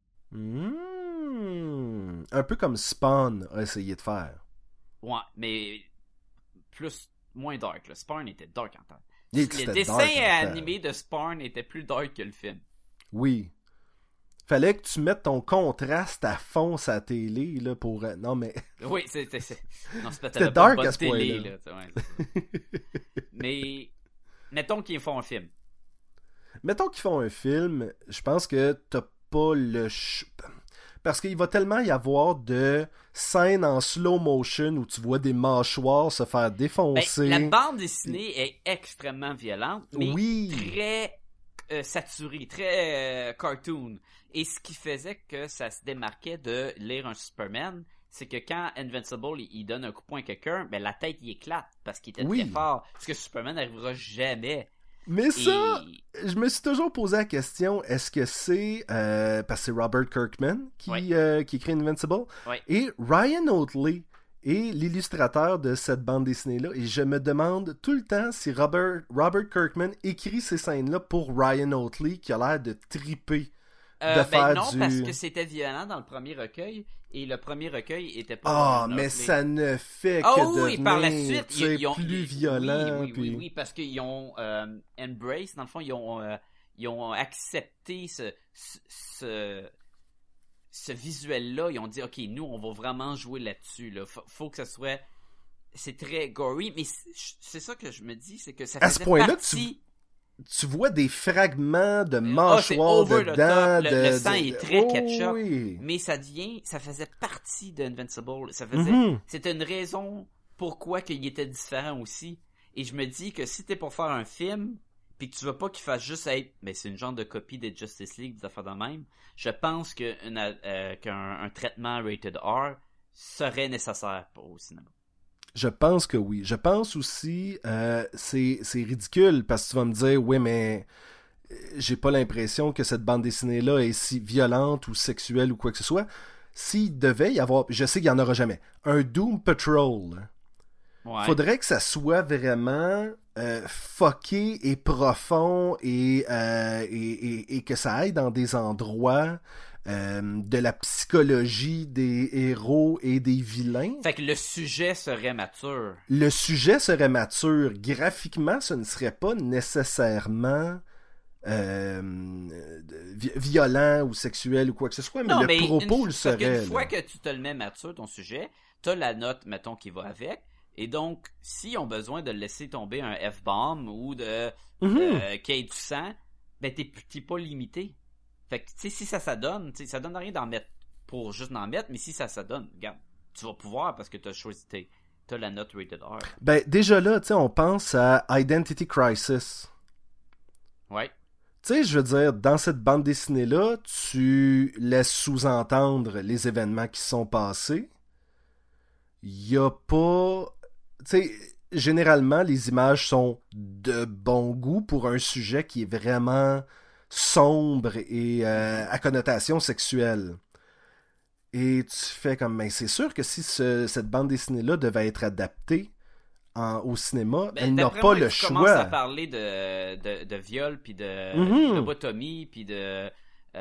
Un peu comme Spawn a essayé de faire. Ouais, mais moins dark. Là. Spawn était dark en temps. Le dessin animé de Spawn était plus dark que le film. Oui. Fallait que tu mettes ton contraste à fond sur la télé là, pour... Non, mais... Oui, c'était dark à ce point-là. Mais mettons qu'ils font un film. Mettons qu'ils font un film, je pense que t'as pas le... Parce qu'il va tellement y avoir de scènes en slow motion où tu vois des mâchoires se faire défoncer. La bande dessinée est extrêmement violente, mais très saturée, très cartoon. Et ce qui faisait que ça se démarquait de lire un Superman, c'est que quand Invincible il donne un coup de poing à quelqu'un, ben la tête il éclate parce qu'il était très fort. Ce que Superman n'arrivera jamais. Mais ça, je me suis toujours posé la question, est-ce que c'est... parce que c'est Robert Kirkman qui écrit Invincible. Ouais. Et Ryan Oatley est l'illustrateur de cette bande dessinée-là. Et je me demande tout le temps si Robert Kirkman écrit ces scènes-là pour Ryan Oatley, qui a l'air de triper. Ben non, parce que c'était violent dans le premier recueil, et le premier recueil était pas... Ah, mais Oatley. ça ne fait que devenir oui, par la suite, plus violent. Oui, parce qu'ils ont embrace, dans le fond, ils ont accepté ce visuel-là. Ils ont dit, OK, nous, on va vraiment jouer là-dessus. Là. Faut que ça soit... C'est très gory, mais c'est ça que je me dis, c'est que ça faisait à ce point-là, partie... tu vois des fragments de mâchoires dedans. Le sang est très ketchup. Oui. Mais ça faisait partie d'Invincible. C'était une raison pourquoi qu'il était différent aussi. Et je me dis que si t'es pour faire un film, pis que tu veux pas qu'il fasse juste être, mais c'est une genre de copie de Justice League, des affaires de même, je pense qu'un traitement rated R serait nécessaire au cinéma. Je pense que oui. Je pense aussi, c'est ridicule parce que tu vas me dire, oui, mais j'ai pas l'impression que cette bande dessinée-là est si violente ou sexuelle ou quoi que ce soit. S'il devait y avoir, je sais qu'il y en aura jamais, un Doom Patrol, faudrait que ça soit vraiment fucké et profond et que ça aille dans des endroits de la psychologie des héros et des vilains. Fait que le sujet serait mature. Le sujet serait mature. Graphiquement, ce ne serait pas nécessairement violent ou sexuel ou quoi que ce soit, mais le propos le serait. Une fois que tu te le mets mature, ton sujet, t'as la note, mettons, qui va avec. Et donc, s'ils ont besoin de laisser tomber un F-bomb ou de qu'il y ait du sang, ben t'es pas limité. Fait que, tu sais, si ça donne, ça donne rien d'en mettre pour juste d'en mettre, mais si ça donne, regarde, tu vas pouvoir parce que t'as choisi, t'as la note rated R. Ben, déjà là, tu sais, on pense à Identity Crisis. Ouais. Tu sais, je veux dire, dans cette bande dessinée-là, tu laisses sous-entendre les événements qui sont passés. Il y a pas... Tu sais, généralement, les images sont de bon goût pour un sujet qui est vraiment sombre et à connotation sexuelle. Et tu fais comme, ben c'est sûr que si cette bande dessinée-là devait être adaptée au cinéma, elle n'a pas le choix. Commence à parler de viol, puis de lobotomie, puis de...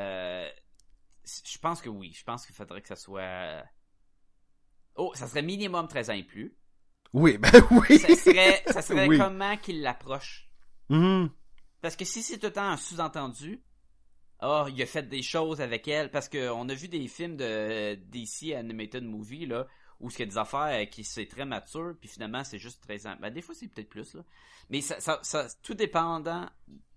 je pense que oui. Je pense qu'il faudrait que ça soit... Oh, ça serait minimum 13 ans et plus. Oui, ben oui! Ça serait oui. Comment qu'il l'approche. Mm-hmm. Parce que si c'est tout le temps un sous-entendu, il a fait des choses avec elle, parce qu'on a vu des films de DC Animated Movie, là, où il y a des affaires qui c'est très mature, puis finalement c'est juste 13 ans. Ben, des fois c'est peut-être plus, là. Mais ça tout dépendamment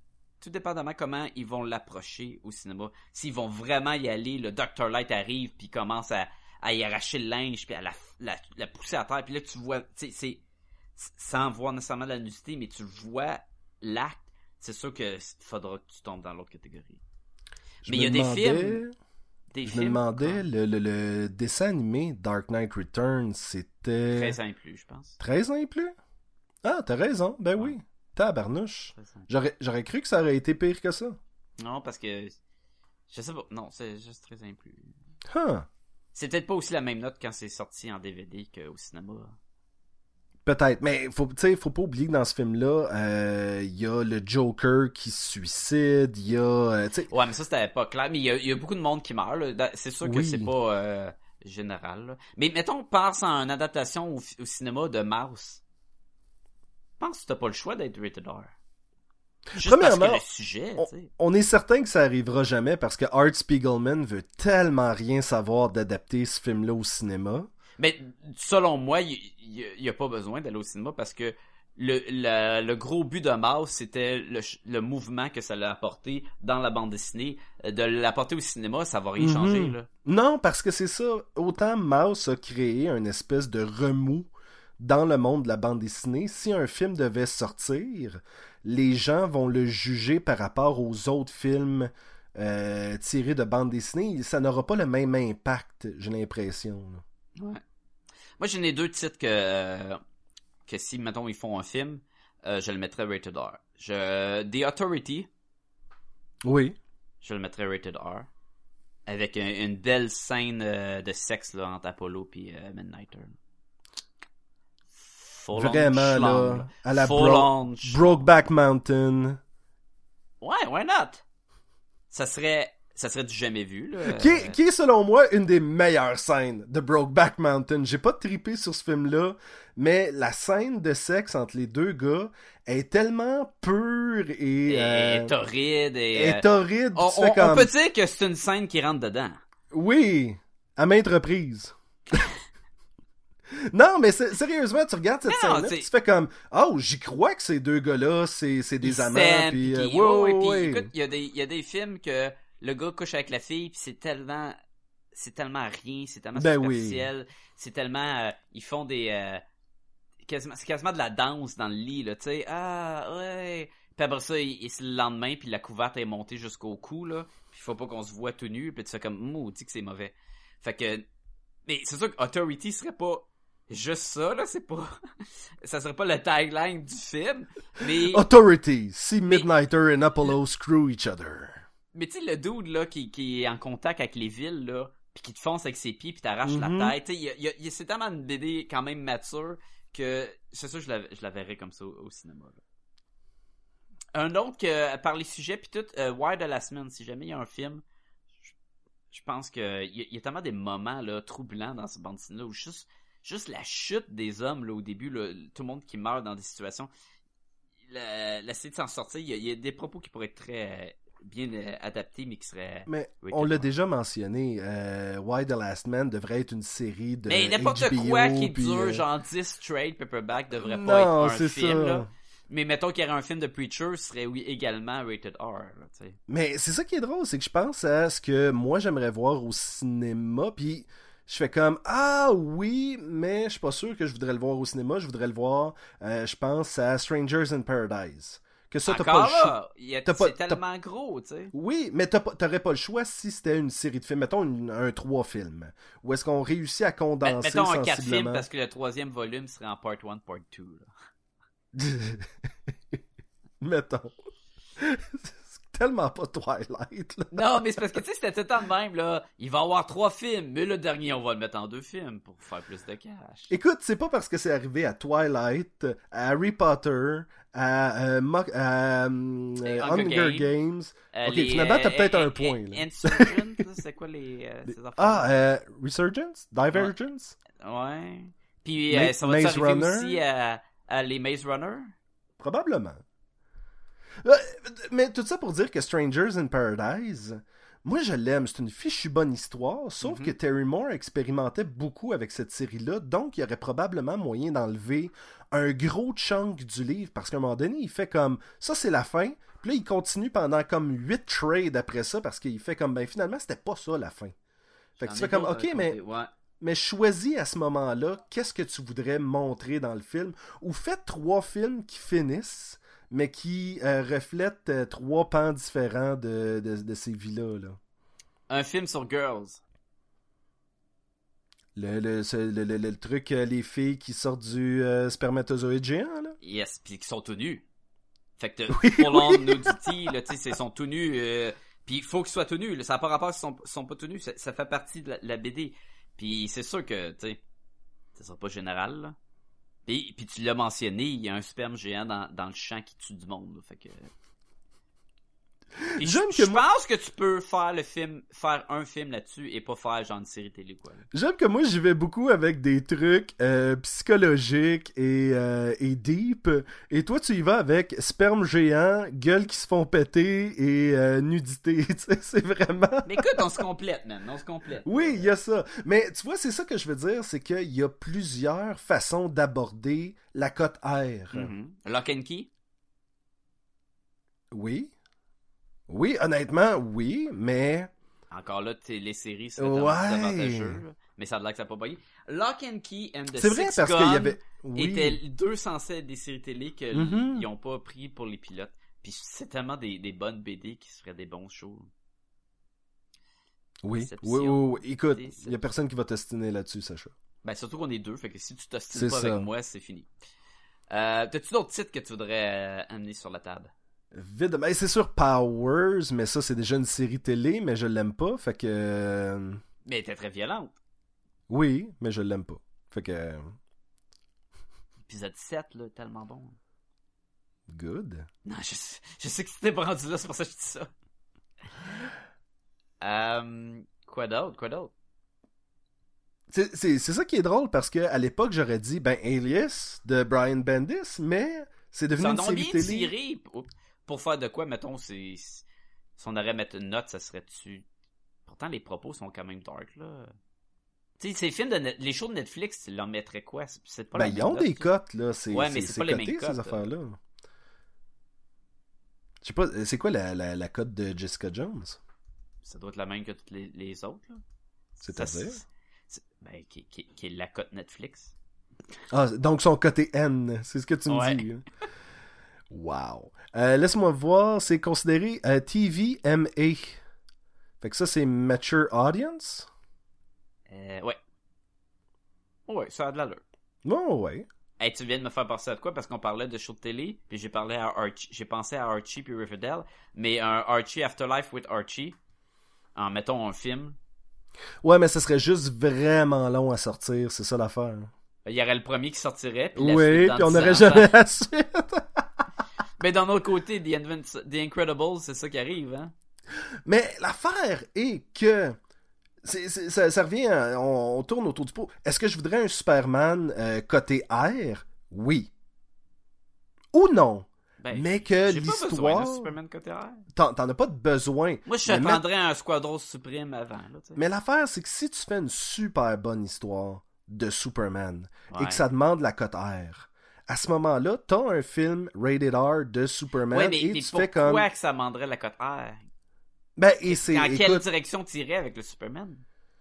comment ils vont l'approcher au cinéma. S'ils vont vraiment y aller, le Dr. Light arrive, puis commence à y arracher le linge, puis à la pousser à terre, puis là tu vois, tu sais, c'est sans voir nécessairement la nudité, mais tu vois l'acte, c'est sûr que faudra que tu tombes dans l'autre catégorie. Mais il y a des films... Je me demandais, le dessin animé Dark Knight Returns, c'était... 13 ans et plus, je pense. 13 ans et plus? Ah, t'as raison, ben oui. Tabarnouche. J'aurais cru que ça aurait été pire que ça. Non, parce que... Je sais pas, non, c'est juste 13 ans et plus. Huh. C'est peut-être pas aussi la même note quand c'est sorti en DVD qu'au cinéma. Peut-être, mais faut pas oublier que dans ce film-là, il y a le Joker qui se suicide, il y a... ouais, mais ça, c'était pas clair. Mais il y a beaucoup de monde qui meurt, là. C'est sûr que c'est pas général, là. Mais mettons, pense à une adaptation au cinéma de Mouse. Je pense que t'as pas le choix d'être rated R. Juste premièrement, parce que le sujet, on est certain que ça arrivera jamais parce que Art Spiegelman veut tellement rien savoir d'adapter ce film-là au cinéma. Mais selon moi, il y a pas besoin d'aller au cinéma parce que le gros but de Mouse, c'était le mouvement que ça l'a apporté dans la bande dessinée. De l'apporter au cinéma, ça va rien changer, là. Non, parce que c'est ça. Autant Mouse a créé une espèce de remous dans le monde de la bande dessinée. Si un film devait sortir, les gens vont le juger par rapport aux autres films tirés de bande dessinée. Ça n'aura pas le même impact, j'ai l'impression, là. Ouais. Moi, j'en ai deux titres que si, mettons, ils font un film, je le mettrais rated R. The Authority. Oui. Je le mettrais rated R. Avec une belle scène de sexe là, entre Apollo et Midnighter. Vraiment, là, à la full-on Brokeback Mountain. Ouais, why not? Ça serait du jamais vu, là. Qui est, selon moi, une des meilleures scènes de Brokeback Mountain. J'ai pas trippé sur ce film-là, mais la scène de sexe entre les deux gars est tellement pure et torride. Et torride. On peut dire que c'est une scène qui rentre dedans. Oui, à maintes reprises. Non, mais sérieusement, tu regardes cette scène-là, tu fais comme, oh, j'y crois que ces deux gars-là, c'est des amants, puis écoute, il y a des films que le gars couche avec la fille, puis c'est tellement rien, c'est tellement superficiel, c'est tellement, ils font des, c'est quasiment de la danse dans le lit, là, tu sais, ah, ouais, puis après ça, c'est le lendemain, puis la couverte est montée jusqu'au cou, là, puis il faut pas qu'on se voit tout nu, puis tu fais comme, maudit que c'est mauvais. Fait que, mais c'est sûr que Authority serait pas juste ça, là, c'est pas... ça serait pas le tagline du film, mais... Authority, see Midnighter and Apollo screw each other. Mais tu sais, le dude, là, qui est en contact avec les villes, là, pis qui te fonce avec ses pieds pis t'arrache la tête, tu sais, c'est tellement une BD quand même mature que c'est sûr que je la verrais comme ça au cinéma, là. Un autre que, par les sujets pis tout, Wire de la semaine, si jamais il y a un film, je pense que il y a tellement des moments, là, troublants dans ce bande dessinée-là, où juste la chute des hommes, là, au début, là, tout le monde qui meurt dans des situations, l'essayer de s'en sortir, il y a des propos qui pourraient être très bien adaptés, mais qui seraient... Mais on l'a déjà mentionné, Why the Last Man devrait être une série de mais n'importe HBO, quoi qui puis, dure genre 10 straight paperback devrait pas être un film, ça. Là. Mais mettons qu'il y aurait un film de Preacher, ce serait également rated R, là, t'sais. Mais c'est ça qui est drôle, c'est que je pense à ce que moi j'aimerais voir au cinéma, puis je fais comme, ah oui, mais je suis pas sûr que je voudrais le voir au cinéma, je voudrais le voir, je pense à Strangers in Paradise. Que ça, t'as pas le choix. C'est tellement gros, tu sais. Oui, mais t'aurais pas le choix si c'était une série de films. Mettons un 3 films. Où est-ce qu'on réussit à condenser mettons un 4 sensiblement... films, parce que le 3e volume serait en part 1, part 2, là. Mettons. C'est tellement pas Twilight, là. Non, mais c'est parce que, tu sais, c'était tout le temps de même, là. Il va y avoir 3 films, mais le dernier, on va le mettre en 2 films pour faire plus de cash. Écoute, c'est pas parce que c'est arrivé à Twilight, à Harry Potter, à Hunger Games. Ok, finalement, t'as peut-être un point, là. Insurgent, c'est quoi ces affaires? Resurgence? Divergence? Ouais. Puis, ça va Maze s'arriver Runner? aussi à les Maze Runner? Probablement. Mais tout ça pour dire que Strangers in Paradise, moi je l'aime, c'est une fichue bonne histoire, sauf que Terry Moore expérimentait beaucoup avec cette série-là, donc il y aurait probablement moyen d'enlever un gros chunk du livre, parce qu'à un moment donné, il fait comme, ça c'est la fin, puis là il continue pendant comme 8 trades après ça, parce qu'il fait comme, ben finalement c'était pas ça la fin. Fait que tu fais comme, ok, mais choisis à ce moment-là, qu'est-ce que tu voudrais montrer dans le film, ou faites 3 films qui finissent, mais qui reflètent 3 pans différents de ces vies-là. Là. Un film sur Girls. Le truc, les filles qui sortent du spermatozoïde géant, là? Yes, puis qui sont tout nus. Fait que full on nudity, là, tu sais, ils sont tout nus, puis il faut qu'ils soient tout nus, là, ça n'a pas rapport s'ils sont pas tout nus, ça fait partie de la BD. Puis c'est sûr que, tu sais, ça sera pas général, là. Puis tu l'as mentionné, il y a un sperme géant dans le champ qui tue du monde, là, fait que... Je pense que tu peux faire un film là-dessus et pas faire genre une série télé, quoi. J'aime que moi j'y vais beaucoup avec des trucs psychologiques et deep, et toi tu y vas avec sperme géant, gueules qui se font péter et nudité, tu sais, c'est vraiment... Mais écoute, on se complète, man, on se complète. Oui, il y a ça. Mais tu vois, c'est ça que je veux dire, c'est qu'il y a plusieurs façons d'aborder la cote R. Lock and Key? Oui. Oui, honnêtement, oui, mais... Encore là, les séries seraient plus avantageux, là. Mais ça a l'air que ça n'a pas payé. Lock and Key and the Six Gun étaient deux censés être des séries télé qu'ils n'ont pas pris pour les pilotes. Puis c'est tellement des bonnes BD qui se feraient des bons shows. Oui, écoute, il n'y a personne qui va t'ostiner là-dessus, Sacha. Ben surtout qu'on est deux, fait que si tu t'ostines pas avec moi, c'est fini. T'as-tu d'autres titres que tu voudrais amener sur la table? Vide, ben c'est sûr Powers, mais ça c'est déjà une série télé, mais je l'aime pas, fait que... Mais elle était très violente. Oui, mais je l'aime pas, fait que... l'épisode 7, là, tellement bon. Good. Non, je sais que c'était pas rendu là, c'est pour ça que je dis ça. Quoi d'autre? C'est ça qui est drôle parce que à l'époque j'aurais dit Alias de Brian Bendis, mais c'est devenu une série télé. Tiré pour faire de quoi, mettons, si on aurait mettre une note, ça serait-tu... Pourtant, les propos sont quand même dark, là. Tu sais, ces films les shows de Netflix, ils leur mettraient quoi? C'est pas ils ont des cotes, là. Ouais, mais c'est pas les mêmes cotes, ces affaires-là. Je sais pas, c'est quoi la cote de Jessica Jones? Ça doit être la même que toutes les autres, là. C'est-à-dire? Qui est la cote Netflix. Ah, donc son côté N, c'est ce que tu me dis. Wow. Laisse-moi voir, c'est considéré TVMA. Fait que ça, c'est Mature Audience? Ouais. Ouais, ça a de l'allure. Oh, ouais. Hey, tu viens de me faire penser à quoi? Parce qu'on parlait de show de télé, puis j'ai pensé à Archie puis Riverdale, mais un Archie Afterlife with Archie, mettons un film. Ouais, mais ça serait juste vraiment long à sortir, c'est ça l'affaire. Il y aurait le premier qui sortirait, puis oui, puis on n'aurait jamais la suite. Mais d'un autre côté, The Incredibles, c'est ça qui arrive, hein? Mais l'affaire est que... ça revient, on tourne autour du pot. Est-ce que je voudrais un Superman côté R? Oui. Ou non? Mais que l'histoire... J'ai pas besoin de Superman côté R. T'en as pas de besoin. Moi, je prendrais un Squadron Suprême avant. Là, mais l'affaire, c'est que si tu fais une super bonne histoire de Superman et que ça demande la cote R, à ce moment-là, t'as un film rated R de Superman mais et tu fais comme... pourquoi que ça demanderait la cote R? Et c'est... Dans quelle direction tu irais avec le Superman?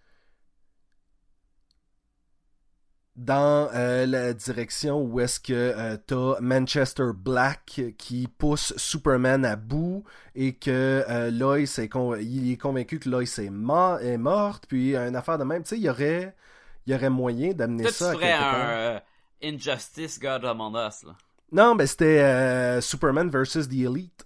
Dans la direction où est-ce que t'as Manchester Black qui pousse Superman à bout et que Lois il est convaincu que Lois est morte, puis une affaire de même. Tu sais, il y aurait moyen d'amener ça à quelque part. Tu ferais un Injustice God Among Us, là. Non, c'était Superman vs. The Elite.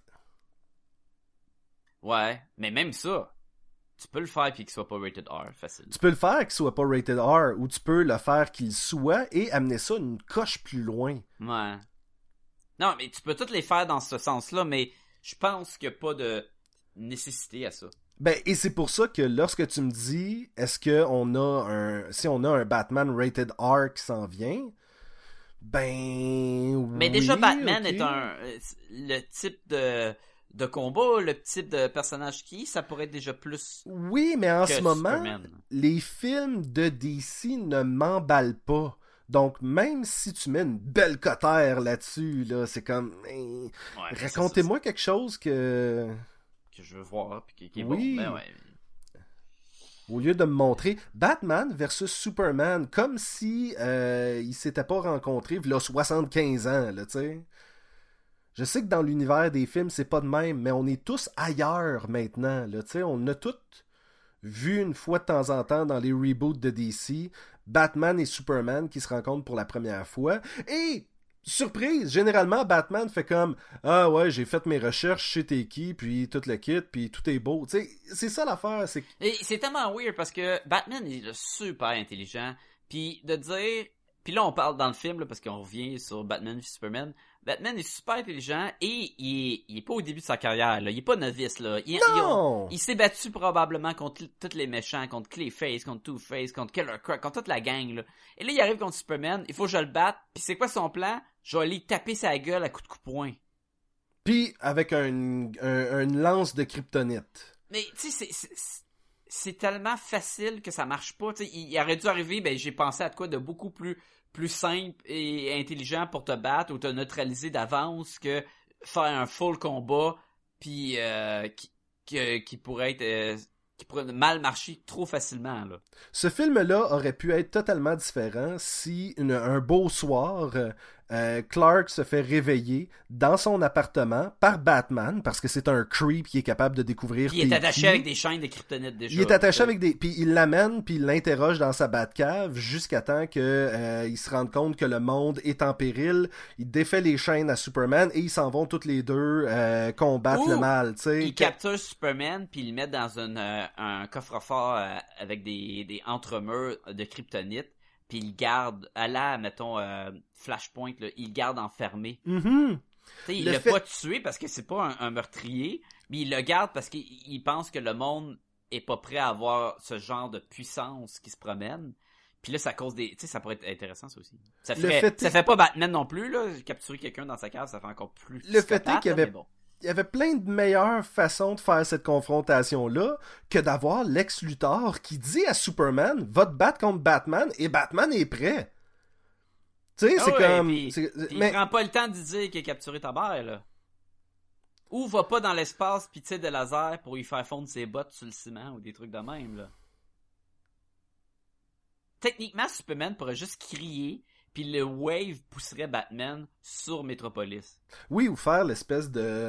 Ouais, mais même ça, tu peux le faire puis qu'il soit pas rated R, facile. Tu peux le faire qu'il soit pas rated R, ou tu peux le faire qu'il soit et amener ça une coche plus loin. Ouais. Non, mais tu peux toutes les faire dans ce sens-là, mais je pense qu'il n'y a pas de nécessité à ça. Et c'est pour ça que lorsque tu me dis, est-ce que si on a un Batman rated R qui s'en vient, mais déjà Batman est le type de combat, le type de personnage ça pourrait être déjà plus. Oui, mais en ce moment, Superman. Les films de DC ne m'emballent pas. Donc, même si tu mets une belle cotère là-dessus, là, c'est comme... racontez-moi quelque chose que je veux voir, puis qui est oui. bon. Ben ouais. Au lieu de me montrer Batman versus Superman, comme si ils s'étaient pas rencontrés il y a 75 ans, là, tu sais. Je sais que dans l'univers des films, c'est pas de même, mais on est tous ailleurs maintenant, là, tu sais. On a tous vu une fois de temps en temps dans les reboots de DC, Batman et Superman qui se rencontrent pour la première fois. Et, surprise, généralement, Batman fait comme « Ah ouais, j'ai fait mes recherches chez t'es qui, puis tout le kit, puis tout est beau. » Tu sais, c'est ça l'affaire. Et c'est tellement weird parce que Batman, il est super intelligent. Puis de dire... Puis là, on parle dans le film, là, parce qu'on revient sur Batman et Superman. Batman est super intelligent et il est pas au début de sa carrière, là. Il est pas novice, là. Il s'est battu probablement contre tous les méchants, contre Clayface, contre Two-Face, contre Killer Croc, contre toute la gang, là. Et là, il arrive contre Superman, il faut que je le batte. Puis c'est quoi son plan? Je vais aller taper sa gueule à coups de coup-poing. Puis avec une lance de kryptonite. Mais, tu sais, c'est tellement facile que ça marche pas. Tu sais, il aurait dû arriver, j'ai pensé à quoi de beaucoup plus simple et intelligent pour te battre ou te neutraliser d'avance que faire un full combat puis qui pourrait mal marcher trop facilement, là. Ce film-là aurait pu être totalement différent si un beau soir, Clark se fait réveiller dans son appartement par Batman, parce que c'est un creep qui est capable de découvrir. Puis il est attaché avec des chaînes de kryptonite déjà. Il est attaché avec des... Puis il l'amène, puis il l'interroge dans sa Batcave jusqu'à temps que il se rende compte que le monde est en péril. Il défait les chaînes à Superman et ils s'en vont tous les deux combattre le mal. T'sais. Il capture Superman puis il le met dans un coffre-fort avec des entremurs de kryptonite. puis il le garde, à la, mettons, Flashpoint, là, il le garde enfermé. Mhm. T'sais, il l'a pas tué parce que c'est pas un meurtrier, mais il le garde parce qu'il pense que le monde est pas prêt à avoir ce genre de puissance qui se promène. Puis là, ça cause des... Tu sais, ça pourrait être intéressant, ça aussi. Ça fait pas Batman non plus, là. Capturer quelqu'un dans sa cave, ça fait encore plus... Le fait est qu'il y avait plein de meilleures façons de faire cette confrontation-là que d'avoir Lex Luthor qui dit à Superman « Va te battre contre Batman » et Batman est prêt. Tu sais, c'est comme... Puis il prend pas le temps de dire qu'il a capturé ta mère, là. Ou va pas dans l'espace pis tire de laser pour lui faire fondre ses bottes sur le ciment ou des trucs de même, là. Techniquement, Superman pourrait juste crier puis le wave pousserait Batman sur Metropolis. Oui, ou faire l'espèce de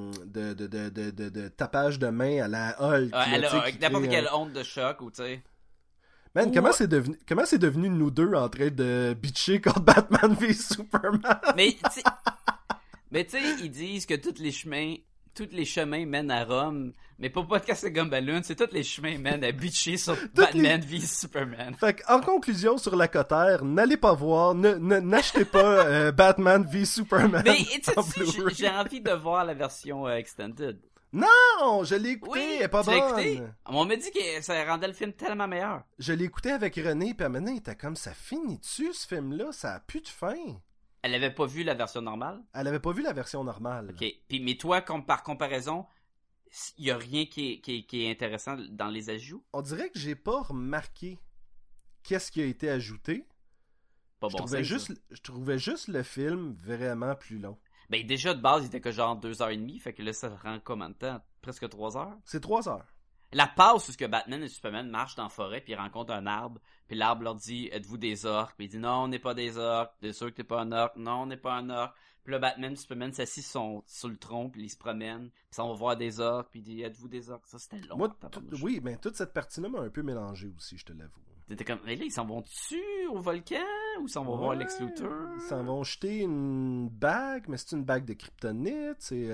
tapage de main à la Hulk. N'importe quelle onde de choc ou tu sais... Man, comment c'est devenu nous deux en train de bitcher contre Batman v Superman? Mais tu sais, ils disent que tous les chemins mènent à Rome, mais pas Podcast de Gumballoon, c'est tous les chemins mènent à bitcher sur Batman v Superman. Fait en conclusion sur la cotère, n'allez pas voir, n'achetez pas Batman v Superman. Mais j'ai envie de voir la version extended. Non, je l'ai écouté, elle est pas bonne. Écouté? On m'a dit que ça rendait le film tellement meilleur. Je l'ai écouté avec René, puis maintenant, il était comme, ça finit-tu ce film-là? Ça a plus de fin. Elle avait pas vu la version normale? Elle avait pas vu la version normale. Ok, puis mais toi, par comparaison, il y a rien qui est intéressant dans les ajouts? On dirait que j'ai pas remarqué qu'est-ce qui a été ajouté. Pas bon sens. Je trouvais juste le film vraiment plus long. Ben déjà de base, il était que genre 2h30, fait que là ça rend combien de temps? Presque 3 heures? C'est 3 heures. La passe où ce que Batman et Superman marchent dans la forêt puis ils rencontrent un arbre, puis l'arbre leur dit êtes-vous des orques? Puis il dit non, on n'est pas des orques. T'es sûr que t'es pas un orque? Non, on n'est pas un orque. Puis là Batman et Superman s'assient sur le tronc puis ils se promènent, puis ça on va voir des orques, puis il dit êtes-vous des orques? Ça c'était long. Oui, mais toute cette partie-là m'a un peu mélangé aussi, je te l'avoue. T'étais comme, mais là, ils s'en vont dessus au volcan ou ils s'en vont voir Lex Luthor? Ils s'en vont jeter une bague, mais c'est une bague de kryptonite, c'est...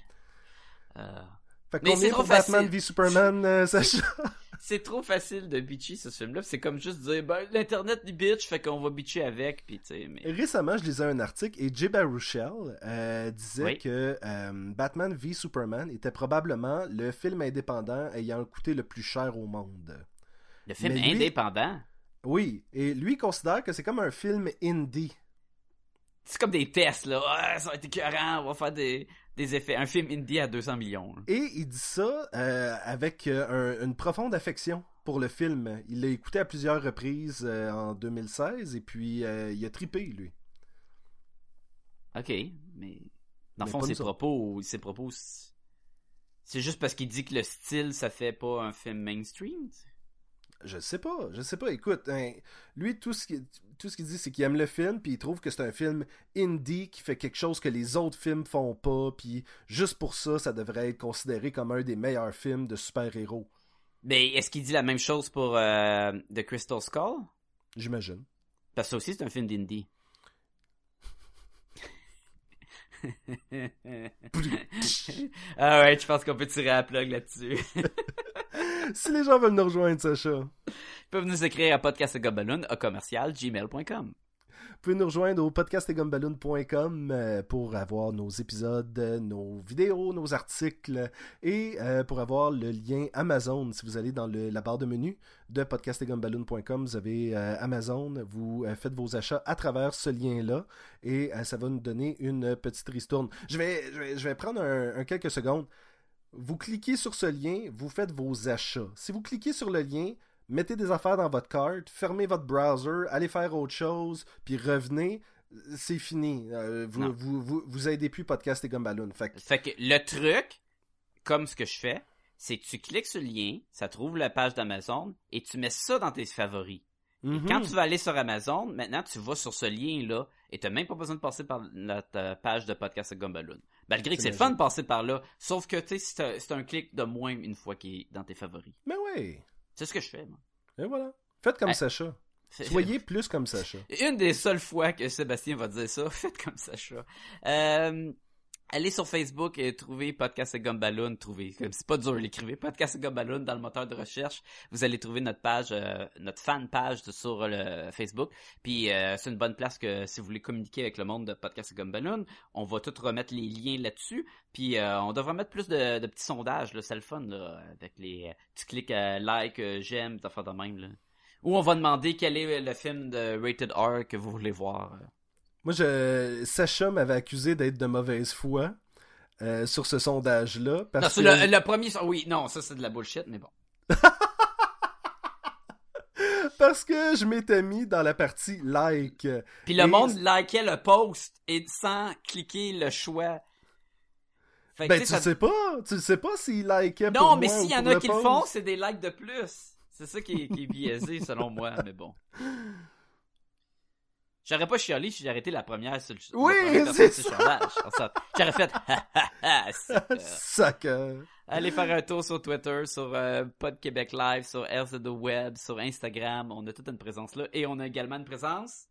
Fait que combien pour Batman v Superman, Sacha? C'est trop facile de bitcher ce film-là, c'est comme juste dire, ben, l'internet il bitch, fait qu'on va bitcher avec, pis tu sais, mais... Récemment, je lisais un article, et Jay Baruchel disait que Batman v Superman était probablement le film indépendant ayant coûté le plus cher au monde. Le film indépendant? Oui, et lui considère que c'est comme un film indie. C'est comme des tests, là. Ah, ça va être écœurant, on va faire des effets. Un film indie à 200 millions. Là. Et il dit ça avec une profonde affection pour le film. Il l'a écouté à plusieurs reprises en 2016, et puis il a trippé, lui. Ok, mais... Dans le fond, ses propos, c'est juste parce qu'il dit que le style, ça fait pas un film mainstream, t'sais. Je sais pas. Écoute, lui, tout ce qu'il dit, c'est qu'il aime le film, puis il trouve que c'est un film indie qui fait quelque chose que les autres films font pas, puis juste pour ça, ça devrait être considéré comme un des meilleurs films de super-héros. Mais est-ce qu'il dit la même chose pour The Crystal Skull? J'imagine. Parce que ça aussi, c'est un film d'indie. Ah ouais, je pense qu'on peut tirer la plug là-dessus. Si les gens veulent nous rejoindre, Sacha, ils peuvent nous écrire à podcastgumballoon@gmail.com. Vous pouvez nous rejoindre au podcastgumballoon.com pour avoir nos épisodes, nos vidéos, nos articles et pour avoir le lien Amazon. Si vous allez dans la barre de menu de podcastgumballoon.com, vous avez Amazon, vous faites vos achats à travers ce lien-là et ça va nous donner une petite ristourne. Je vais prendre quelques secondes. Vous cliquez sur ce lien, vous faites vos achats. Si vous cliquez sur le lien, mettez des affaires dans votre carte, fermez votre browser, allez faire autre chose, puis revenez, c'est fini. Vous aidez plus Podcast et Gumballoon. Fait que le truc, comme ce que je fais, c'est que tu cliques sur le lien, ça trouve la page d'Amazon, et tu mets ça dans tes favoris. Et quand tu vas aller sur Amazon, maintenant tu vas sur ce lien-là, et tu n'as même pas besoin de passer par ta page de Podcast et Gumballoon. Malgré que c'est le fun de passer par là, sauf que tu sais, c'est un clic de moins une fois qu'il est dans tes favoris. Mais oui. C'est ce que je fais, moi. Et voilà. Faites comme Sacha. Soyez plus comme Sacha. Une des seules fois que Sébastien va dire ça, faites comme Sacha. allez sur Facebook et trouvez Podcast et Gumballoon. C'est pas dur, l'écrivez. Podcast et Gumballoon dans le moteur de recherche. Vous allez trouver notre page, notre fan page sur le Facebook. Puis c'est une bonne place que si vous voulez communiquer avec le monde de Podcast et Gumballoon, on va tout remettre les liens là-dessus. Puis on devrait mettre plus de petits sondages, là, c'est le fun, là, avec les tu cliques like, j'aime, t'as fait de même, là. Ou on va demander quel est le film de Rated R que vous voulez voir. Moi, Sacha m'avait accusé d'être de mauvaise foi sur ce sondage-là. Parce non, que... le premier... Oui, non, ça c'est de la bullshit, mais bon. Parce que je m'étais mis dans la partie like. Puis le monde likait le post et sans cliquer le choix. Fait que, ben, tu sais pas s'ils likaient pour non, moi mais s'il y ou en pour a le qui le post. font, c'est des likes de plus. C'est ça qui est biaisé, selon moi, mais bon. J'aurais pas chialé si j'ai arrêté la première sur le oui, c'est ça. sondage. J'aurais fait Sucker. Allez faire un tour sur Twitter, sur Pod Québec Live, sur Else the Web, sur Instagram. On a toute une présence là. Et on a également une présence...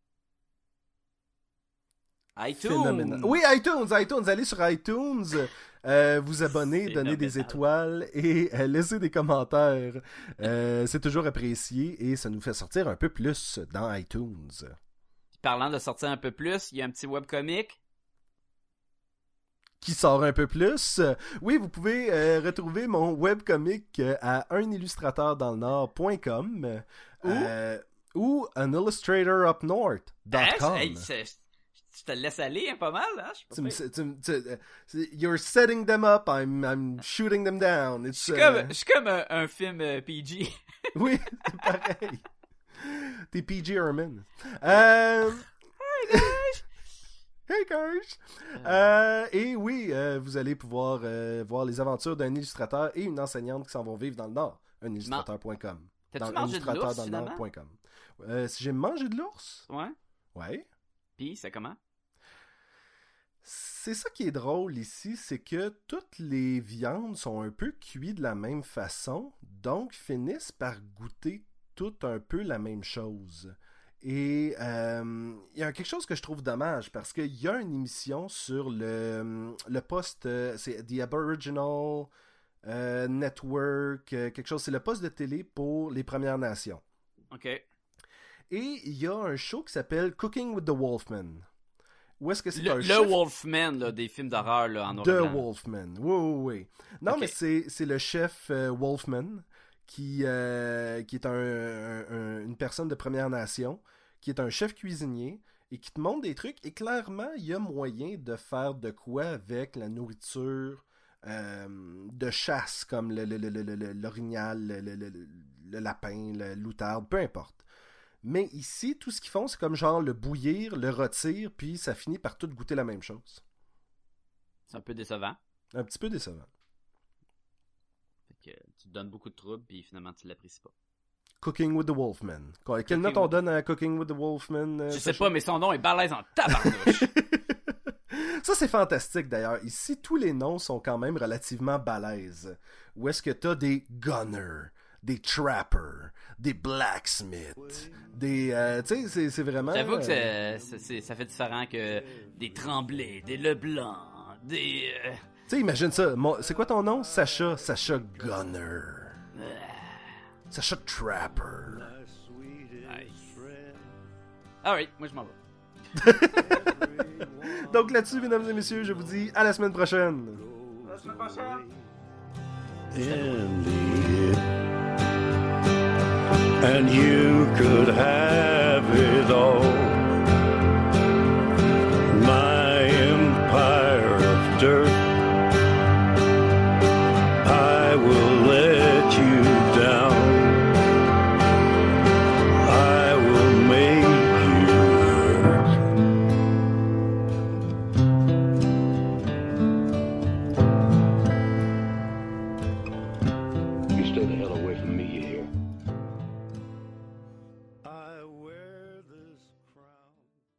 iTunes. Phénoménal. Oui, iTunes. Allez sur iTunes, vous abonner, donner des étoiles et laisser des commentaires. C'est toujours apprécié et ça nous fait sortir un peu plus dans iTunes. Parlant de sortir un peu plus, il y a un petit webcomic qui sort un peu plus. Oui, vous pouvez retrouver mon webcomic à unillustrateurdans-le-nord.com ou unillustratorupnorth.com. Hey, je te laisse aller pas mal, hein? You're setting them up, I'm shooting them down. Je suis comme un film PG. Oui, c'est pareil. T'es PG Herman. Hey guys! Et oui, vous allez pouvoir voir les aventures d'un illustrateur et une enseignante qui s'en vont vivre dans le Nord. Unillustrateur.com. T'as-tu mangé de l'ours, finalement? Si j'ai mangé de l'ours? Ouais. Ouais. Puis, c'est comment? C'est ça qui est drôle ici, c'est que toutes les viandes sont un peu cuites de la même façon, donc finissent par goûter toutes un peu la même chose. Et il y a quelque chose que je trouve dommage, parce qu'il y a une émission sur le poste, c'est The Aboriginal Network, quelque chose, c'est le poste de télé pour les Premières Nations. OK. Et il y a un show qui s'appelle Cooking with the Wolfman. Où est-ce que c'est un chef... Le Wolfman, là, des films d'horreur, là, en noir The blanc. Wolfman, oui. Non, okay. Mais c'est le chef Wolfman qui est une personne de Première Nation, qui est un chef cuisinier et qui te montre des trucs. Et clairement, il y a moyen de faire de quoi avec la nourriture de chasse, comme l'orignal, le lapin, le loutarde, peu importe. Mais ici, tout ce qu'ils font, c'est comme genre le bouillir, le rôtir, puis ça finit par tout goûter la même chose. C'est un peu décevant. Un petit peu décevant. Fait que tu te donnes beaucoup de troubles, puis finalement, tu l'apprécies pas. Cooking with the Wolfman. Quelle note on donne à Cooking with the Wolfman? Je sais pas, mais son nom est balèze en tabarnouche. Ça, c'est fantastique, d'ailleurs. Ici, tous les noms sont quand même relativement balèzes. Où est-ce que t'as des gunners, des trappers, des blacksmiths, des... tu sais, c'est vraiment... J'avoue que ça fait différent que des Tremblay, des Leblanc, des... Tu sais, imagine ça. C'est quoi ton nom? Sacha Gunner. Sacha Trapper. Nice. Alright, moi je m'en vais. Donc là-dessus, mesdames et messieurs, je vous dis à la semaine prochaine. À la semaine prochaine. And you could have it all. My empire of dirt, I will let you down. I will make you hurt. You stay the hell away from me, you hear? I wear this crown.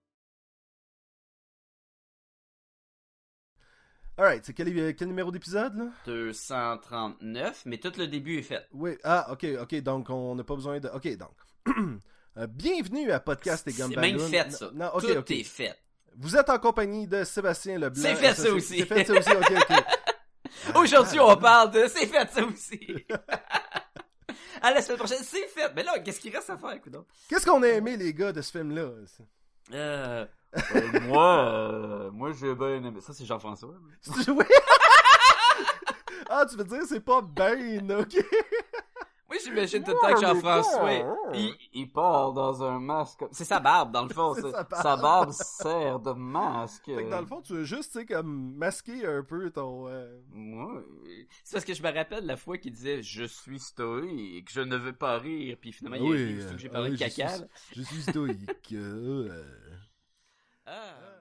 Alright, c'est quel numéro d'épisode, là? 239, mais tout le début est fait. Oui, ok, donc on n'a pas besoin de... Ok, donc... bienvenue à Podcast et Gumballoon. C'est même fait, ça. Non, tout est fait. Vous êtes en compagnie de Sébastien Leblanc. C'est fait ça aussi. C'est fait ça aussi, ok. Aujourd'hui, on parle de c'est fait ça aussi. À la semaine prochaine, c'est fait. Mais là, qu'est-ce qu'il reste à faire, écoute donc? Qu'est-ce qu'on a aimé, les gars, de ce film-là? Moi, j'ai bien aimé. Ça, c'est Jean-François. Oui. Ah, tu veux dire, c'est pas Ben, ok? Moi, j'imagine tout le temps que Jean-François, il part dans un masque. C'est sa barbe, dans le fond. C'est sa barbe. Sa barbe sert de masque. Fait que dans le fond, tu veux juste, tu sais, comme masquer un peu ton... Moi, c'est parce que je me rappelle la fois qu'il disait « Je suis stoïque, je ne veux pas rire », puis finalement, il a ri, surtout que j'ai parlé de caca. Je suis stoïque. Ah.